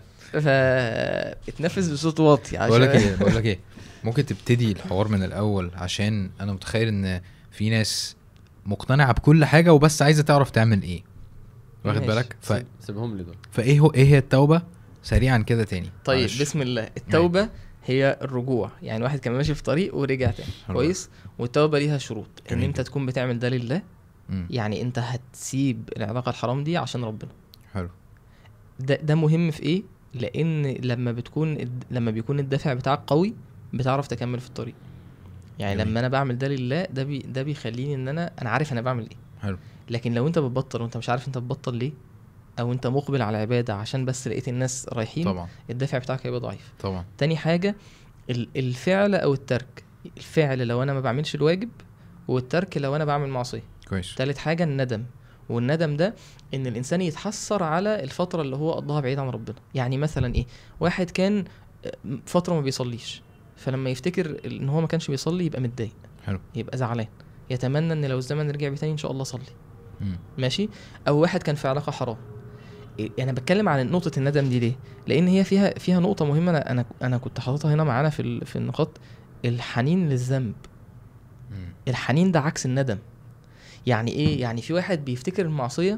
فاتنفس بصوت واطي عشان بقول لك ايه بقول لك ايه ممكن تبتدي الحوار من الاول عشان انا متخيل ان في ناس مقتنعه بكل حاجه وبس عايزه تعرف تعمل ايه واخد بالك ف... سيبهم لي دول. فايه هو ايه هي التوبه سريعا كده تاني. طيب معلش. بسم الله. التوبه يعني. هي الرجوع يعني واحد كان ماشي في طريق ورجع تاني كويس. والتوبه ليها شروط ان انت تكون بتعمل ده لله م. يعني انت هتسيب العلاقه الحرام دي عشان ربنا. حلو. ده ده مهم في ايه لان لما بتكون لما بيكون الدافع بتاعك قوي بتعرف تكمل في الطريق يعني جميل. لما انا بعمل ده لله ده بي ده بيخليني ان انا انا عارف انا بعمل ايه. حلو. لكن لو انت بتبطل وانت مش عارف انت بتبطل ليه او انت مقبل على العباده عشان بس لقيت الناس رايحين طبعا الدافع بتاعك هيبقى ضعيف. طبعا. تاني حاجه الفعل او الترك. الفعل لو انا ما بعملش الواجب والترك لو انا بعمل معصيه. كويس. تالت حاجه الندم. والندم ده ان الانسان يتحسر على الفتره اللي هو قضاها بعيد عن ربنا. يعني مثلا ايه واحد كان فتره ما بيصليش فلما يفتكر ان هو ما كانش بيصلي يبقى متضايق. حلو. يبقى زعلان يتمنى ان لو الزمن رجع بيه تاني ان شاء الله صلي. مم. ماشي. او واحد كان في علاقه حرام. انا يعني بتكلم عن نقطه الندم دي ليه لان هي فيها فيها نقطه مهمه انا انا انا كنت حاططها هنا معانا في في النقاط. الحنين للذنب. مم. الحنين ده عكس الندم. يعني ايه يعني في واحد بيفتكر المعصيه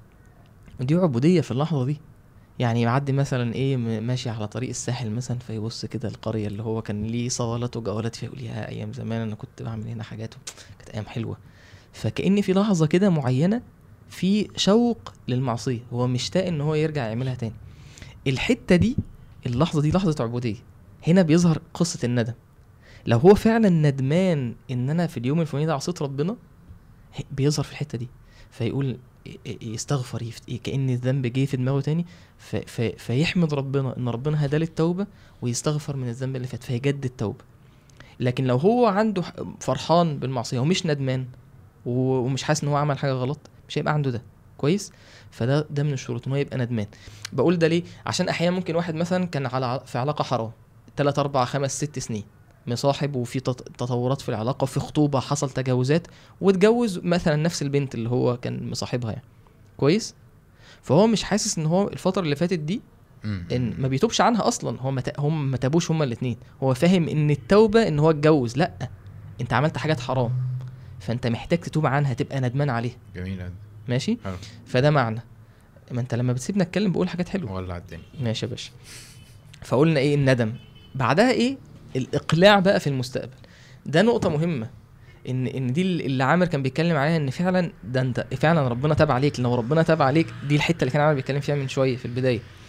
ودي عبوديه في اللحظه دي. يعني يعدي مثلا ايه ماشي على طريق الساحل مثلا فيبص كده القريه اللي هو كان ليه صوالات وجولات فيها يقول يا ايام زمان انا كنت بعمل هنا حاجات كانت ايام حلوه. فكأن في لحظه كده معينه في شوق للمعصيه هو مشتاق ان هو يرجع يعملها تاني. الحته دي اللحظه دي لحظه عبوديه. هنا بيظهر قصه الندم. لو هو فعلا ندمان ان انا في اليوم الفلاني ده عصيت ربنا بيظهر في الحته دي فيقول يستغفر يفت... كأن الذنب جه في دماغه تاني ف... ف... فيحمد ربنا ان ربنا هداه للتوبه ويستغفر من الذنب اللي فات فيجدد التوبه. لكن لو هو عنده فرحان بالمعصيه ومش ندمان ومش حاسس ان هو عمل حاجه غلط مش هيبقى عنده ده كويس. فده ده من الشروط ان هو يبقى ندمان. بقول ده ليه عشان احيانا ممكن واحد مثلا كان على في علاقه حرام ثلاثة أربعة خمسة ستة سنين مصاحب وفي تطورات في العلاقه وفي خطوبه حصل تجاوزات واتجوز مثلا نفس البنت اللي هو كان مصاحبها يعني كويس. فهو مش حاسس ان هو الفتره اللي فاتت دي ان ما بيتوبش عنها اصلا. هو مت... هم ما تابوش هما الاثنين. هو فاهم ان التوبه ان هو اتجوز لا انت عملت حاجات حرام فانت محتاج تتوب عنها تبقى ندمان عليها. جميل ماشي. حلو. فده معنى ما انت لما بتسيبنا نتكلم بقول حاجات حلوه ولع الدنيا. ماشي يا باشا. فقلنا ايه الندم بعدها ايه الاقلاع بقى في المستقبل. ده نقطه مهمه ان ان دي اللي عامر كان بيتكلم عليها ان فعلا ده انت فعلا ربنا تاب عليك. لو ربنا تاب عليك دي الحته اللي كان عامر بيتكلم فيها من شويه في البدايه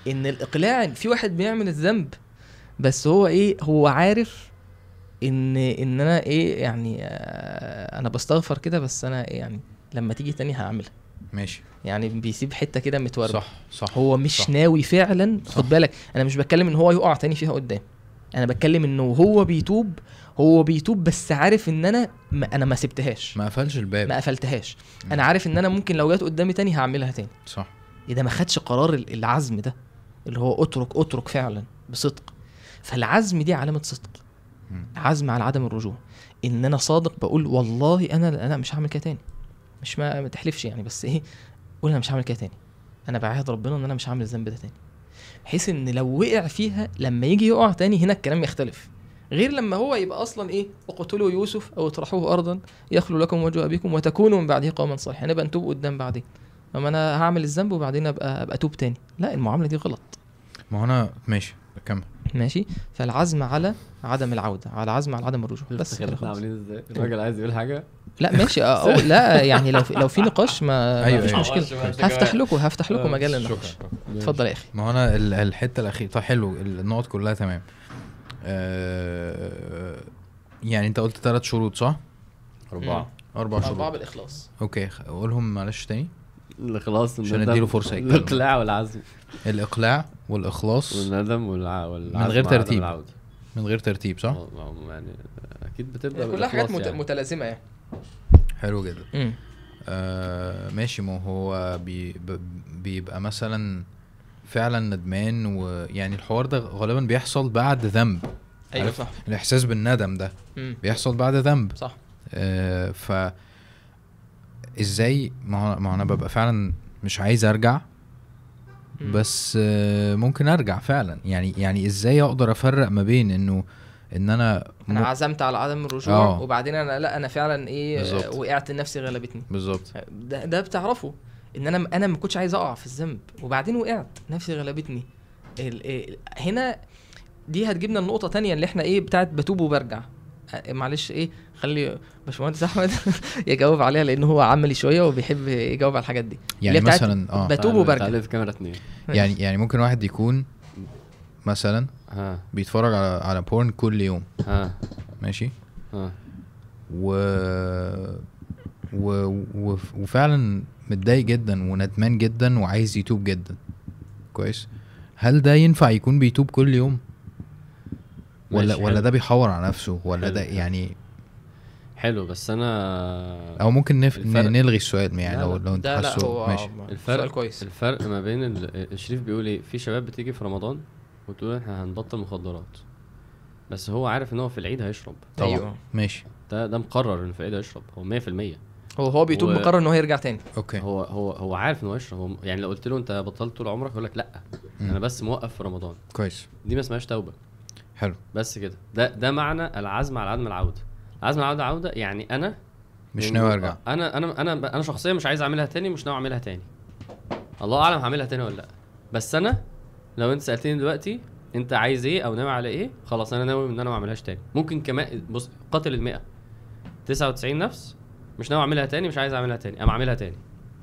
ان الاقلاع في واحد بيعمل الذنب بس هو ايه هو عارف ان ان انا ايه يعني آه انا بستغفر كده بس انا إيه يعني لما تيجي تاني هعملها ماشي يعني بيسيب حته كده متوربه صح صح هو مش صح. ناوي فعلا صح. خد بالك انا مش بتكلم ان هو يقع تاني فيها قدام انا بتكلم انه هو بيتوب هو بيتوب بس عارف ان انا ما انا ما سبتهاش ما قفلش الباب ما قفلتهاش انا عارف ان انا ممكن لو جت قدامي تاني هعملها تاني صح اذا ما خدش قرار العزم ده اللي هو اترك اترك فعلا بصدق فالعزم دي علامه صدق عزم على عدم الرجوع ان انا صادق بقول والله انا انا مش هعمل كده تاني مش ما, ما تحلفش يعني بس ايه قول انا مش هعمل كده تاني انا بعهد ربنا ان انا مش هعمل الذنب ده تاني بحيث ان لو وقع فيها لما يجي يقع تاني هنا الكلام يختلف غير لما هو يبقى اصلا ايه اقتلوا يوسف او اطرحوه ارضا يخلو لكم وجه ابيكم وتكونوا من بعده قوما صالحين نبقى نتوب قدام بعدين اما انا هعمل الذنب وبعدين ابقى ابقى توب تاني لا المعامله دي غلط ما هو انا ماشي كمل ماشي فالعزم على عدم العوده على عزم على عدم الرجوع بس كده عاملين ازاي الراجل عايز يقول حاجه لا ماشي اه لا يعني لو في لو في نقاش ما أيوة فيش أيوة. مشكله هفتح لكم هفتح لكم مجال للنقاش اتفضل يا اخي ما هو انا الحته الاخيره طيب حلو النقط كلها تمام أه يعني انت قلت ثلاث شروط صح اربعه اربع شروط اربعه بالاخلاص اوكي قولهم معلش تاني الاخلاص عشان نديله فرصه يتكلم. الاقلاع والعزم الاقلاع والاخلاص والندم والع... والعزم من غير ترتيب العودة. من غير ترتيب صح يعني اكيد بتبقى كلها حاجات مت... يعني. متلازمه يعني حلو جدا آه ماشي ما هو بي... ب... بيبقى مثلا فعلا ندمان ويعني الحوار ده غالبا بيحصل بعد ذنب ايوه صح الاحساس بالندم ده مم. بيحصل بعد ذنب صح آه ف ازاي ما هو ما انا ببقى فعلا مش عايز ارجع مم. بس آه ممكن ارجع فعلا يعني يعني ازاي اقدر افرق ما بين انه ان انا انا م... عزمت على عدم الرجوع أوه. وبعدين انا لا انا فعلا ايه بالزبط. وقعت نفسي غلبتني بالظبط ده, ده بتعرفه ان انا انا ما كنتش عايز اقع في الذنب وبعدين وقعت نفسي غلبتني ال... هنا دي هتجيبنا النقطه تانية اللي احنا ايه بتاعت بتوب وبرجع معلش ايه خلي باشمهندس احمد يجاوب عليها لان هو عملي شويه وبيحب يجاوب على الحاجات دي يعني مثلا اه بتوب وبرجع تعالى في كاميرا اتنين يعني يعني ممكن واحد يكون مثلا ها بيتفرج على على بورن كل يوم ها ماشي ها و... و... و... وفعلا متضايق جدا وندمان جدا وعايز يتوب جدا كويس هل ده ينفع يكون بيتوب كل يوم ولا ولا ده بيحور على نفسه ولا ده يعني حلو بس انا او ممكن نف... نلغي السؤال يعني لو لو انت حاسه ماشي الفرق كويس الفرق ما بين الشريف بيقول ايه في شباب بتيجي في رمضان وتقول احنا هنبطل مخدرات بس هو عارف ان هو في العيد هيشرب طبعا أيوه. ماشي ده ده مقرر ان في العيد هيشرب هو مية في المية هو هو بيتوب و... مقرر ان هو يرجع تاني اوكي هو هو هو عارف ان هو يشرب هو يعني لو قلت له انت بطلت طول عمرك يقول لك لا م. انا بس موقف في رمضان كويس دي ما اسمهاش توبه حلو بس كده ده ده معنى العزم على عدم العوده العزم على عدم العوده يعني انا مش ناوي ارجع انا انا انا انا شخصيا مش عايز اعملها تاني مش ناوي اعملها تاني الله اعلم هعملها تاني ولا لا بس انا لو انت سالتني دلوقتي انت عايز ايه او ناوي على ايه خلاص انا ناوي ان انا ما اعملهاش تاني ممكن كمان بص قاتل المئة تسعة وتسعين نفس مش ناوي اعملها تاني مش عايز اعملها تاني اما اعملها تاني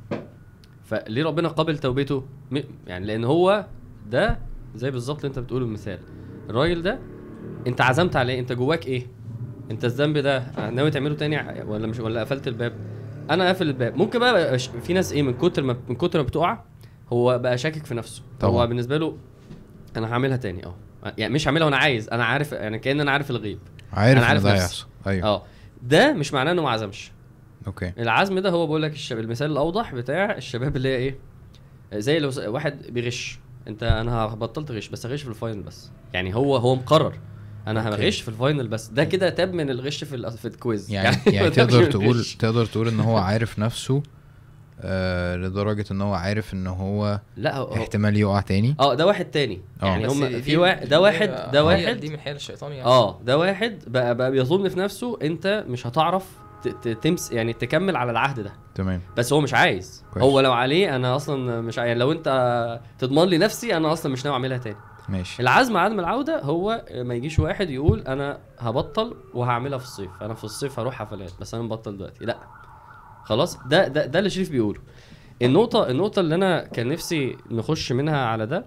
فليه ربنا قبل توبته يعني لان هو ده زي بالظبط اللي انت بتقوله المثال الراجل ده انت عزمت عليه انت جواك ايه انت الذنب ده ناوي تعمله تاني ولا مش ولا قفلت الباب انا قافل الباب ممكن بقى في ناس ايه من كتر ما من كتر ما بتقع هو بقى شاكك في نفسه طبعا. هو بالنسبه له انا هعملها تاني اه يعني مش هعملها وانا عايز انا عارف يعني كأن انا عارف الغيب عارف انا عارف ده هيحصل ايوه اه ده مش معناه انه ما عزمش اوكي العزم ده هو بقول لك الشباب المثال الاوضح بتاع الشباب اللي هي ايه زي لو واحد بيغش انت انا بطلت غش بس غش في الفاينل بس يعني هو هو مقرر انا هغش في الفاينل بس ده كده تاب من الغش في في الكويز يعني يعني, يعني تقدر تقول تقدر تقول ان هو عارف نفسه آه لدرجه ان هو عارف ان هو لا هو احتمال يقع تاني اه ده واحد تاني أوه. يعني هم في واحد ده واحد ده واحد دي من حيل الشيطان يعني اه ده واحد بقى بقى بيظن في نفسه انت مش هتعرف تمس يعني تكمل على العهد ده تمام بس هو مش عايز كويس. هو لو عليه انا اصلا مش يعني لو انت تضمن لي نفسي انا اصلا مش ناوي اعملها تاني ماشي العزم على عدم العوده هو ما يجيش واحد يقول انا هبطل وهعملها في الصيف انا في الصيف هروح حفلات بس انا مبطل دلوقتي لا خلاص ده ده ده اللي شريف بيقوله النقطه النقطه اللي انا كان نفسي نخش منها على ده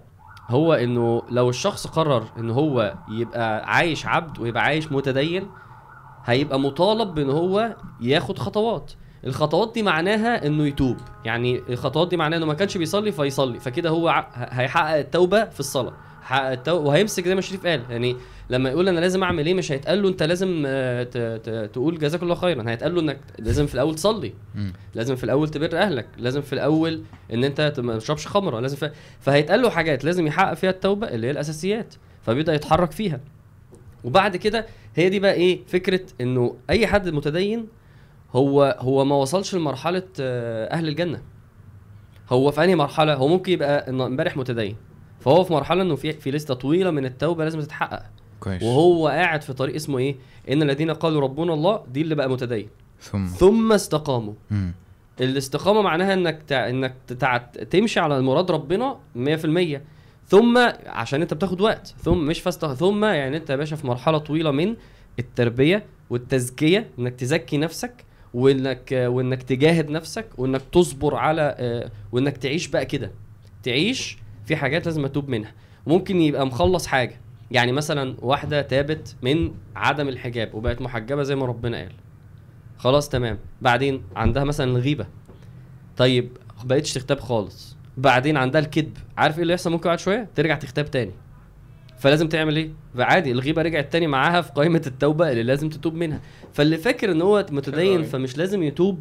هو انه لو الشخص قرر ان هو يبقى عايش عبد ويبقى عايش متدين، هيبقى مطالب بان هو ياخد خطوات. الخطوات دي معناها انه يتوب، يعني الخطوات دي معناها انه ما كانش بيصلي فيصلي، فكده هو ع- هيحقق التوبه في الصلاه، حقق التوبه وهيمسك زي ما شريف قال. يعني لما يقول انا لازم اعمل ايه، مش هيتقال له انت لازم آه، ت- ت- تقول جزاك الله خيرا، هيتقال له انك لازم في الاول تصلي، مم. لازم في الاول تبر اهلك، لازم في الاول ان انت ت- ما تشربش خمره، لازم ف... فهيتقال له حاجات لازم يحقق فيها التوبه اللي هي الاساسيات، فبيبدا يتحرك فيها. وبعد كده هي دي بقى ايه فكره انه اي حد متدين هو هو ما وصلش لمرحله آه، اهل الجنه. هو في انهي مرحله؟ هو ممكن يبقى إنه امبارح متدين، فهو في مرحله انه في في لسته طويله من التوبه لازم تتحقق، كويس. وهو قاعد في طريق اسمه ايه، ان الذين قالوا ربنا الله، دي اللي بقى متدين ثم ثم استقاموا. مم. الاستقامه معناها انك تع... انك تتع... تمشي على مراد ربنا مية في المية، ثم عشان انت بتاخد وقت، ثم مش فاست، ثم يعني انت يا باشا في مرحله طويله من التربيه والتزكيه، انك تزكي نفسك، وانك وانك تجاهد نفسك، وانك تصبر على آه، وانك تعيش بقى كده، تعيش في حاجات لازم اتوب منها. ممكن يبقى مخلص حاجه، يعني مثلا واحده تابت من عدم الحجاب وبقت محجبه زي ما ربنا قال، خلاص تمام. بعدين عندها مثلا الغيبه، طيب بقيتش تغتاب خالص. بعدين عندها الكذب، عارف ايه اللي يحصل؟ ممكن بعد شويه ترجع تغتاب تاني، فلازم تعمل ايه؟ فعادي الغيبه رجعت تاني معاها في قائمه التوبه اللي لازم تتوب منها. فاللي فاكر ان هو متدين فمش لازم يتوب،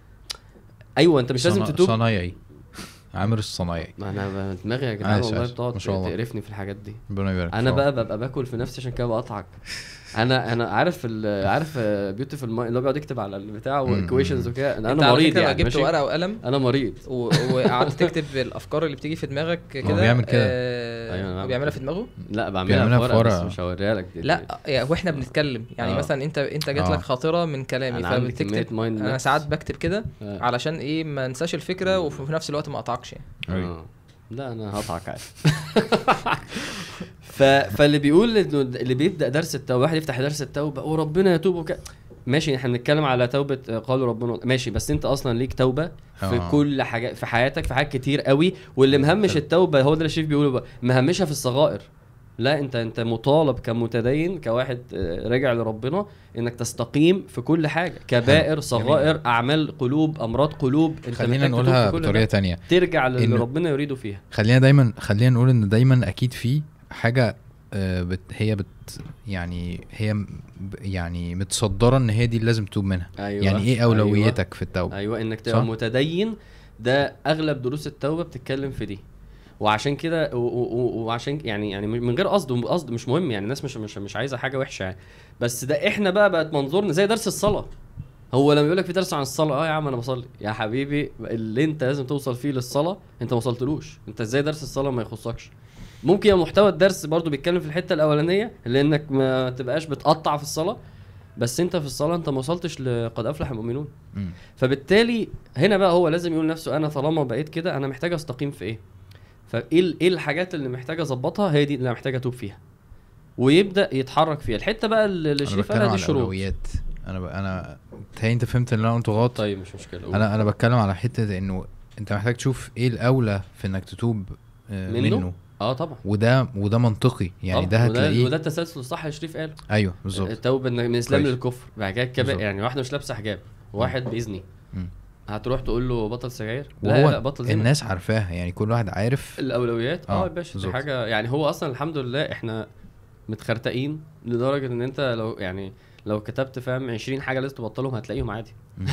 ايوه انت مش لازم صنا- تتوب. صنايعي، عامر الصنايعي. ما انا دماغي يا جدعان عايش والله عايش. بتقعد ما شاء الله. تقرفني في الحاجات دي. ربنا يبارك انا فيك. بقى ببقى باكل في نفسي عشان كده بقطعك. انا انا عارف ال- عارف بيوتيفول مايند اللي هو بيقعد يكتب على البتاع مم. وايكويشنز وكده، انت انا على مريض فكرة لو يعني جبت ماشي؟ ورقه وقلم انا مريض. و- وقعدت تكتب الافكار اللي بتيجي في دماغك كده، بيعمل كده. آه أيوة، أنا بعمل وبيعملها كده. في دماغه. لا بعملها بيعملها في في ورقه بس ورقة. مش هوريها لك دي. لا يعني واحنا بنتكلم يعني آه. مثلا انت انت جات آه. لك خاطره من كلامي أنا عندي كمية فبتكتب. mind انا maps. ساعات بكتب كده آه. علشان ايه ما انساش الفكره وفي نفس الوقت ما اقطعكش يعني. أيوة. آه. لا انا هقطعك عادي. ف... فاللي بيقول انه اللي بيبدا درس التوبه، واحد يفتح درس التوبه وربنا يتوب وك... ماشي، احنا بنتكلم على توبه آه، قالوا ربنا، ماشي، بس انت اصلا ليك توبه في آه. كل حاجه في حياتك، في حاجات كتير قوي، واللي مهمش التوبه هو ده اللي الشيخ بيقوله بقى، مهمشها في الصغائر. لا انت انت مطالب كمتدين كواحد آه، راجع لربنا انك تستقيم في كل حاجه، كبائر صغائر جميل. اعمال قلوب امراض قلوب، انت خلينا محتاج تتوب نقولها في كل ده. بطريقه تانية. ترجع للي إنه- ربنا يريده فيها. خلينا دايما خلينا نقول ان دايما اكيد في حاجه آه، بت هي بت يعني هي م- ب- يعني متصدره ان هي دي اللي لازم تتوب منها. أيوة. يعني ايه اولويتك في التوبه؟ ايوه انك تبقى صح؟ متدين، ده اغلب دروس التوبه بتتكلم في دي. وعشان كده و- و- و- وعشان يعني يعني من غير قصد قصد مش مهم، يعني الناس مش مش مش عايزه حاجه وحشه يعني، بس ده احنا بقى بقت منظورنا زي درس الصلاه. هو لما يقول لك في درس عن الصلاه، اه يا عم انا بصلي يا حبيبي، اللي انت لازم توصل فيه للصلاه انت ما وصلتلوش، انت ازاي درس الصلاه ما يخصكش؟ ممكن يبقى محتوى الدرس برضو بيتكلم في الحته الاولانيه لانك ما تبقاش بتقطع في الصلاه، بس انت في الصلاه انت ما وصلتش لقد افلح المؤمنون. مم. فبالتالي هنا بقى هو لازم يقول نفسه انا طالما بقيت كده انا محتاج استقيم في ايه، فايه ال- ايه الحاجات اللي محتاج اظبطها، هي دي اللي محتاج اتوب فيها، ويبدا يتحرك فيها. الحته بقى اللي انا الشريف بتكلم قالها على دي شروط. الاولويات. انا ب... انا تهي انت فهمت اللي انا قلته غلط. طيب مش مشكله قول. انا انا بتكلم على حته انه انت محتاج تشوف ايه الاولى في انك تتوب آه، منه؟ منه. اه طبعا وده وده منطقي يعني. طبعاً. ده وده, هتلاقيه. وده التسلسل الصح اللي شريف قال. ايوه بالظبط. التوبه إن- من الاسلام كويس. للكفر، بعد كده الكبائر. بالظبط. يعني واحده مش لابسه حجاب، واحد بيزني، مم. هتروح تقول له بطل سجاير؟ وهو لا لا بطل زنا. الناس عارفاها يعني، كل واحد عارف الاولويات اه آه، يا باشا دي بالظبط. حاجه يعني. هو اصلا الحمد لله احنا متخرتقين لدرجه ان انت لو يعني لو كتبت فاهم عشرين حاجه لازم تبطلهم هتلاقيهم عادي. مم.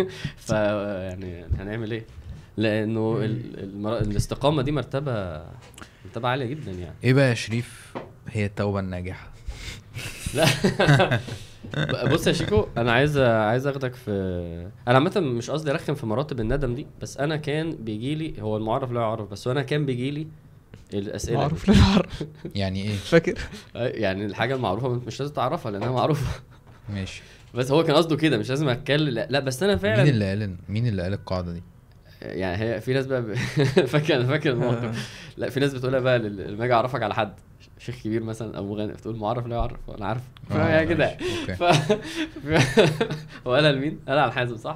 ف يعني هنعمل ايه؟ لانه ال- المر... الاستقامه دي مرتبه مرتبه عاليه جدا يعني. ايه بقى يا شريف هي التوبه الناجحه؟ لا بص يا شيكو، انا عايز عايز اخدك في، انا عامه مش قصدي ارخم في مراتب الندم دي، بس انا كان بيجي لي، هو المعرف لا يعرف، بس انا كان بيجي لي الاسئله معروف لا يعرف. يعني ايه؟ فاكر يعني الحاجه المعروفه مش لازم تعرفها لانها معروفه. ماشي. بس هو كان قصده كده، مش لازم اتكلم. لا, لا بس انا فعلا مين اللي قال مين اللي قال القاعده دي؟ يعني هي في ناس بقى ب... فاكر انا فاكر الموقف. لا في ناس بتقولها بقى لل- لما اجي اعرفك على حد شيخ كبير مثلا او مغني، بتقول معرف لا يعرف، انا عارف آه، يا كده. ماشي، ف... اوكي. هو قالها لمين؟ قالها على الحازم صح؟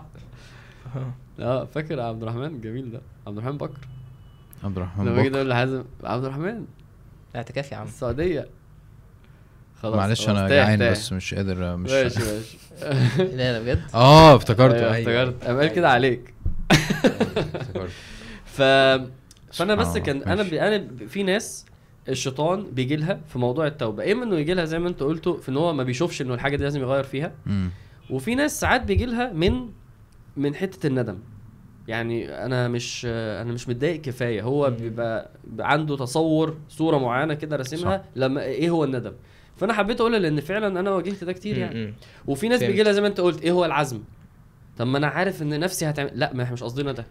اه فاكر عبد الرحمن جميل ده، عبد الرحمن بكر، عبد الرحمن لما جيت بكر. اقول لحازم عبد الرحمن اعتكاف يا عم السعوديه. خلاص معلش انا جعان بس مش قادر مش ماشي ماشي لا لا بجد اه افتكرت ايوه افتكرت قال كده عليك. ف فانا بس كان انا ب... انا في ناس الشيطان بيجي لها في موضوع التوبه، اما انه يجي لها زي ما انت قلتوا في ان هو ما بيشوفش انه الحاجه دي لازم يغير فيها، وفي ناس ساعات بيجي لها من من حته الندم. يعني انا مش انا مش متضايق كفايه، هو بيبقى عنده تصور صوره معينه كده راسمها لما ايه هو الندم. فانا حبيت اقولها لان فعلا انا واجهت ده كتير يعني. وفي ناس بيجي لها زي ما انت قلت ايه هو العزم. طب ما انا عارف ان نفسي هتعمل، لا ما احنا مش قصدنا ده.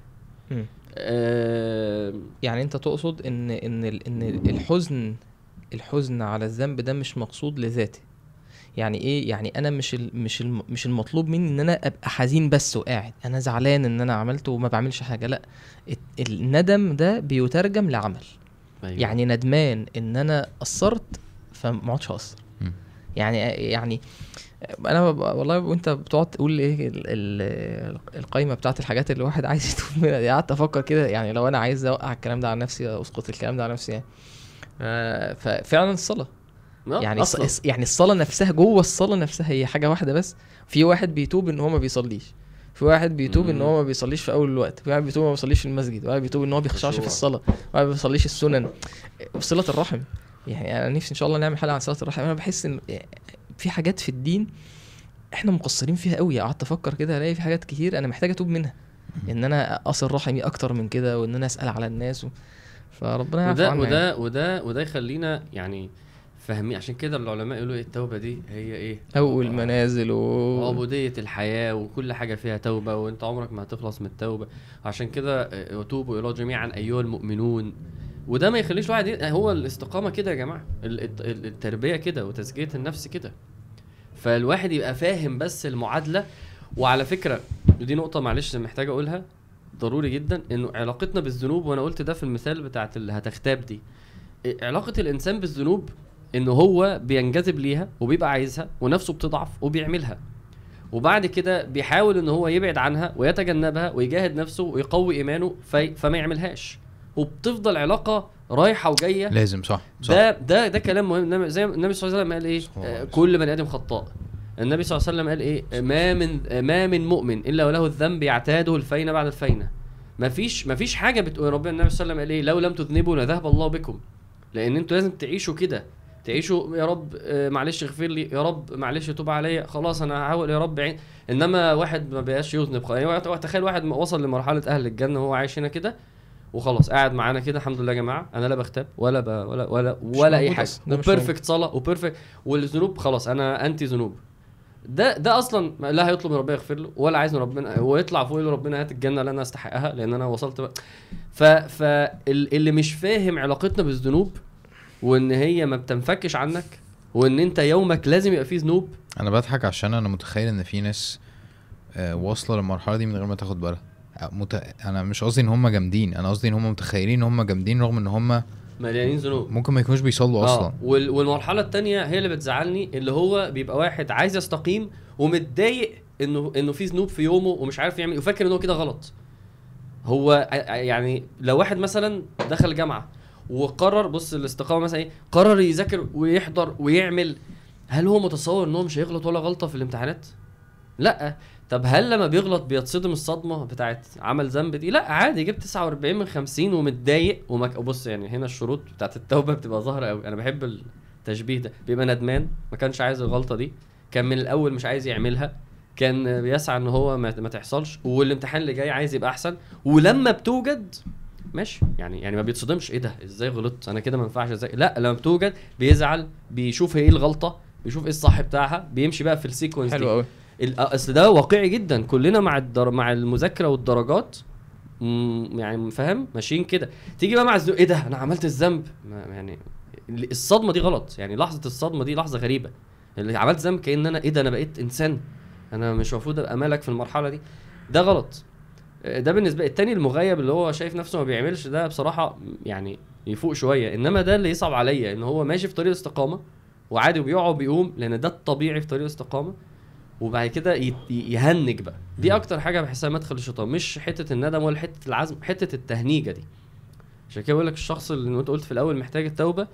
أه يعني انت تقصد ان ان ان الحزن الحزن على الذنب ده مش مقصود لذاته. يعني ايه؟ يعني انا مش ال مش ال مش المطلوب مني ان انا ابقى حزين بس وقاعد انا زعلان ان انا عملته وما بعملش حاجه. لا، الندم ده بيترجم لعمل. أيوة. يعني ندمان ان انا قصرت فما اقعدش اقصر. يعني يعني انا والله وانت بتقعد تقول ايه القائمه بتاعت الحاجات اللي الواحد عايز يتوب منها، قعدت افكر كده يعني لو انا عايز اوقع الكلام ده على نفسي اسقط الكلام ده على نفسي يعني. ففعلا الصلاه يعني أصلاً. يعني الصلاه نفسها جوه الصلاه نفسها هي حاجه واحده بس. في واحد بيتوب ان هو ما بيصليش، في واحد بيتوب ان هو ما بيصليش في اول الوقت، في واحد بيتوب ما بيصليش في المسجد، واحد بيتوب ان هو بيخشعش في الصلاه، واحد ما بيصليش السنن وصله الرحم. يعني انا نفسي ان شاء الله نعمل حلقه عن صله الرحم. انا بحس ان في حاجات في الدين احنا مقصرين فيها قوي. قعدت افكر كده الاقي في حاجات كتير انا محتاج اتوب منها، ان انا اصل رحمي اكتر من كده وان انا اسال على الناس و... فربنا يعفو عنا. وده وده يعني. وده وده يخلينا يعني فاهمين. عشان كده العلماء يقولوا ايه التوبه دي هي ايه؟ اول منازل وعبوديه الحياه وكل حاجه فيها توبه، وانت عمرك ما هتخلص من التوبه. عشان كده وتوبوا الى جميعا ايها المؤمنون. وده ما يخليش واحد ي... هو الاستقامه كده يا جماعه، التربيه كده وتزكيه النفس كده. فالواحد يبقى فاهم بس المعادله. وعلى فكره ودي نقطه معلش محتاج اقولها ضروري جدا، انه علاقتنا بالذنوب، وانا قلت ده في المثال بتاعت اللي هتختاب دي، علاقه الانسان بالذنوب انه هو بينجذب ليها وبيبقى عايزها ونفسه بتضعف وبيعملها، وبعد كده بيحاول ان هو يبعد عنها ويتجنبها ويجاهد نفسه ويقوي ايمانه في فما يعملهاش، وبتفضل علاقه رايحه وجايه. لازم صح, صح. ده ده ده كلام مهم. زي النبي صلى الله عليه وسلم قال ايه؟ آه كل بني ادم خطاء. النبي صلى الله عليه وسلم قال ايه؟ ما من ما من مؤمن الا وله الذنب يعتاده الفينه بعد الفينه. مفيش مفيش حاجه بتقول ربنا. النبي صلى الله عليه وسلم قال ايه؟ لو لم تذنبوا لذهب الله بكم. لان انتوا لازم تعيشوا كده، تعيشوا يا رب معلش اغفر لي، يا رب معلش توب عليا، خلاص انا هحاول يا رب عين. انما واحد ما بقاش يذنب. يعني تخيل واحد وصل لمرحله اهل الجنه وهو عايش هنا كده وخلاص قاعد معانا كده الحمد لله يا جماعه، انا لا بختاب ولا ب... ولا ولا ولا اي حاجه، وبيرفكت صلاه وبيرفكت، والذنوب خلاص انا انتي ذنوب. ده ده اصلا لا هيطلب من ربنا يغفر له ولا عايز من ربنا ويطلع فوق يقول ربنا هات الجنه اللي انا استحقها لان انا وصلت بقى. ف فاللي مش فاهم علاقتنا بالذنوب وان هي ما بتنفكش عنك وان انت يومك لازم يبقى فيه ذنوب. انا بضحك عشان انا متخيل ان في ناس آه واصله للمرحله دي من غير ما تاخد بالها. مت... انا مش قصدي ان هم جامدين، انا قصدي ان هم متخيلين ان هم جامدين رغم ان هم مليانين ذنوب، ممكن ما يكونوش بيصلوا اصلا. آه. وال... والمرحله الثانيه هي اللي بتزعلني، اللي هو بيبقى واحد عايز يستقيم ومتضايق انه انه في ذنوب في يومه ومش عارف يعمل وفاكر انه كده غلط. هو يعني لو واحد مثلا دخل جامعه وقرر بص الاستقامه مثلا ايه، قرر يذاكر ويحضر ويعمل، هل هو متصور انه مش هيغلط ولا غلطه في الامتحانات؟ لا. طب هل لما بيغلط بيتصدم الصدمه بتاعت عمل ذنب دي؟ لا عادي، جبت تسعة وأربعين من خمسين ومتضايق ومك... بص يعني هنا الشروط بتاعت التوبه بتبقى ظاهره قوي. انا بحب التشبيه ده. بيبقى ندمان، ما كانش عايز الغلطه دي، كان من الاول مش عايز يعملها، كان بيسعى ان هو ما, ما تحصلش، والامتحان اللي جاي عايز يبقى احسن، ولما بتوجد ماشي يعني يعني ما بيتصدمش ايه ده ازاي غلطت انا كده ما ينفعش ازاي. لا لما بتوجد بيزعل، بيشوف ايه الغلطه، بيشوف ايه الصح بتاعها، بيمشي بقى في السيكونس دي. حلو قوي. اصل ده واقعي جدا، كلنا مع الدر... مع المذاكره والدرجات م... يعني فاهم ماشيين كده. تيجي بقى مع الزو... ايه ده انا عملت الذنب، يعني الصدمه دي غلط. يعني لحظه الصدمه دي لحظه غريبه، اللي عملت ذنب كأن انا ايه ده انا بقيت انسان، انا مش المفروض ابقى مالك في المرحله دي. ده غلط. ده بالنسبه التاني المغيب اللي هو شايف نفسه ما بيعملش، ده بصراحه يعني يفوق شويه. انما ده اللي يصعب عليا ان هو ماشي في طريق الاستقامه وعادي وبيقع وبيقوم لان ده الطبيعي في طريق الاستقامه، وبعد كده يهنج بقى. دي اكتر حاجه بحسها مدخل الشيطان، مش حته الندم ولا حته العزم، حته التهنيجه دي. عشان كده بقول لك الشخص اللي انت قلت في الاول محتاج التوبه،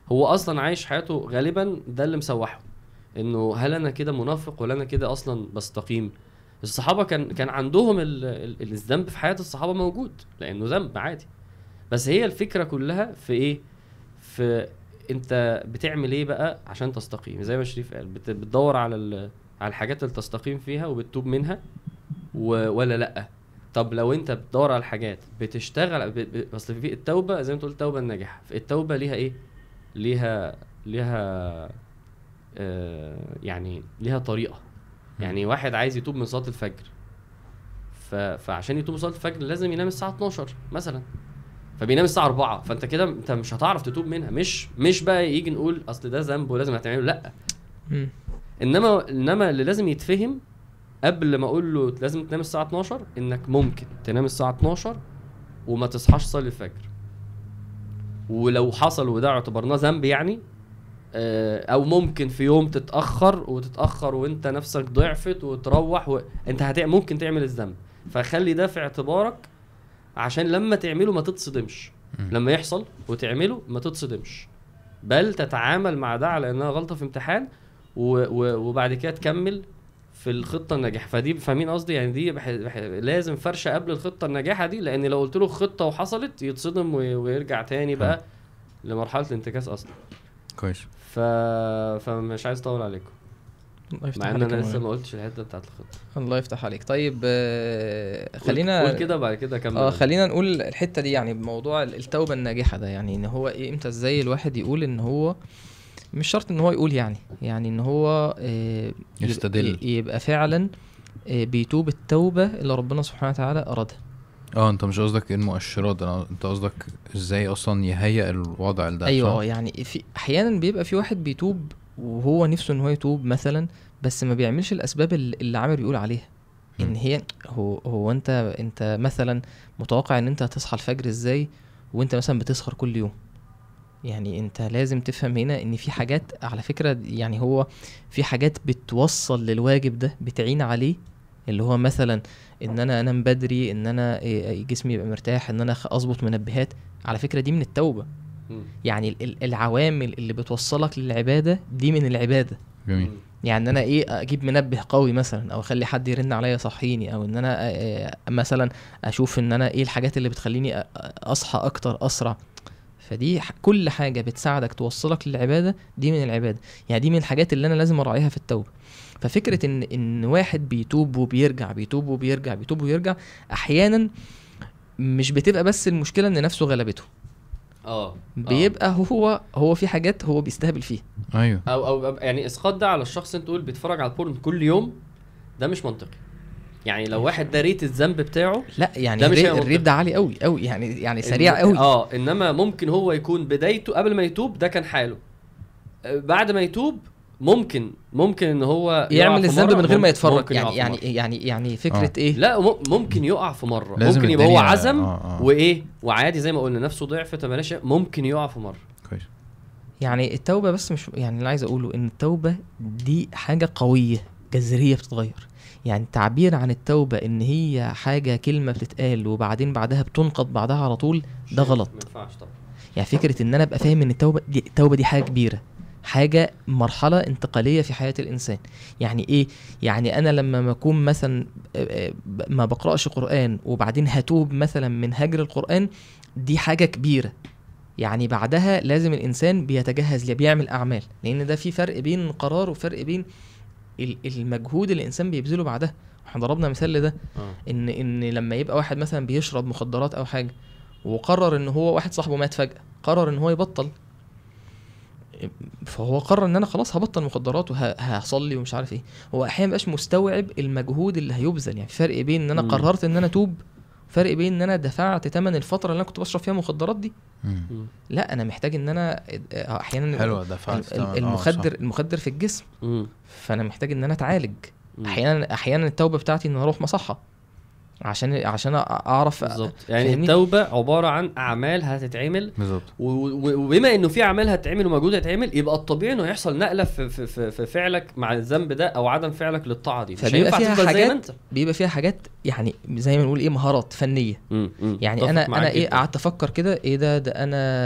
هو اصلا عايش حياته غالبا ده اللي مسوحه، انه هل انا كده منافق ولا انا كده اصلا بستقيم. الصحابه كان كان عندهم الذنب في حياه الصحابه موجود لانه ذنب عادي، بس هي الفكره كلها في ايه؟ في انت بتعمل ايه بقى عشان تستقيم. زي ما شريف قال بتدور على على الحاجات اللي تستقيم فيها وبتتوب منها ولا لا. طب لو انت بتدور على الحاجات بتشتغل، اصل في التوبه زي ما تقول التوبه الناجحه، التوبه ليها ايه؟ ليها ليها آه يعني ليها طريقه. يعني واحد عايز يتوب من صلاه الفجر، ف... فعشان يتوب من صلاه الفجر لازم ينام الساعه اتناشر مثلا، فبينام الساعه اربعة، فانت كده انت مش هتعرف تتوب منها. مش مش بقى يجي نقول اصل ده ذنب ولازم هتعمله، لا. انما انما اللي لازم يتفهم قبل ما اقول له لازم تنام الساعه اتناشر، انك ممكن تنام الساعه اتناشر وما تصحاش تصلي الفجر، ولو حصل وده اعتبرناه ذنب يعني، او ممكن في يوم تتاخر وتتاخر وانت نفسك ضعفت وتروح و... انت هت... ممكن تعمل الذنب. فخلي ده في اعتبارك عشان لما تعمله ما تتصدمش، لما يحصل وتعمله ما تتصدمش، بل تتعامل مع ده على انها غلطه في امتحان و... و... وبعد كده تكمل في الخطه الناجحه. فدي فاهمين قصدي؟ يعني دي بح... بح... لازم فرشه قبل الخطه الناجحه دي، لان لو قلت له خطه وحصلت يتصدم و... ويرجع تاني بقى لمرحله الانتكاس اصلا. كويس. ف... فمش عايز اطول عليكم مع ان انا لسه ما قلتش الحته بتاعت الخطه. الله يفتح عليك. طيب آه خلينا قول كده بعد كده كمل. اه خلينا نقول الحته دي يعني بموضوع التوبه الناجحه ده، يعني ان هو ايه، امتى ازاي الواحد يقول ان هو مش شرط ان هو يقول يعني يعني ان هو آه يستدل يبقى فعلا آه بيتوب التوبه اللي ربنا سبحانه وتعالى ارادها. اه انت مش قصدك ايه المؤشرات، انت قصدك ازاي اصلا يهيئ الوضع ده. ايوه يعني في احيانا بيبقى في واحد بيتوب وهو نفسه ان هو يتوب مثلا، بس ما بيعملش الاسباب اللي عامر بيقول عليها. ان هي هو هو انت انت مثلا متوقع ان انت هتصحى الفجر ازاي وانت مثلا بتسهر كل يوم؟ يعني انت لازم تفهم هنا ان في حاجات على فكرة، يعني هو في حاجات بتوصل للواجب ده بتعين عليه، اللي هو مثلا ان انا انام بدري، ان انا جسمي يبقى مرتاح، ان انا اظبط منبهات. على فكرة دي من التوبة. يعني العوامل اللي بتوصلك للعبادة دي من العبادة. جميل. يعني انا ايه اجيب منبه قوي مثلا، او اخلي حد يرن عليا صحيني، او ان انا مثلا اشوف ان انا ايه الحاجات اللي بتخليني اصحى اكتر اسرع. فدي كل حاجة بتساعدك توصلك للعبادة دي من العبادة. يعني دي من الحاجات اللي انا لازم اراعيها في التوبة. ففكرة ان ان واحد بيتوب وبيرجع بيتوب وبيرجع بيتوب ويرجع، احيانا مش بتبقى بس المشكلة ان نفسه غلبته، اه بيبقى هو هو في حاجات هو بيستهبل فيها. ايوه. او او يعني اسقاط ده على الشخص. انت تقول بيتفرج على البورن كل يوم، ده مش منطقي. يعني لو واحد ده ريت الذنب بتاعه، لا يعني الريت ده عالي قوي قوي، يعني يعني سريع قوي. اه انما ممكن هو يكون بدايته قبل ما يتوب ده كان حاله، بعد ما يتوب ممكن ممكن ان هو يعمل الذنب من غير ما يتفرج. يعني يعني يعني يعني فكره آه. ايه، لا ممكن يقع في مره، ممكن يبقى هو عزم آه آه. وايه وعادي زي ما قلنا نفسه ضعفت مالهاش، ممكن يقع في مره. كويس. يعني التوبه بس مش يعني اللي عايز اقوله ان التوبه دي حاجه قويه جذريه بتتغير. يعني التعبير عن التوبه ان هي حاجه كلمه بتتقال وبعدين بعدها بتنقض بعدها على طول، ده غلط. ما ينفعش طبعا. يعني فكره ان انا ابقى فاهم ان التوبه دي التوبه دي حاجه كبيره، حاجة مرحلة انتقالية في حياة الإنسان. يعني إيه؟ يعني أنا لما ما أكون مثلا ما بقرأش قرآن وبعدين هتوب مثلا من هجر القرآن، دي حاجة كبيرة. يعني بعدها لازم الإنسان بيتجهز ليه، بيعمل أعمال، لأن ده في فرق بين قرار وفرق بين المجهود اللي الإنسان بيبذله بعدها. احنا ضربنا مثال لده، إن إن لما يبقى واحد مثلا بيشرب مخدرات أو حاجة وقرر إن هو واحد صاحبه مات فجأة، قرر إن هو يبطل، فهو قرر ان انا خلاص هبطل مخدرات وهصلي ومش عارف ايه. هو احيانا مبقاش مستوعب المجهود اللي هيبذل. يعني فرق بين ان انا م. قررت ان انا اتوب، فرق بين ان انا دفعت ثمن الفتره اللي انا كنت بشرب فيها مخدرات دي. م. لا انا محتاج ان انا احيانا حلوه دفعت المخدر المخدر في الجسم، م. فانا محتاج ان انا اتعالج. م. احيانا احيانا التوبه بتاعتي ان انا اروح مصحه عشان عشان اعرف بالظبط. يعني فهمني؟ التوبه عباره عن اعمال هتتعمل بالظبط، وبما انه في اعمال هتتعمل ومجهود هيتعمل، يبقى الطبيعي انه يحصل نقله في, في, في, في فعلك مع الذنب ده او عدم فعلك للطاعه دي. مش هينفع تفضل زي ما انت. بيبقى فيها حاجات يعني زي ما نقول ايه، مهارات فنيه. م- م. يعني انا انا ايه قعدت افكر كده، ايه ده ده انا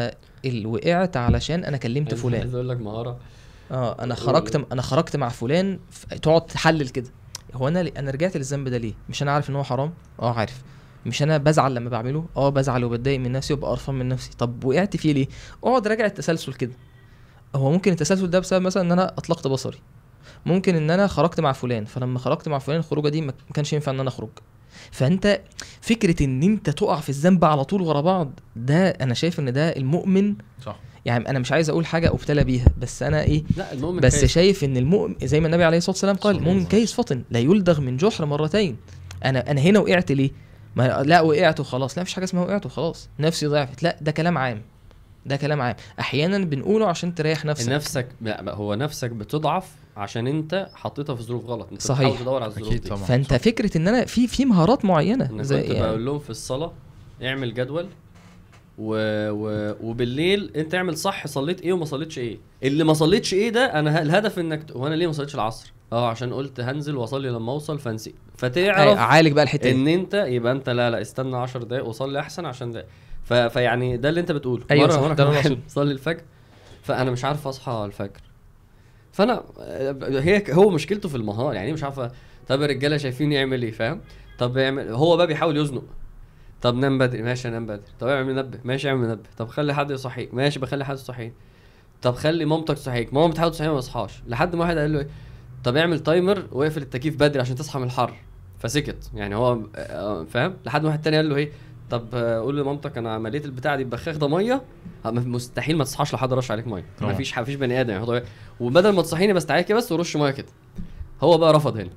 وقعت علشان انا كلمت فلان. عايز اقول لك مهاره اه انا خرجت انا خرجت مع فلان، تقعد تحلل كده، هو انا انا رجعت للذنب ده ليه؟ مش انا عارف ان هو حرام؟ اه عارف. مش انا بزعل لما بعمله؟ اه بزعل وبتضايق من نفسي وببقى قرفان من نفسي. طب وقعت فيه ليه؟ اقعد راجع التسلسل كده. هو ممكن التسلسل ده بسبب مثلا ان انا اطلقت بصري، ممكن ان انا خرجت مع فلان، فلما خرجت مع فلان الخروجه دي ما كانش ينفع ان انا اخرج. فانت فكره ان انت تقع في الذنب على طول ورا بعض، ده انا شايف ان ده المؤمن صح. يعني انا مش عايز اقول حاجه ابتلى بيها، بس انا ايه، لا المؤمن بس كيف. شايف ان المؤمن زي ما النبي عليه الصلاه والسلام قال المؤمن كيس فطن لا يلدغ من جحر مرتين. انا انا هنا وقعت ليه؟ ما لا وقعت وخلاص، لا مفيش حاجه اسمها وقعت وخلاص نفسي ضعفت، لا ده كلام عام، ده كلام عام احيانا بنقوله عشان تريح نفسك. نفسك هو نفسك بتضعف عشان انت حطيتها في ظروف غلط، انت صحيح. بتحاول تدور على الظروف دي. فانت صح. فكره ان انا في في مهارات معينه زي يعني بقول لهم في الصلاه اعمل جدول و... و... وبالليل انت اعمل صح صليت ايه وما صليتش ايه. اللي ما صليتش ايه ده انا الهدف انك هو انا ليه ما صليتش العصر؟ اه عشان قلت هنزل واصلي لما اوصل فنسي، فتعرف عالج بقى الحته ان انت يبقى انت لا لا استنى عشر دقايق وصلي احسن عشان ده. ف... فيعني ده اللي انت بتقوله. أيوة مره صح. وانا كمان صلي الفجر فانا مش عارف اصحى الفجر، فانا هي هو مشكلته في المهاره يعني مش عارفه. طب الرجاله شايفين يعمل ايه فاهم؟ طب يعمل هو بقى بيحاول يزنق. طب نام بدري ماشي انام بدري. طب اعمل منبه ماشي اعمل منبه. طب خلي حد يصحيك ماشي بخلي حد يصحيك. طب خلي مامتك تصحيك ماما بتحاول تصحيني ما اصحاش. لحد ما واحد قال له ايه طب اعمل تايمر واقفل التكييف بدري عشان تصحى من الحر، فسكت يعني هو فاهم. لحد ما واحد تاني قال له ايه طب قول لمامتك انا مليت البتاع دي ببخاخ ده ميه مستحيل ما تصحاش لحد رش عليك ميه، ما فيش ما فيش بني ادم يعني. وبدل ما تصحيني بس تعالى كده بس ورش ميه كده. هو بقى رفض هنا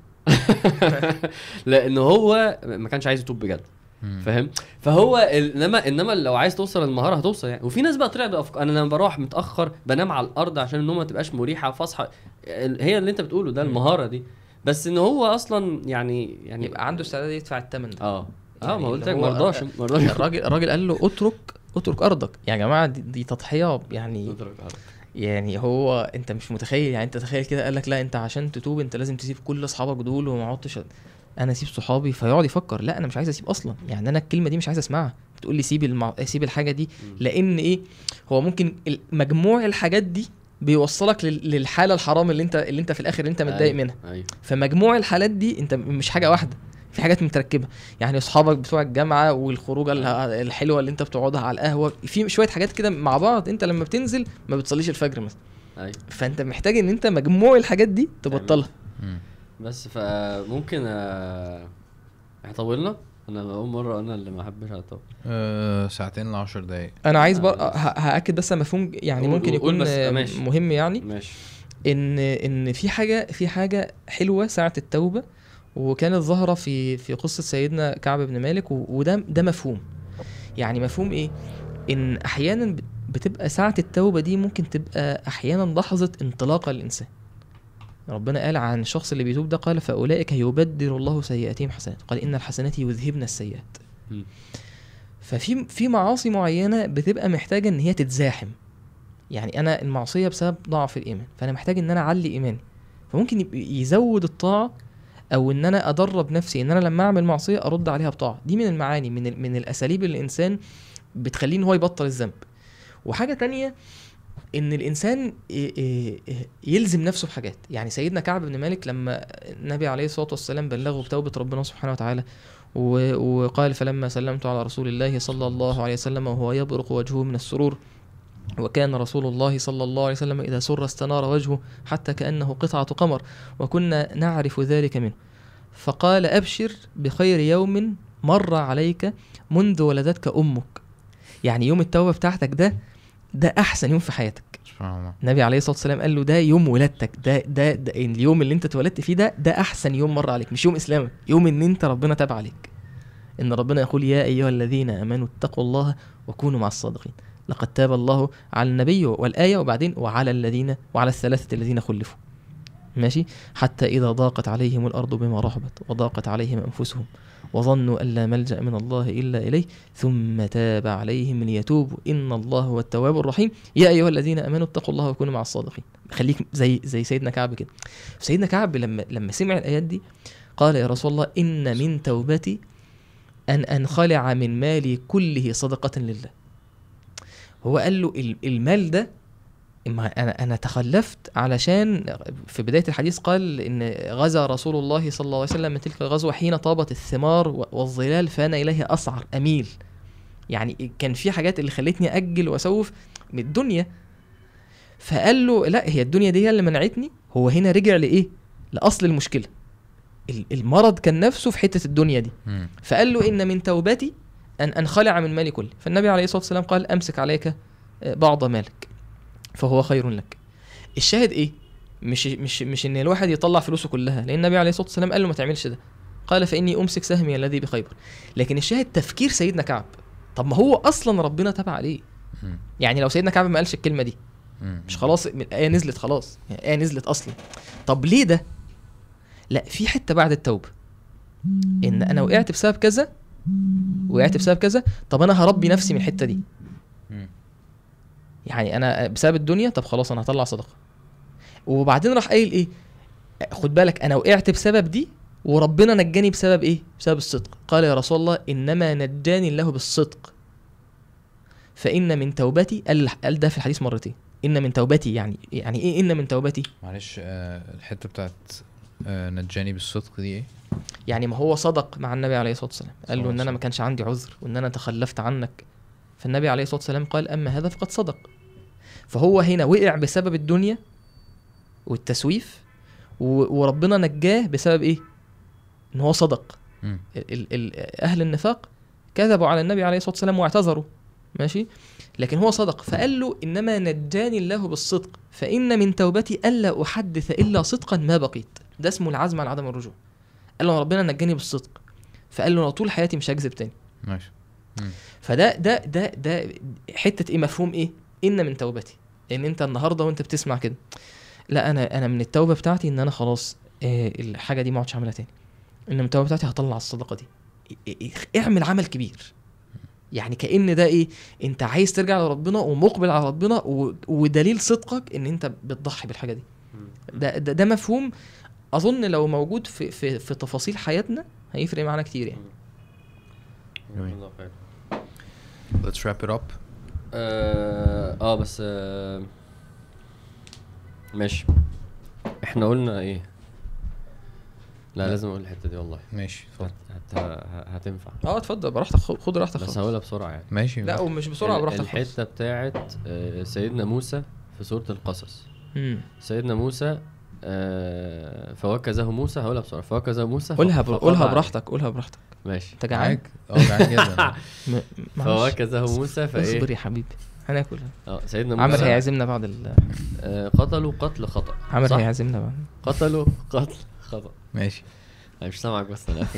لانه هو ما كانش عايز يتوب بجد فاهم. فهو انما انما لو عايز توصل للمهاره هتوصل يعني. وفي ناس بقى طلعت بأفكار انا لما بروح متاخر بنام على الارض عشان النوم ما تبقاش مريحه فاصحى، هي اللي انت بتقوله ده المهاره دي. بس ان هو اصلا يعني يعني يبقى عنده استعداد يدفع الثمن ده. اه اه يعني ما قلت لك ما رضاش الراجل الراجل قال له اترك اترك ارضك يا جماعه، دي, دي تضحيه يعني. يعني هو انت مش متخيل يعني، انت تخيل كده قال لك لا انت عشان تتوب انت لازم تسيب كل اصحابك دول وما عدتش انا اسيب صحابي. فيقعد يفكر لا انا مش عايز اسيب اصلا يعني، انا الكلمه دي مش عايز اسمعها بتقول لي سيب المع... سيب الحاجه دي. لان ايه هو ممكن مجموع الحاجات دي بيوصلك لل... للحاله الحرام اللي انت اللي انت في الاخر اللي انت متضايق منها. أيوة. فمجموع الحالات دي انت مش حاجه واحده، في حاجات متركبه يعني. اصحابك بتوع الجامعه والخروجه الحلوه اللي انت بتقعدها على القهوه، في شويه حاجات كده مع بعض. انت لما بتنزل ما بتصليش الفجر مثلا، أيوة. فانت محتاج ان انت مجموع الحاجات دي تبطلها. بس فممكن احنا طولنا. انا اول مره انا اللي ما احبش اطول أه ساعتين لعشر دقايق. انا عايز بقى هاكد بس مفهوم يعني ممكن يكون مهم يعني ماشي. ان ان في حاجه في حاجه حلوه ساعه التوبه، وكانت ظاهره في في قصه سيدنا كعب بن مالك، وده ده مفهوم يعني. مفهوم ايه؟ ان احيانا بتبقى ساعه التوبه دي ممكن تبقى احيانا لحظه انطلاقه للانسان. ربنا قال عن الشخص اللي بيتوب ده قال فاولئك يبدل الله سيئاتهم حسنات، قال ان الحسنات يذهبن السيئات. ففي في معاصي معينه بتبقى محتاجه ان هي تتزاحم يعني. انا المعصيه بسبب ضعف الايمان، فانا محتاج ان انا اعلي ايماني، فممكن يزود الطاعه او ان انا ادرب نفسي ان انا لما اعمل معصيه ارد عليها بطاعه. دي من المعاني من من الاساليب اللي الانسان بتخليه ان هو يبطل الذنب. وحاجه تانية ان الانسان يلزم نفسه بحاجات يعني. سيدنا كعب بن مالك لما النبي عليه الصلاه والسلام بلغه بتوبه ربنا سبحانه وتعالى وقال فلما سلمت على رسول الله صلى الله عليه وسلم وهو يبرق وجهه من السرور، وكان رسول الله صلى الله عليه وسلم إذا سر استنار وجهه حتى كأنه قطعة قمر وكنا نعرف ذلك منه، فقال أبشر بخير يوم مر عليك منذ ولدتك أمك. يعني يوم التوبة بتاعتك ده ده أحسن يوم في حياتك. النبي عليه الصلاة والسلام قال له ده يوم ولادتك، ده, ده, ده اليوم اللي انت اتولدت فيه ده ده أحسن يوم مر عليك، مش يوم إسلامك، يوم ان انت ربنا تاب عليك. إن ربنا يقول يا أيها الذين آمنوا اتقوا الله وكونوا مع الصادقين لقد تاب الله على النبي والآية وبعدين وعلى الذين وعلى الثلاثة الذين خلفوا ماشي حتى إذا ضاقت عليهم الأرض بما رحبت وضاقت عليهم أنفسهم وظنوا أن لا ملجأ من الله إلا إليه ثم تاب عليهم ليتوبوا إن الله هو التواب الرحيم يا أيها الذين آمنوا اتقوا الله وكونوا مع الصادقين. خليك زي زي سيدنا كعب كده. سيدنا كعب لما لما سمع الآيات دي قال يا رسول الله إن من توبتي أن أنخلع من مالي كله صدقة لله. هو قال له المال ده انا انا تخلفت علشان في بدايه الحديث قال ان غزا رسول الله صلى الله عليه وسلم من تلك الغزوه حين طابت الثمار والظلال فانا اليه اسعر اميل. يعني كان في حاجات اللي خلتني اجل واسوف من الدنيا. فقال له لا هي الدنيا دي هي اللي منعتني. هو هنا رجع لايه؟ لاصل المشكله. المرض كان نفسه في حته الدنيا دي. فقال له ان من توبتي ان انخلع من مالي كله. فالنبي عليه الصلاه والسلام قال امسك عليك بعض مالك فهو خير لك. الشاهد ايه؟ مش مش مش ان الواحد يطلع فلوسه كلها، لان النبي عليه الصلاه والسلام قال له ما تعملش ده، قال فاني امسك سهمي الذي بخيبر. لكن الشاهد تفكير سيدنا كعب. طب ما هو اصلا ربنا تبع عليه. يعني لو سيدنا كعب ما قالش الكلمه دي مش خلاص الايه نزلت؟ خلاص يعني الايه نزلت اصلا. طب ليه ده؟ لا في حته بعد التوبه ان انا وقعت بسبب كذا وقعت بسبب كذا، طب انا هربي نفسي من الحته دي. يعني انا بسبب الدنيا، طب خلاص انا هطلع صدقه. وبعدين راح قايل ايه؟ خد بالك انا وقعت بسبب دي وربنا نجاني بسبب ايه؟ بسبب الصدق. قال يا رسول الله انما نجاني الله بالصدق فان من توبتي. قال ده في الحديث مرتين، ان من توبتي. يعني يعني ايه ان من توبتي؟ معلش آه الحته بتاعت آه نجاني بالصدق دي ايه؟ يعني ما هو صدق مع النبي عليه الصلاه والسلام، قال له ان انا ما كانش عندي عذر وان انا تخلفت عنك. فالنبي عليه الصلاه والسلام قال اما هذا فقد صدق. فهو هنا وقع بسبب الدنيا والتسويف وربنا نجاه بسبب ايه؟ ان هو صدق. ال ال اهل النفاق كذبوا على النبي عليه الصلاه والسلام واعتذروا، ماشي، لكن هو صدق. فقال له انما نجاني الله بالصدق فان من توبتي الا احدث الا صدقا ما بقيت. ده اسمه العزم على عدم الرجوع. قال له ربنا نجاني بالصدق، فقال له طول حياتي مش هكذب تاني. ماشي. فده ده ده ده حته ايه؟ مفهوم ايه؟ ان من توبتي. ان انت النهارده وانت بتسمع كده، لا انا انا من التوبه بتاعتي ان انا خلاص اه الحاجه دي ما عادش اعملها تاني. ان من التوبه بتاعتي هطلع الصدقه دي. اعمل عمل كبير. يعني كأن ده ايه؟ انت عايز ترجع لربنا ومقبل على ربنا، ودليل صدقك ان انت بتضحي بالحاجه دي. ده ده, ده مفهوم اظن لو موجود في في في تفاصيل حياتنا هيفرق معانا كتير يعني. جميل. Let's wrap it up. اه, آه بس آه ماشي. احنا قلنا ايه؟ لا, لا لازم اقول الحته دي والله. ماشي اتفضل. هت... هتنفع. اه اتفضل براحتك، خد راحتك. بس هقولها بسرعه يعني. ماشي. لا ومش بسرعه، براحتك. الحته بتاعت سيدنا موسى في سوره القصص. امم سيدنا موسى آه فوكزه موسى. هقولها بسرعه. فوكزه موسى. قولها بر... قولها براحتك قولها براحتك. ماشي. انت جعان؟ اه جعان جدا. فوكزه موسى فايه؟ اصبر يا حبيبي هناكلها. اه سيدنا موسى عمر هيعزمنا بعد ال آه قتلوا قتل خطأ. عمر هيعزمنا بعد. قتلوا قتل خطأ. ماشي. انا مش سامعك بس انا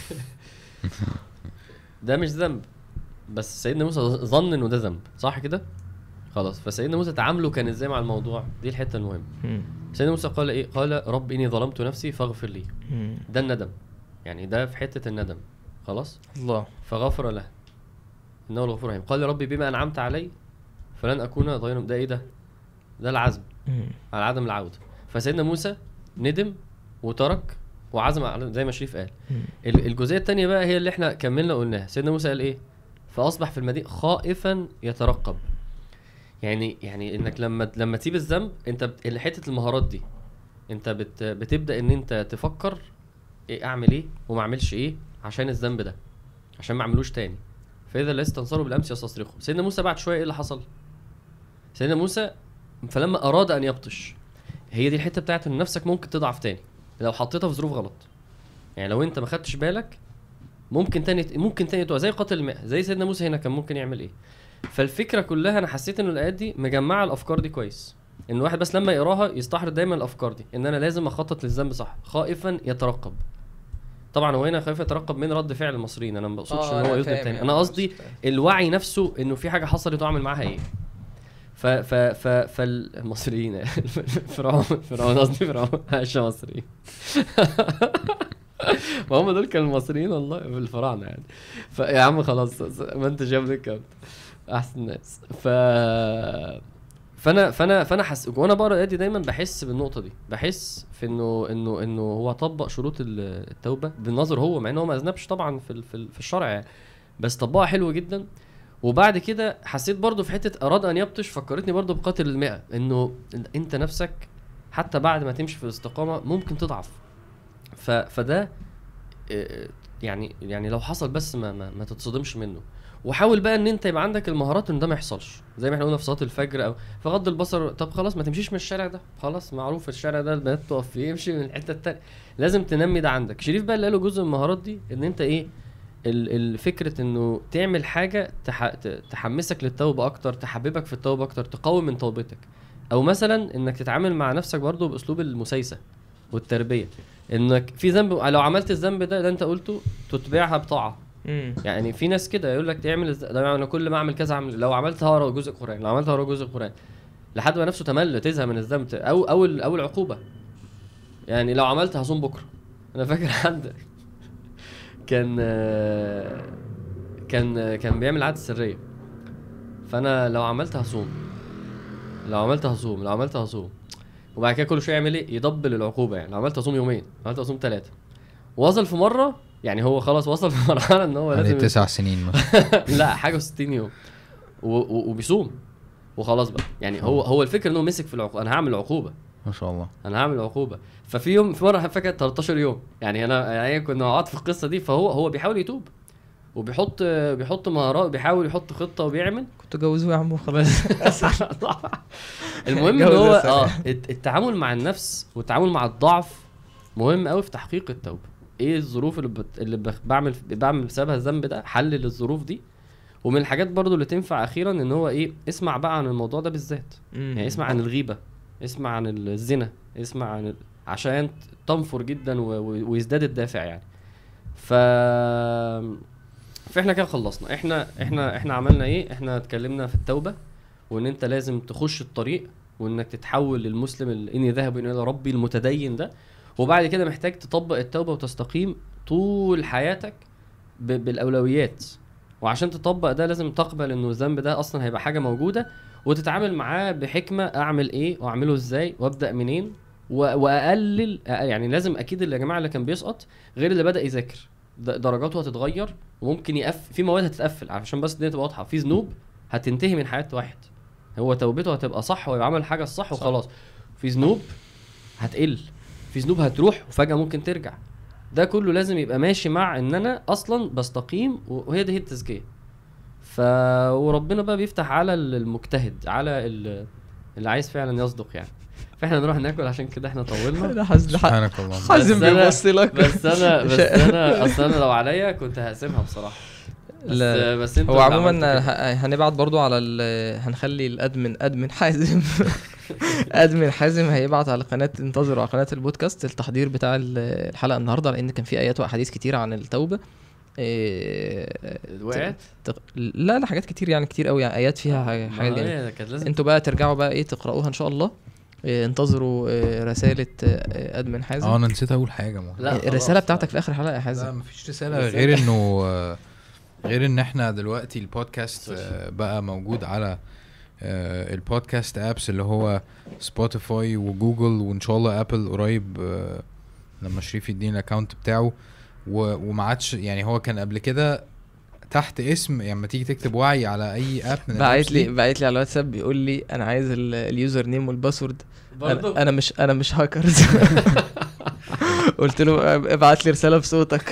ده مش ذنب، بس سيدنا موسى ظن انه ده ذنب، صح كده؟ خلاص. فسيدنا موسى تعامله كان ازاي مع الموضوع؟ دي الحته المهمه. سيدنا موسى قال ايه؟ قال رب اني ظلمت نفسي فاغفر لي. ده الندم، يعني ده في حته الندم. خلاص الله. فغفر له انه الغفور الرحيم. قال ربي بما انعمت علي فلن اكون ظهيرا. ده ايه ده؟ ده العزم على عدم العوده. فسيدنا موسى ندم وترك وعزم على زي ما شريف قال. الجزئيه الثانيه بقى هي اللي احنا كملنا قلناها. سيدنا موسى قال ايه؟ فاصبح في المدينه خائفا يترقب. يعني يعني انك لما لما تسيب الذنب انت حته المهارات دي انت بت بتبدا ان انت تفكر ايه اعمل ايه وما اعملش ايه عشان الذنب ده، عشان ما اعملوش تاني. فاذا لست تنصروا بالامس يستصرخوا. سيدنا موسى بعد شويه ايه اللي حصل؟ سيدنا موسى فلما اراد ان يبطش، هي دي الحته بتاعت ان نفسك ممكن تضعف تاني لو حطيتها في ظروف غلط. يعني لو انت ما خدتش بالك ممكن تاني ممكن تاني تقع زي قاتل الماء. زي سيدنا موسى هنا كان ممكن يعمل ايه. فالفكره كلها انا حسيت ان الايات دي مجمعه الافكار دي كويس، ان الواحد بس لما يقراها يستحضر دايما الافكار دي، ان انا لازم اخطط للذنب صح. خائفا يترقب. طبعا هو هنا خايف يترقب من رد فعل المصريين، انا ما بقصدش ان هو يذنب تاني. انا قصدي الوعي نفسه انه في حاجه حصلت واعمل معاها ايه. ف ف ف فالمصريين فرعون فرعون قصدي فرعون عايش مصريين ما هم دول كانوا المصريين والله بالفراعنه يعني. فيا عم خلاص ما انت جاب لك احسن ناس. ف فانا فانا فانا حس وانا بقرا الايات دي دايما بحس بالنقطه دي، بحس في انه انه انه هو طبق شروط التوبه بالنظر هو، مع انه هو ما اذنبش طبعا في في الشرع يعني، بس طبقها حلو جدا. وبعد كده حسيت برضو في حته اراد ان يبطش، فكرتني برضو بقاتل المئة، انه انت نفسك حتى بعد ما تمشي في الاستقامه ممكن تضعف. ف فده يعني يعني لو حصل بس ما ما, ما تتصدمش منه، وحاول بقى ان انت يبقى عندك المهارات ان ده ما يحصلش. زي ما احنا قلنا في صلاه الفجر او في غض البصر، طب خلاص ما تمشيش من الشارع ده، خلاص معروف الشارع ده البنات تقف فيه، يمشي من الحته الثانيه. لازم تنمي ده عندك. شريف بقى اللي قاله جزء من المهارات دي ان انت ايه الفكره، انه تعمل حاجه تح... تحمسك للتوبه اكتر، تحببك في التوبه اكتر، تقوي من توبتك. او مثلا انك تتعامل مع نفسك برضو باسلوب المسايسه والتربيه، انك في ذنب لو عملت الذنب ده اللي انت قلته تتبعها بطاعه. يعني في ناس كده يقول لك تعمل ده، انا كل ما اعمل كذا اعمل، لو عملت هقرا جزء قران، لو عملت هقرا جزء قران، لحد ما نفسه تمل تزهق من الذنب. او اول اول عقوبه يعني لو عملت هصوم بكره. انا فاكر حد كان كان كان بيعمل عاده سريه، فانا لو عملت هصوم، لو عملت هصوم لو عملت هصوم وبعد كده كل شويه يعمل ايه، يدبل العقوبه. يعني لو عملت هصوم يومين، عملت هصوم ثلاثه، وصل في مره يعني هو خلاص وصل في مرحله ان هو لازم تسع سنين مثلا لا حاجه ستين يوم وبيصوم وخلاص بقى. يعني هو هو الفكره انه مسك في العقوبه، انا هعمل عقوبه ما شاء الله، انا هعمل عقوبه. ففي يوم في مره فاكر تلتاشر يوم، يعني انا يعني كنا قاعد في القصه دي، فهو هو بيحاول يتوب وبيحط بيحط مهارات، بيحاول يحط خطه وبيعمل. كنت جوزوه يا عم خلاص المهم ان هو اه التعامل مع النفس والتعامل مع الضعف مهم قوي في تحقيق التوبه. ايه الظروف اللي, بت... اللي بعمل بعمل بسببها الذنب ده، حلل الظروف دي. ومن الحاجات برضو اللي تنفع اخيرا ان هو ايه، اسمع بقى عن الموضوع ده بالذات. يعني اسمع عن الغيبه، اسمع عن الزنا، اسمع عن ال... عشان تنفر جدا و... و... ويزداد الدافع يعني. ف فاحنا كده خلصنا. احنا احنا احنا عملنا ايه؟ احنا اتكلمنا في التوبه، وان انت لازم تخش الطريق، وانك تتحول للمسلم اللي اني ذاهب الى ربي المتدين ده. وبعد كده محتاج تطبق التوبه وتستقيم طول حياتك ب... بالاولويات. وعشان تطبق ده لازم تقبل انه الذنب ده اصلا هيبقى حاجه موجوده، وتتعامل معاه بحكمه. اعمل ايه واعمله ازاي وابدا منين و... واقلل. يعني لازم اكيد اللي يا جماعه اللي كان بيسقط غير اللي بدا يذاكر درجاته هتتغير، وممكن يقفل في مواد هتتقفل. عشان بس الدنيا تبقى واضحه، في ذنوب هتنتهي من حياه واحد هو توبته هتبقى صح ويبقى عمل حاجه الصح وخلاص. في ذنوب هتقل، في ذنوب هتروح وفجاه ممكن ترجع. ده كله لازم يبقى ماشي مع ان انا اصلا بستقيم، وهي دي هي التزكيه. ف وربنا بقى بيفتح على المجتهد، على اللي عايز فعلا يصدق يعني. فاحنا نروح ناكل عشان كده احنا طولنا. سبحانك الله. حازم بيبص لك. بس انا بس انا اصلا انا لو عليا كنت هقسمها بصراحه. بس لا بس انت هو عموما هنبعت برضو على هنخلي الادمن ادمن حازم ادمن حازم هيبعت على قناه انتظروا على قناه البودكاست التحضير بتاع الحلقه النهارده، لان كان في ايات واحاديث كتير عن التوبه. وقعت تق... لا لا حاجات كتير يعني كتير قوي يعني ايات فيها حاجات جميله. انتوا بقى ترجعوا بقى ايه تقراوها ان شاء الله. انتظروا رساله ادمن حازم. اه انا نسيت اقول حاجه مهمه. الرساله بتاعتك في اخر حلقه يا حازم. لا مفيش رساله غير انه غير ان احنا دلوقتي البودكاست بقى موجود على البودكاست ابس اللي هو سبوتيفاي وجوجل، وان شاء الله ابل قريب لما شريف يدينا الاكونت بتاعه. وما عادش يعني هو كان قبل كده تحت اسم، يعني لما تيجي تكتب وعي على اي اب من بعت لي بعت لي على الواتساب بيقول لي انا عايز اليوزر نيم والباسورد. أنا, انا مش انا مش هاكرز. قلت له ابعت لي رساله بصوتك.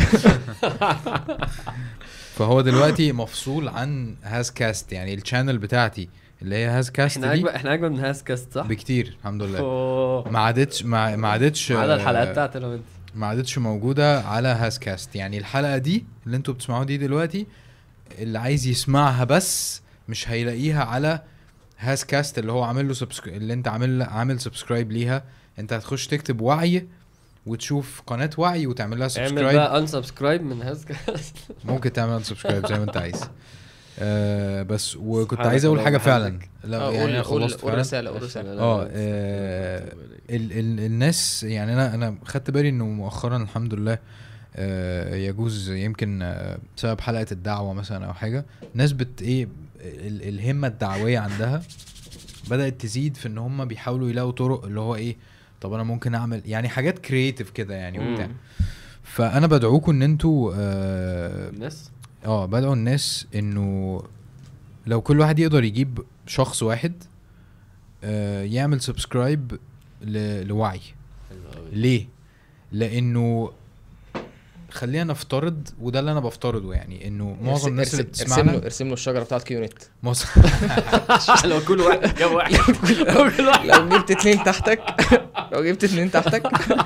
فهو دلوقتي مفصول عن هازكاست، يعني الشانل بتاعتي اللي هي هازكاست احنا اجمل احنا اجمل من هازكاست صح بكتير الحمد لله. ما عادتش ما عادتش على الحلقات بتاعتي لو انت ما عادتش موجوده على هازكاست. يعني الحلقه دي اللي انتوا بتسمعوها دي دلوقتي اللي عايز يسمعها بس مش هيلاقيها على هازكاست اللي هو عامل له سبسكرايب، اللي انت عامل عامل سبسكرايب ليها. انت هتخش تكتب وعي وتشوف قناه وعي وتعمل لها سبسكرايب. اعمل بقى ان سبسكرايب من هازكاست. ممكن تعمل ان سبسكرايب زي ما انت عايز. آه بس وكنت عايز اقول حاجه فعلا. لا يعني خلصت فعلا. رساله رساله اه ال ال الناس يعني انا انا خدت بالي انه مؤخرا الحمد لله آه يجوز يمكن آه بسبب حلقه الدعوه مثلا او حاجه، ناس بت ايه الهمه الدعويه عندها بدات تزيد في ان هم بيحاولوا يلاقوا طرق اللي هو ايه، طب انا ممكن اعمل يعني حاجات كرييتيف كده يعني وبتاع. فانا بدعوكم ان انتوا آه الناس اه بدعوا الناس انه لو كل واحد يقدر يجيب شخص واحد آه يعمل سبسكرايب لوعي. ليه؟ لانه خلينا نفترض، وده اللي انا بفترضه يعني، انه معظم الناس اللي بتسمعنا ارسم له ارسم له الشجره بتاعت كيونت. لو كل واحد جاب واحد لو كل واحد لو جبت اتنين تحتك لو جبت اتنين تحتك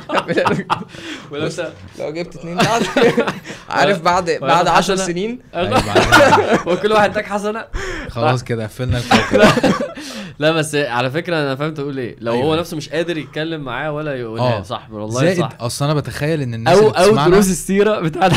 لو جبت اتنين تحتك عارف بعد بعد عشر سنين وكل واحد تاك حسنه خلاص كده قفلنا الكوكب. لا بس على فكره انا فهمت تقول ايه. لو هو نفسه مش قادر يتكلم معاه ولا يقولها صح والله صح. اصل انا بتخيل ان الناس اللي بتسمعنا او دروس السيره بتاع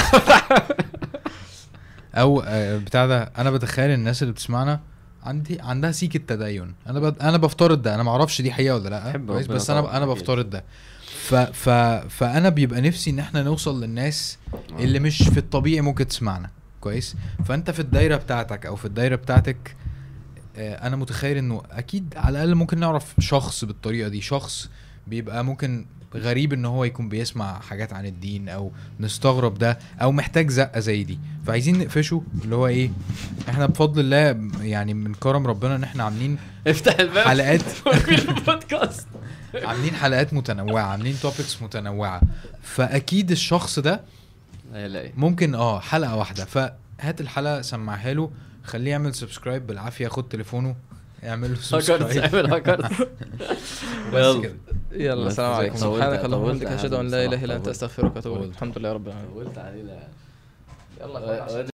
او بتاع ده، انا بتخيل الناس اللي بتسمعنا عندي عندها سيك التدين. انا ب... انا بفترض ده، انا ما اعرفش دي حقيقه ولا لا كويس، بس انا انا بفترض ده. ف... ف... فانا بيبقى نفسي ان احنا نوصل للناس اللي مش في الطبيعي ممكن تسمعنا كويس. فانت في الدايره بتاعتك او في الدايره بتاعتك انا متخيل انه اكيد على الاقل ممكن نعرف شخص بالطريقه دي، شخص بيبقى ممكن غريب ان هو يكون بيسمع حاجات عن الدين او نستغرب ده او محتاج زقه زي دي، فعايزين نقفشه. اللي هو ايه، احنا بفضل الله يعني من كرم ربنا ان احنا عاملين افتح الباب حلقات في البودكاست عاملين حلقات متنوعه، عاملين توبكس متنوعه، فاكيد الشخص ده ممكن اه حلقه واحده. فهات الحلقه سمعها له، خليه يعمل سبسكرايب بالعافيه، خد تليفونه اعمل له سبسكرايب اعمل هاكر بس كده. يلا السلام عليكم، سبحانك اللهم وبحمدك اشهد ان لا اله الا انت استغفرك واتوب اليك. الحمد لله رب العالمين. قلت علينا يلا